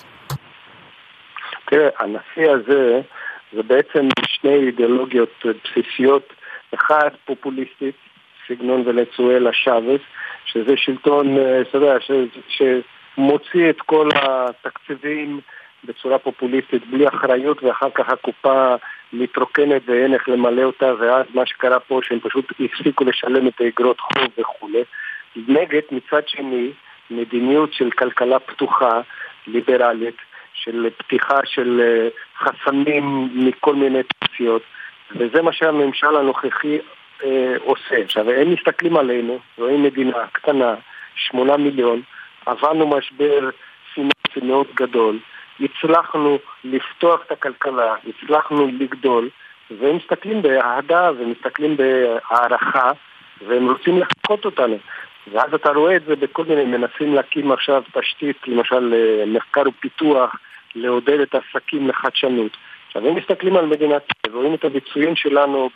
Speaker 15: תראה, הנשיא הזה זה בעצם שני אידיאולוגיות בסיסיות. אחד פופוליסטית, סגנון ולצואלה שווס, שזה שלטון שמוציא את כל התקציבים בצורה פופוליסטית בלי אחריות, ואחר כך הקופה מתרוקנת ואין איך למלא אותה, ואז מה שקרה פה שהם פשוט הפסיקו לשלם את האגרות חוב וכו'. נגד מצד שני מדיניות של כלכלה פתוחה, ליברלית, של פתיחה של חסמים מכל מיני תעשיות, וזה מה שהממשל הנוכחי עושה. עכשיו, הם מסתכלים עלינו, רואים מדינה קטנה, 8 מיליון, עברנו משבר פיננסי מאוד גדול, הצלחנו לפתוח את הכלכלה, הצלחנו לגדול, והם מסתכלים באהדה ומסתכלים בהערכה, והם רוצים לחכות אותנו. ואז אתה רואה את זה בכל מיני, מנסים להקים עכשיו תשתית, למשל מחקר ופיתוח, לעודד את העסקים לחדשנות. עכשיו, הם מסתכלים על מדינת, רואים את הביצועים שלנו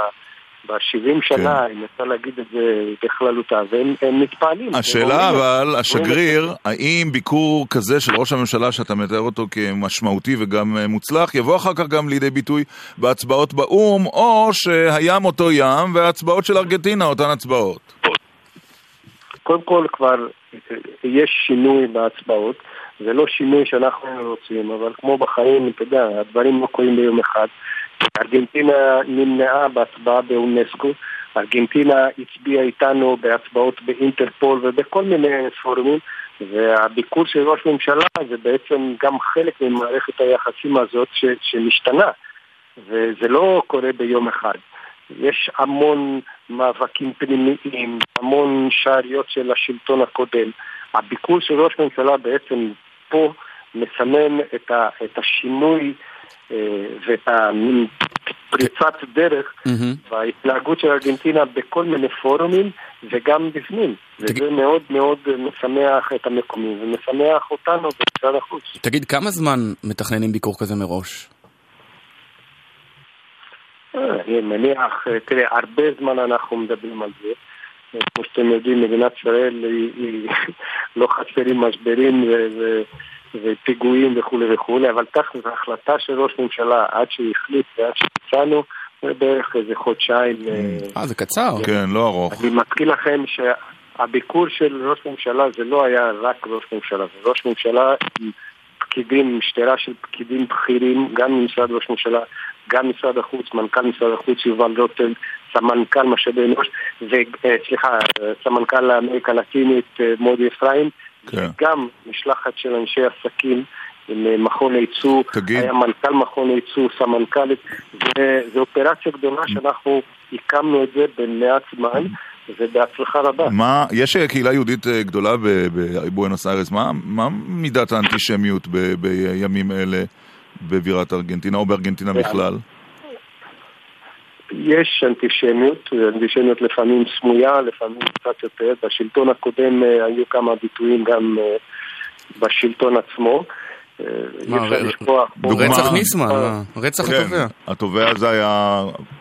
Speaker 15: ב-70 שנה, אם אפשר להגיד את זה בכללותה, והם מתפעלים.
Speaker 2: השאלה אבל, השגריר, האם ביקור כזה של ראש הממשלה, שאתה מתאר אותו כמשמעותי וגם מוצלח, יבוא אחר כך גם לידי ביטוי בהצבעות באום, או שהים אותו ים, וההצבעות של ארגנטינה אותן הצבעות?
Speaker 15: קודם כל כבר יש שינוי בהצבעות, זה לא שינוי שאנחנו רוצים, אבל כמו בחיים, אתה יודע, הדברים לא קורים ביום אחד. ארגנטינה נמנעה בהצבעה באונסקו, ארגנטינה הצביעה איתנו בהצבעות באינטרפול ובכל מיני פורומים, והביקור של ראש ממשלה זה בעצם גם חלק ממערכת היחסים הזאת שמשתנה, וזה לא קורה ביום אחד. יש המון מאבקים פנימיים, המון שעריות של השלטון הקודם. הביקור של ראש ממשלה בעצם פה מסמן את השינוי ואת הפריצת דרך בהתנהגות של ארגנטינה בכל מיני פורומים וגם בפנים. וזה מאוד מאוד משמח את המקומים ומשמח אותנו במשרד החוץ.
Speaker 7: תגיד, כמה זמן מתכננים ביקור כזה מראש?
Speaker 15: אני מניח, תראה, הרבה זמן אנחנו מדברים על זה. כמו שאתם יודעים, מדינת ישראל היא לא חסרים משברים ופיגועים וכו' וכו', אבל תכף ההחלטה של ראש ממשלה עד שהחליט ועד שהצענו, זה בערך איזה חודשיים.
Speaker 7: זה קצר.
Speaker 2: כן, לא ארוך.
Speaker 15: אני מזכיר לכם שהביקור של ראש ממשלה זה לא היה רק ראש ממשלה, זה ראש ממשלה עם פקידים, משטרה של פקידים בכירים, גם ממשרד ראש ממשלה, גם משרד החוץ, מנכ"ל משרד החוץ יובל רוטל, סמנכ"ל משאבי אנוש, סמנכ"ל האמריקה הלטינית מודי אפרים, וגם משלחת של אנשי עסקים עם מכון הייצוא, היה מנכ"ל מכון הייצוא, סמנכ"לית, זו אופרציה גדולה שאנחנו הקמנו את זה במעט זמן, ובהצלחה רבה.
Speaker 2: יש קהילה יהודית גדולה בבואנוס איירס, מה מידת האנטישמיות בימים אלה בבירת ארגנטינה או בארגנטינה בכלל?
Speaker 15: יש אנטישמיות לפעמים סמויה, לפעמים קצת יותר. בשלטון הקודם היו כמה ביטויים גם בשלטון עצמו.
Speaker 7: רצח ניסמן, רצח התובע.
Speaker 2: התובע הזה היה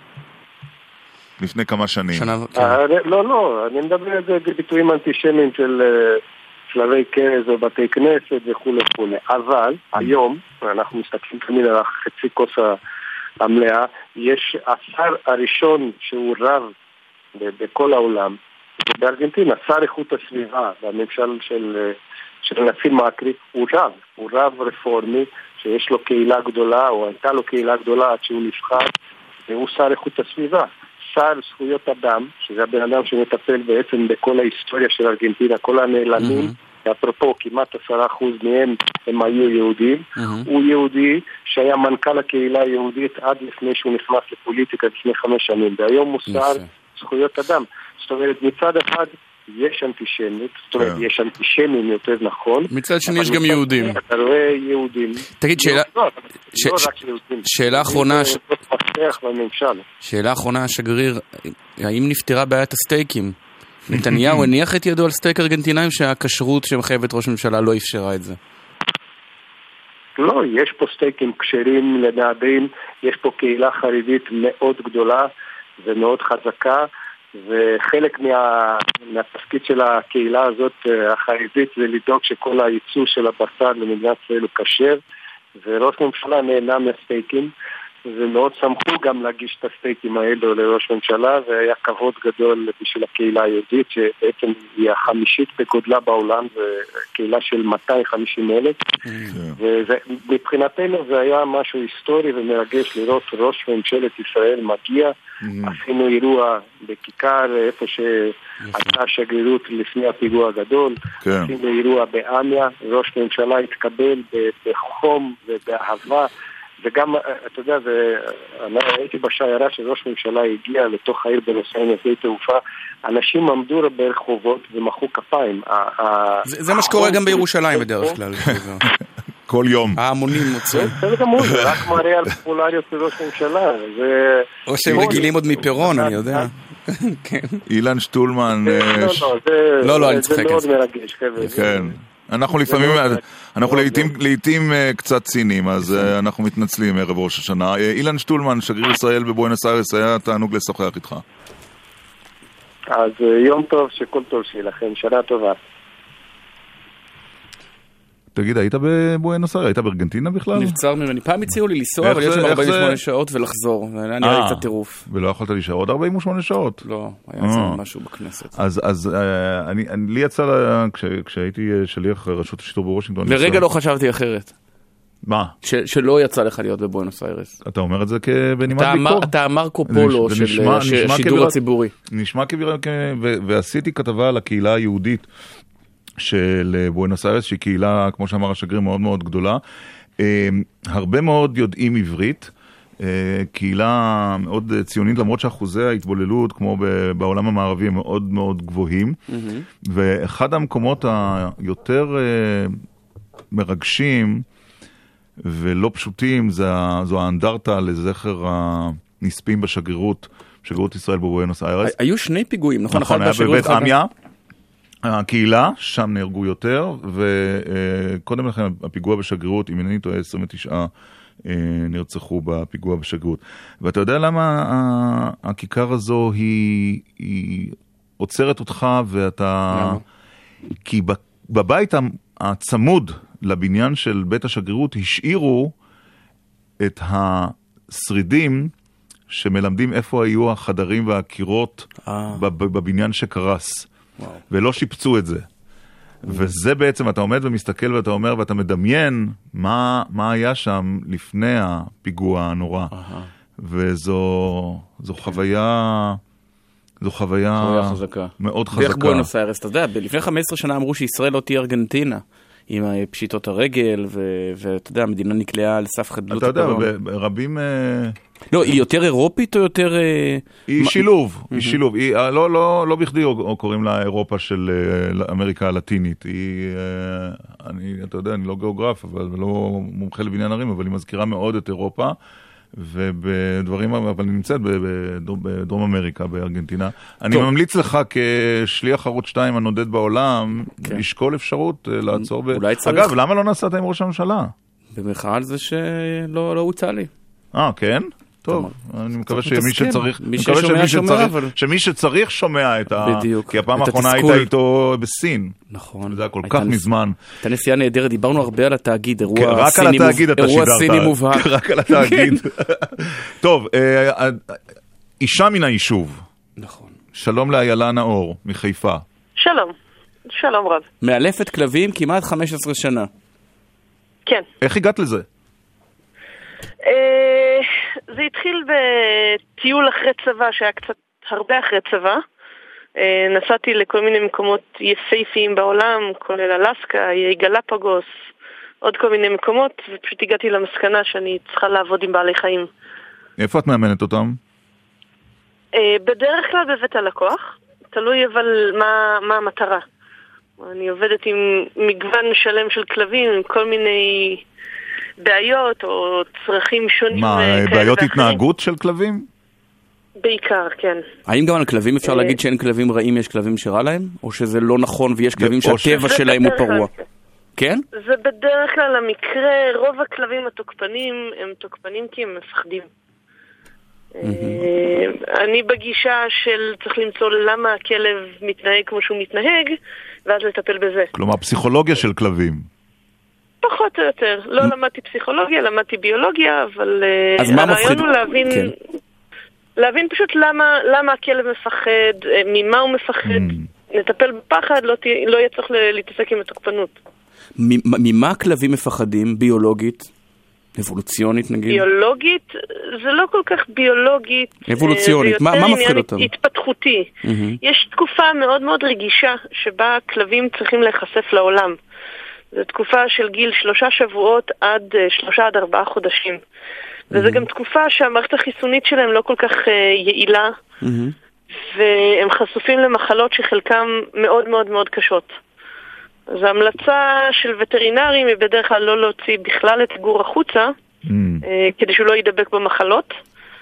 Speaker 2: לפני כמה שנים.
Speaker 15: לא, אני מדבר על זה ביטויים אנטישמיים של שלבי כנס או בתי כנסת וכו'. אבל היום, אנחנו מסתכלים תמיד על חצי כוס המלאה, יש השר הראשון שהוא רב בכל העולם, בארגנטינה, שר איכות הסביבה, והממשל של נשיא מקרי, הוא רב רפורמי, שיש לו קהילה גדולה, או הייתה לו קהילה גדולה עד שהוא נבחר, והוא שר איכות הסביבה. שר זכויות אדם, שזה הבן אדם שמטפל בעצם בכל ההיסטוריה של ארגנטינה, כל הנעלמים, אפרופו, כמעט 10% מהם הם היו יהודים. הוא יהודי שהיה מנכ"ל הקהילה היהודית עד לפני שהוא נכנס לפוליטיקה לפני 5 שנים, והיום הוא שר זכויות אדם. זאת אומרת, מצד אחד יש אנטישמיות, זאת אומרת, יש אנטישמים יותר נכון.
Speaker 7: מצד שני יש גם יהודים.
Speaker 15: אתה רואה יהודים.
Speaker 7: תגיד, שאלה אחרונה... שאלה אחרונה, השגריר, האם נפתרה בעיית הסטייקים? נתניהו הניח את ידו על סטייק ארגנטינאים שהכשרות שמחייבת ראש ממשלה לא אפשרה את זה.
Speaker 15: לא, יש פה סטייקים כשרים לנעדים, יש פה קהילה חרדית מאוד גדולה ומאוד חזקה, וחלק מהתפקיד של הקהילה הזאת החרדית זה לדאוג שכל הייצוא של הבשר למדינת ישראל הוא כשר, וראש ממשלה נהנה מהסטייקים, ומאוד שמחו גם להגיש את הסטייקים האלו לראש ממשלה, והיה כבוד גדול בשביל הקהילה היהודית, שבעצם היא החמישית בגודלה בעולם, וקהילה של 250,000, ומבחינתנו זה היה משהו היסטורי ומרגש לראות ראש ממשלת ישראל מגיע, עשינו אירוע בכיכר, איפה שהייתה השגרירות לפני הפיגוע הגדול, עשינו אירוע באניה, ראש ממשלה התקבל בחום ובאהבה, וגם, אתה יודע, אני הייתי בשיירה שראש ממשלה הגיע לתוך העיר בנושאים נשיא תעופה, אנשים עמדו ברחובות ומחאו כפיים.
Speaker 7: זה מה שקורה גם בירושלים בדרך כלל.
Speaker 2: כל יום.
Speaker 7: ההמונים מוצאים.
Speaker 15: זה גם הוא, זה רק מראה על פופולריות של ראש ממשלה.
Speaker 7: או שהם רגילים עוד מפירון, אני יודע.
Speaker 2: אילן שטולמן.
Speaker 7: לא, אני צוחק.
Speaker 15: זה מאוד מרגש,
Speaker 2: כן. אנחנו לפעמים, אנחנו לעתים קצת צינים, אז אנחנו מתנצלים ערב ראש השנה. אילן שטולמן, שגריר ישראל בבואנוס איירס, היה תענוג לשוחח איתך.
Speaker 15: אז יום טוב, שכל טוב שיהיה לכם, שנה טובה.
Speaker 2: תגיד, היית בבואנוס איירס? היית בארגנטינה בכלל?
Speaker 7: נבצר ממני. פעם הציעו לי לנסוע, אבל יש שם 48 שעות ולחזור. היה נראה קצת טירוף.
Speaker 2: ולא יכולת להישאר עוד 48 שעות?
Speaker 7: לא, היה זה משהו בכנסת.
Speaker 2: אז לי יצא, כשהייתי שליח רשות השיטור בוושינגטון...
Speaker 7: לרגע לא חשבתי אחרת.
Speaker 2: מה?
Speaker 7: שלא יצא לך להיות בבואנוס איירס.
Speaker 2: אתה אומר את זה בנימת ביקור?
Speaker 7: אתה מרקו פולו של השידור הציבורי.
Speaker 2: נשמע ועשיתי כתבה על הקהילה היהודית של בואנוס איירס, שהיא קהילה, כמו שאמר השגריר, מאוד מאוד גדולה. הרבה מאוד יודעים עברית, קהילה מאוד ציונית, למרות שאחוזי ההתבוללות, כמו בעולם המערבי, הם מאוד מאוד גבוהים. ואחד המקומות היותר מרגשים ולא פשוטים, זו האנדרטה לזכר הנספים בשגרירות ישראל בבואנוס איירס.
Speaker 7: היו 2 פיגועים, נכון?
Speaker 2: נכון, היה בבית אמיה. הקהילה, שם נהרגו יותר, וקודם לכן הפיגוע בשגרירות, אם אינני טועה, 29 נרצחו בפיגוע בשגרירות. ואתה יודע למה הכיכר הזו היא עוצרת אותך, ואתה... כי בבית הצמוד לבניין של בית השגרירות השאירו את השרידים שמלמדים איפה היו החדרים והקירות בבניין שקרס. ולא שיפצו את זה. וזה בעצם, אתה עומד ומסתכל ואתה אומר, ואתה מדמיין מה היה שם לפני הפיגוע הנורא. וזו חוויה זו חוויה מאוד חזקה.
Speaker 7: ואיך בואנוס איירס, אתה יודע, לפני 15 שנה אמרו שישראל לא תהיה ארגנטינה, עם פשיטות הרגל, ואתה יודע, המדינה נקלעה על סף חדלות.
Speaker 2: אתה יודע, רבים...
Speaker 7: לא, היא יותר אירופית או יותר...
Speaker 2: היא שילוב, היא שילוב. לא בכדי קוראים לה אירופה של אמריקה הלטינית. אתה יודע, אני לא גיאוגרף, ולא מומחה לבניין ערים, אבל היא מזכירה מאוד את אירופה, ובדברים, אבל נמצאת בדרום אמריקה, בארגנטינה. אני ממליץ לך כשליח ערוץ 2 הנודד בעולם, לשקול אפשרות לעצור אגב, למה לא נסעת עם ראש הממשלה?
Speaker 7: במחאה על זה שלא הוצא לי.
Speaker 2: כן? טוב, אני מקווה שמי שצריך שומע את
Speaker 7: בדיוק.
Speaker 2: כי הפעם האחרונה היית איתו בסין.
Speaker 7: נכון.
Speaker 2: זה היה כל כך מזמן.
Speaker 7: הייתה נסיעה נהדרת, דיברנו הרבה על התאגיד,
Speaker 2: רק על התאגיד אתה שידרת.
Speaker 7: אירוע סיני מובהק.
Speaker 2: רק על התאגיד. טוב, אישה מן היישוב.
Speaker 7: נכון.
Speaker 2: שלום לאיילה נאור, מחיפה.
Speaker 10: שלום. שלום רב.
Speaker 7: מאלפת כלבים כמעט 15 שנה.
Speaker 10: כן.
Speaker 2: איך הגעת לזה?
Speaker 10: זה התחיל בטיול אחרי צבא, שהיה קצת הרבה אחרי צבא. נסעתי לכל מיני מקומות יפהפיים בעולם, כולל אלסקה, איי גלפגוס, עוד כל מיני מקומות, ופשוט הגעתי למסקנה שאני צריכה לעבוד עם בעלי חיים.
Speaker 2: איפה את מאמנת אותם?
Speaker 10: בדרך כלל בבית הלקוח, תלוי אבל מה המטרה. אני עובדת עם מגוון שלם של כלבים, עם כל מיני בעיות או צרכים שונים.
Speaker 2: מה, בעיות התנהגות של כלבים?
Speaker 10: בעיקר, כן.
Speaker 7: האם גם על כלבים אפשר להגיד שאין כלבים רעים, יש כלבים שרע להם? או שזה לא נכון ויש כלבים שהטבע שלהם הוא פרוע? כן?
Speaker 10: זה בדרך כלל המקרה, רוב הכלבים התוקפנים הם תוקפנים כי הם מפחדים. אני בגישה של צריך למצוא למה הכלב מתנהג כמו שהוא מתנהג, ואז לטפל בזה.
Speaker 2: כלומר, פסיכולוגיה של כלבים.
Speaker 10: פחות או יותר. לא למדתי פסיכולוגיה, למדתי ביולוגיה, אבל הרעיון הוא להבין פשוט למה הכלב מפחד, ממה הוא מפחד. נטפל בפחד, לא יהיה צריך להתעסק עם התוקפנות.
Speaker 7: ממה הכלבים מפחדים ביולוגית? אבולוציונית נגיד?
Speaker 10: ביולוגית, זה לא כל כך ביולוגית.
Speaker 7: אבולוציונית, מה מפחיד אותם?
Speaker 10: התפתחותי. יש תקופה מאוד מאוד רגישה שבה כלבים צריכים להיחשף לעולם. זו תקופה של גיל 3 שבועות עד 3-4 חודשים. וזו גם תקופה שהמערכת החיסונית שלהם לא כל כך יעילה, והם חשופים למחלות שחלקם מאוד מאוד מאוד קשות. אז ההמלצה של וטרינרים היא בדרך כלל לא להוציא בכלל את הגור החוצה, כדי שהוא לא יידבק במחלות.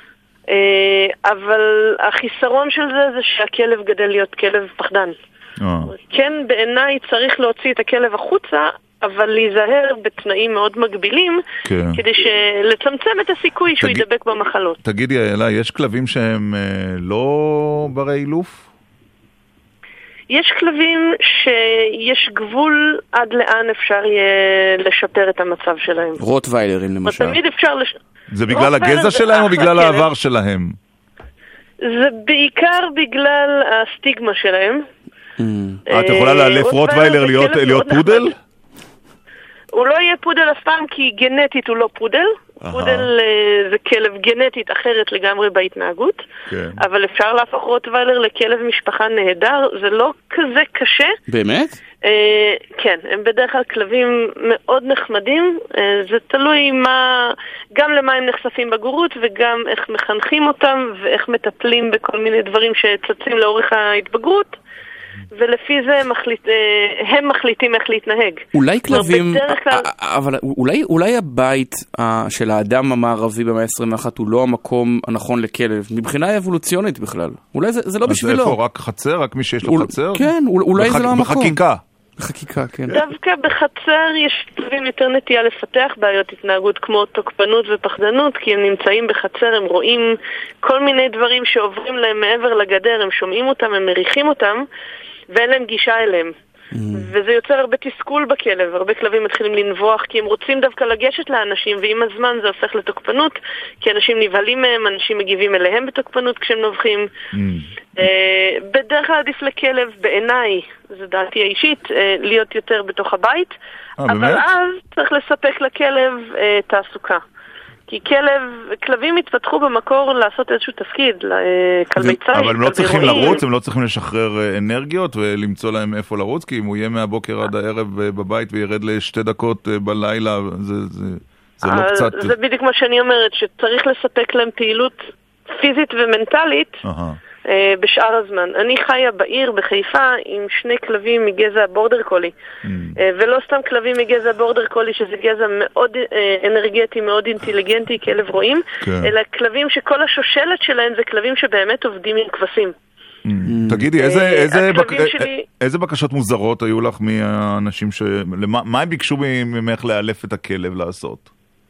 Speaker 10: אבל החיסרון של זה שהכלב גדל להיות כלב פחדן. כן, בעיניי צריך להוציא את הכלב החוצה, אבל להיזהר בתנאים מאוד מגבילים, כדי לצמצם את הסיכוי שהוא יידבק במחלות.
Speaker 2: תגידי, איילה, יש כלבים שהם לא ברי אילוף?
Speaker 10: יש כלבים שיש גבול עד לאן אפשר יהיה לשפר את המצב שלהם.
Speaker 7: רוטוויילרים למשל.
Speaker 10: תמיד אפשר
Speaker 2: זה בגלל הגזע שלהם או בגלל העבר שלהם?
Speaker 10: זה בעיקר בגלל הסטיגמה שלהם.
Speaker 2: את יכולה לאלף רוטוויילר להיות פודל?
Speaker 10: הוא לא יהיה פודל אף פעם כי גנטית הוא לא פודל. פודל זה כלב גנטית אחרת לגמרי בהתנהגות. אבל אפשר להפוך רוטוויילר לכלב משפחה נהדר. זה לא כזה קשה.
Speaker 7: באמת?
Speaker 10: כן, הם בדרך כלל כלבים מאוד נחמדים. זה תלוי גם למה הם נחשפים בגורות וגם איך מחנכים אותם ואיך מטפלים בכל מיני דברים שצצים לאורך ההתבגרות. ולפי זה הם מחליטים איך להתנהג.
Speaker 7: אולי כלבים, אבל אולי הבית של האדם המערבי במאה ה-21 הוא לא המקום הנכון לכלב, מבחינה אבולוציונית בכלל. אולי זה לא בשבילו.
Speaker 2: אז איפה, רק חצר? רק מי שיש לו חצר?
Speaker 7: כן, אולי זה לא המקום.
Speaker 2: בחקיקה.
Speaker 7: בחקיקה, כן.
Speaker 10: דווקא בחצר יש כלבים יותר נטייה לפתח בעיות התנהגות כמו תוקפנות ופחדנות, כי הם נמצאים בחצר, הם רואים כל מיני דברים שעוברים להם מעבר לגדר, הם שומעים אותם, הם מריחים אותם, ואין להם גישה אליהם. וזה יוצר הרבה תסכול בכלב, הרבה כלבים מתחילים לנבוח כי הם רוצים דווקא לגשת לאנשים, ועם הזמן זה הופך לתוקפנות, כי אנשים נבהלים מהם, אנשים מגיבים אליהם בתוקפנות כשהם נובחים. בדרך כלל עדיף לכלב, בעיניי, זו דעתי האישית, להיות יותר בתוך הבית, אבל אז צריך לספק לכלב תעסוקה. כי כלבים התפתחו במקור לעשות איזשהו תפקיד, כלבי צייד,
Speaker 2: אבל הם לא צריכים לרוץ, הם לא צריכים לשחרר אנרגיות ולמצוא להם איפה לרוץ, כי אם הוא יהיה מהבוקר עד הערב בבית וירד ל2 דקות בלילה, זה לא קצת...
Speaker 10: זה בדיוק מה שאני אומרת, שצריך לספק להם פעילות פיזית ומנטלית, בשאר הזמן. אני חיה בעיר בחיפה עם 2 כלבים מגזע בורדר קולי. ולא סתם כלבים מגזע בורדר קולי, שזה גזע מאוד אנרגטי, מאוד אינטליגנטי, כלב רועים, אלא כלבים שכל השושלת שלהם זה כלבים שבאמת עובדים עם כבשים.
Speaker 2: תגידי, איזה בקשות מוזרות היו לך מהאנשים מה הם ביקשו ממך לאלף את הכלב לעשות?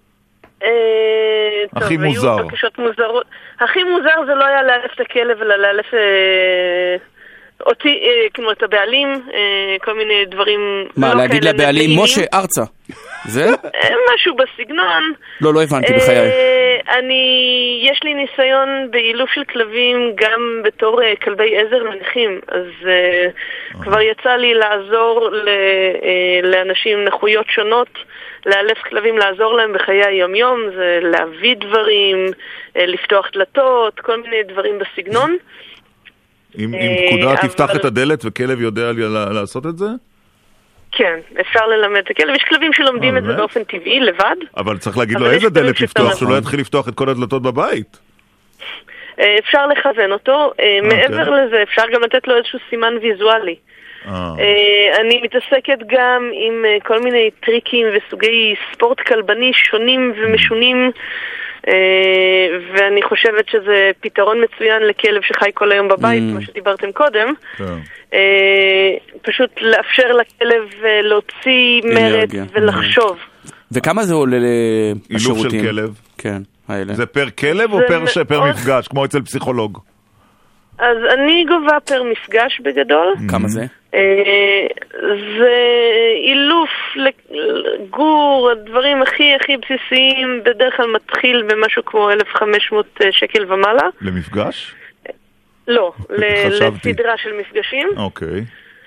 Speaker 2: הכי מוזר.
Speaker 10: הכי מוזר זה לא היה לאלף את הכלב, אלא לאלף אותי, כמו את הבעלים, כל מיני דברים...
Speaker 7: מה, להגיד לבעלים, משה, ארצה. זה?
Speaker 10: משהו בסגנון.
Speaker 7: לא הבנתי בחיי.
Speaker 10: יש לי ניסיון באילוף של כלבים גם בתור כלבי עזר מנחים, אז כבר יצא לי לעזור לאנשים נכויות שונות, לאלף כלבים, לעזור להם בחיי היום-יום, זה להביא דברים, לפתוח דלתות, כל מיני דברים בסגנון.
Speaker 2: אם פקודה תפתח את הדלת וכלב יודע לעשות את זה?
Speaker 10: כן, אפשר ללמד את הכלב. יש כלבים שלומדים את זה באופן טבעי, לבד.
Speaker 2: אבל צריך להגיד לו איזה דלת לפתוח, שלא יתחיל לפתוח את כל הדלתות בבית.
Speaker 10: אפשר לכוון אותו. מעבר לזה, אפשר גם לתת לו איזשהו סימן ויזואלי. אני מתעסקת גם עם כל מיני טריקים וסוגי ספורט כלבני שונים ומשונים, ואני חושבת שזה פתרון מצוין לכלב שחי כל היום בבית, מה שדיברתם קודם. פשוט לאפשר לכלב להוציא מרד ולחשוב.
Speaker 7: וכמה זה עולה
Speaker 2: לשירותים? אילוף של כלב?
Speaker 7: כן, האלה.
Speaker 2: זה פר כלב או פר מפגש, כמו אצל פסיכולוג?
Speaker 10: אז אני גובה פר מפגש בגדול.
Speaker 7: כמה זה?
Speaker 10: זה אילוף לגור, הדברים הכי בסיסיים, בדרך כלל מתחיל במשהו כמו 1,500 שקל ומעלה.
Speaker 2: למפגש?
Speaker 10: לא, לסדרה של מפגשים.
Speaker 2: אוקיי.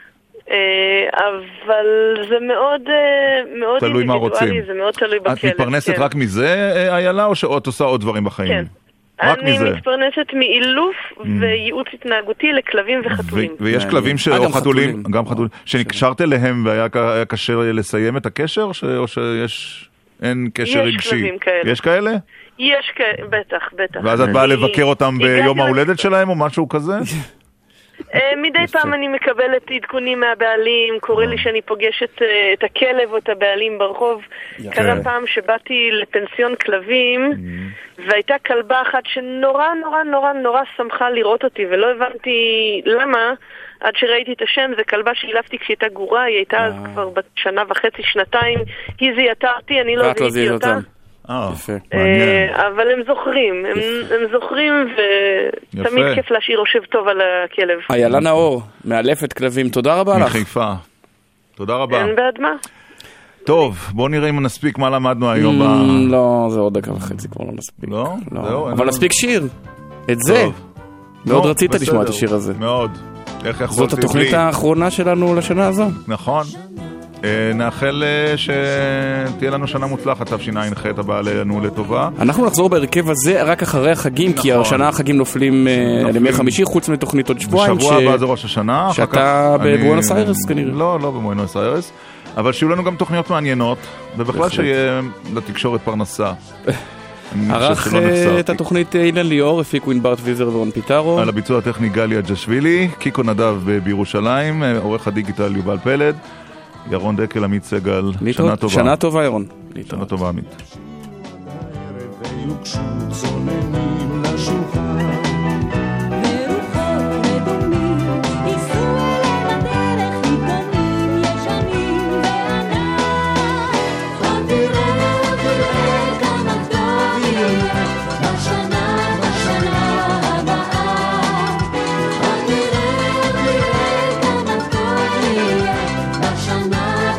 Speaker 10: אבל זה מאוד אינדיבידואלי, זה מאוד תלוי בכלב.
Speaker 2: את מתפרנסת רק מזה, איילה, או שאת עושה עוד דברים בחיים?
Speaker 10: כן. אני מתפרנסת מאילוף וייעוץ התנהגותי לכלבים וחתולים.
Speaker 2: ויש כלבים או חתולים, גם חתולים, שנקשרת אליהם והיה קשה לסיים את הקשר, או שיש אין קשר רגשי?
Speaker 10: יש כלבים כאלה.
Speaker 2: יש כאלה?
Speaker 10: יש כאלה, בטח.
Speaker 2: ואז את באה לבקר אותם ביום ההולדת שלהם או משהו כזה?
Speaker 10: מדי פעם אני מקבלת עדכונים מהבעלים, קורא לי שאני פוגשת את הכלב או את הבעלים ברחוב. קרה פעם שבאתי לפנסיון כלבים והייתה כלבה אחת שנורא נורא נורא נורא שמחה לראות אותי ולא הבנתי למה, עד שראיתי את השם. זה כלבה שהילפתי כשהייתה גורה, היא הייתה אז כבר בת 1.5-2, היא זיהתה אותי, אני לא זיהיתי אותה. אבל הם זוכרים ותמיד כיף להשאיר רושב טוב על הכלב.
Speaker 7: איילה נאור, מאלפת כלבים, תודה רבה לך.
Speaker 2: מחיפה, תודה רבה.
Speaker 10: אין בעד מה.
Speaker 2: טוב, בוא נראה אם נספיק מה למדנו היום.
Speaker 7: לא, זה עוד 1.5 כבר לא נספיק.
Speaker 2: לא?
Speaker 7: אבל נספיק שיר, את זה. מאוד רצית לשמוע את השיר הזה.
Speaker 2: מאוד.
Speaker 7: זאת התוכנית האחרונה שלנו לשנה הזו.
Speaker 2: נכון. נאחל שתהיה לנו שנה מוצלחת, תשע"ח הבאה לנו לטובה.
Speaker 7: אנחנו נחזור בהרכב הזה רק אחרי החגים, כי השנה החגים נופלים לימי חמישי, חוץ מתוכנית עוד שבועיים.
Speaker 2: בשבוע הבא זה ראש השנה.
Speaker 7: שאתה בבואנוס איירס כנראה.
Speaker 2: לא בבואנוס איירס, אבל שיהיו לנו גם תוכניות מעניינות, ובכלל שיהיה לתקשורת פרנסה.
Speaker 7: ערך את התוכנית אילן ליאור, הפיקו ענבר טוויזר ורון פיטרו.
Speaker 2: על הביצוע הטכני גליה ג'שווילי, קיקו נדב בירושלים, עורך הדיגיטל יובל פלד, ירון דקל, עמית סגל, שנה טובה.
Speaker 7: שנה טובה ירון.
Speaker 2: שנה טובה עמית.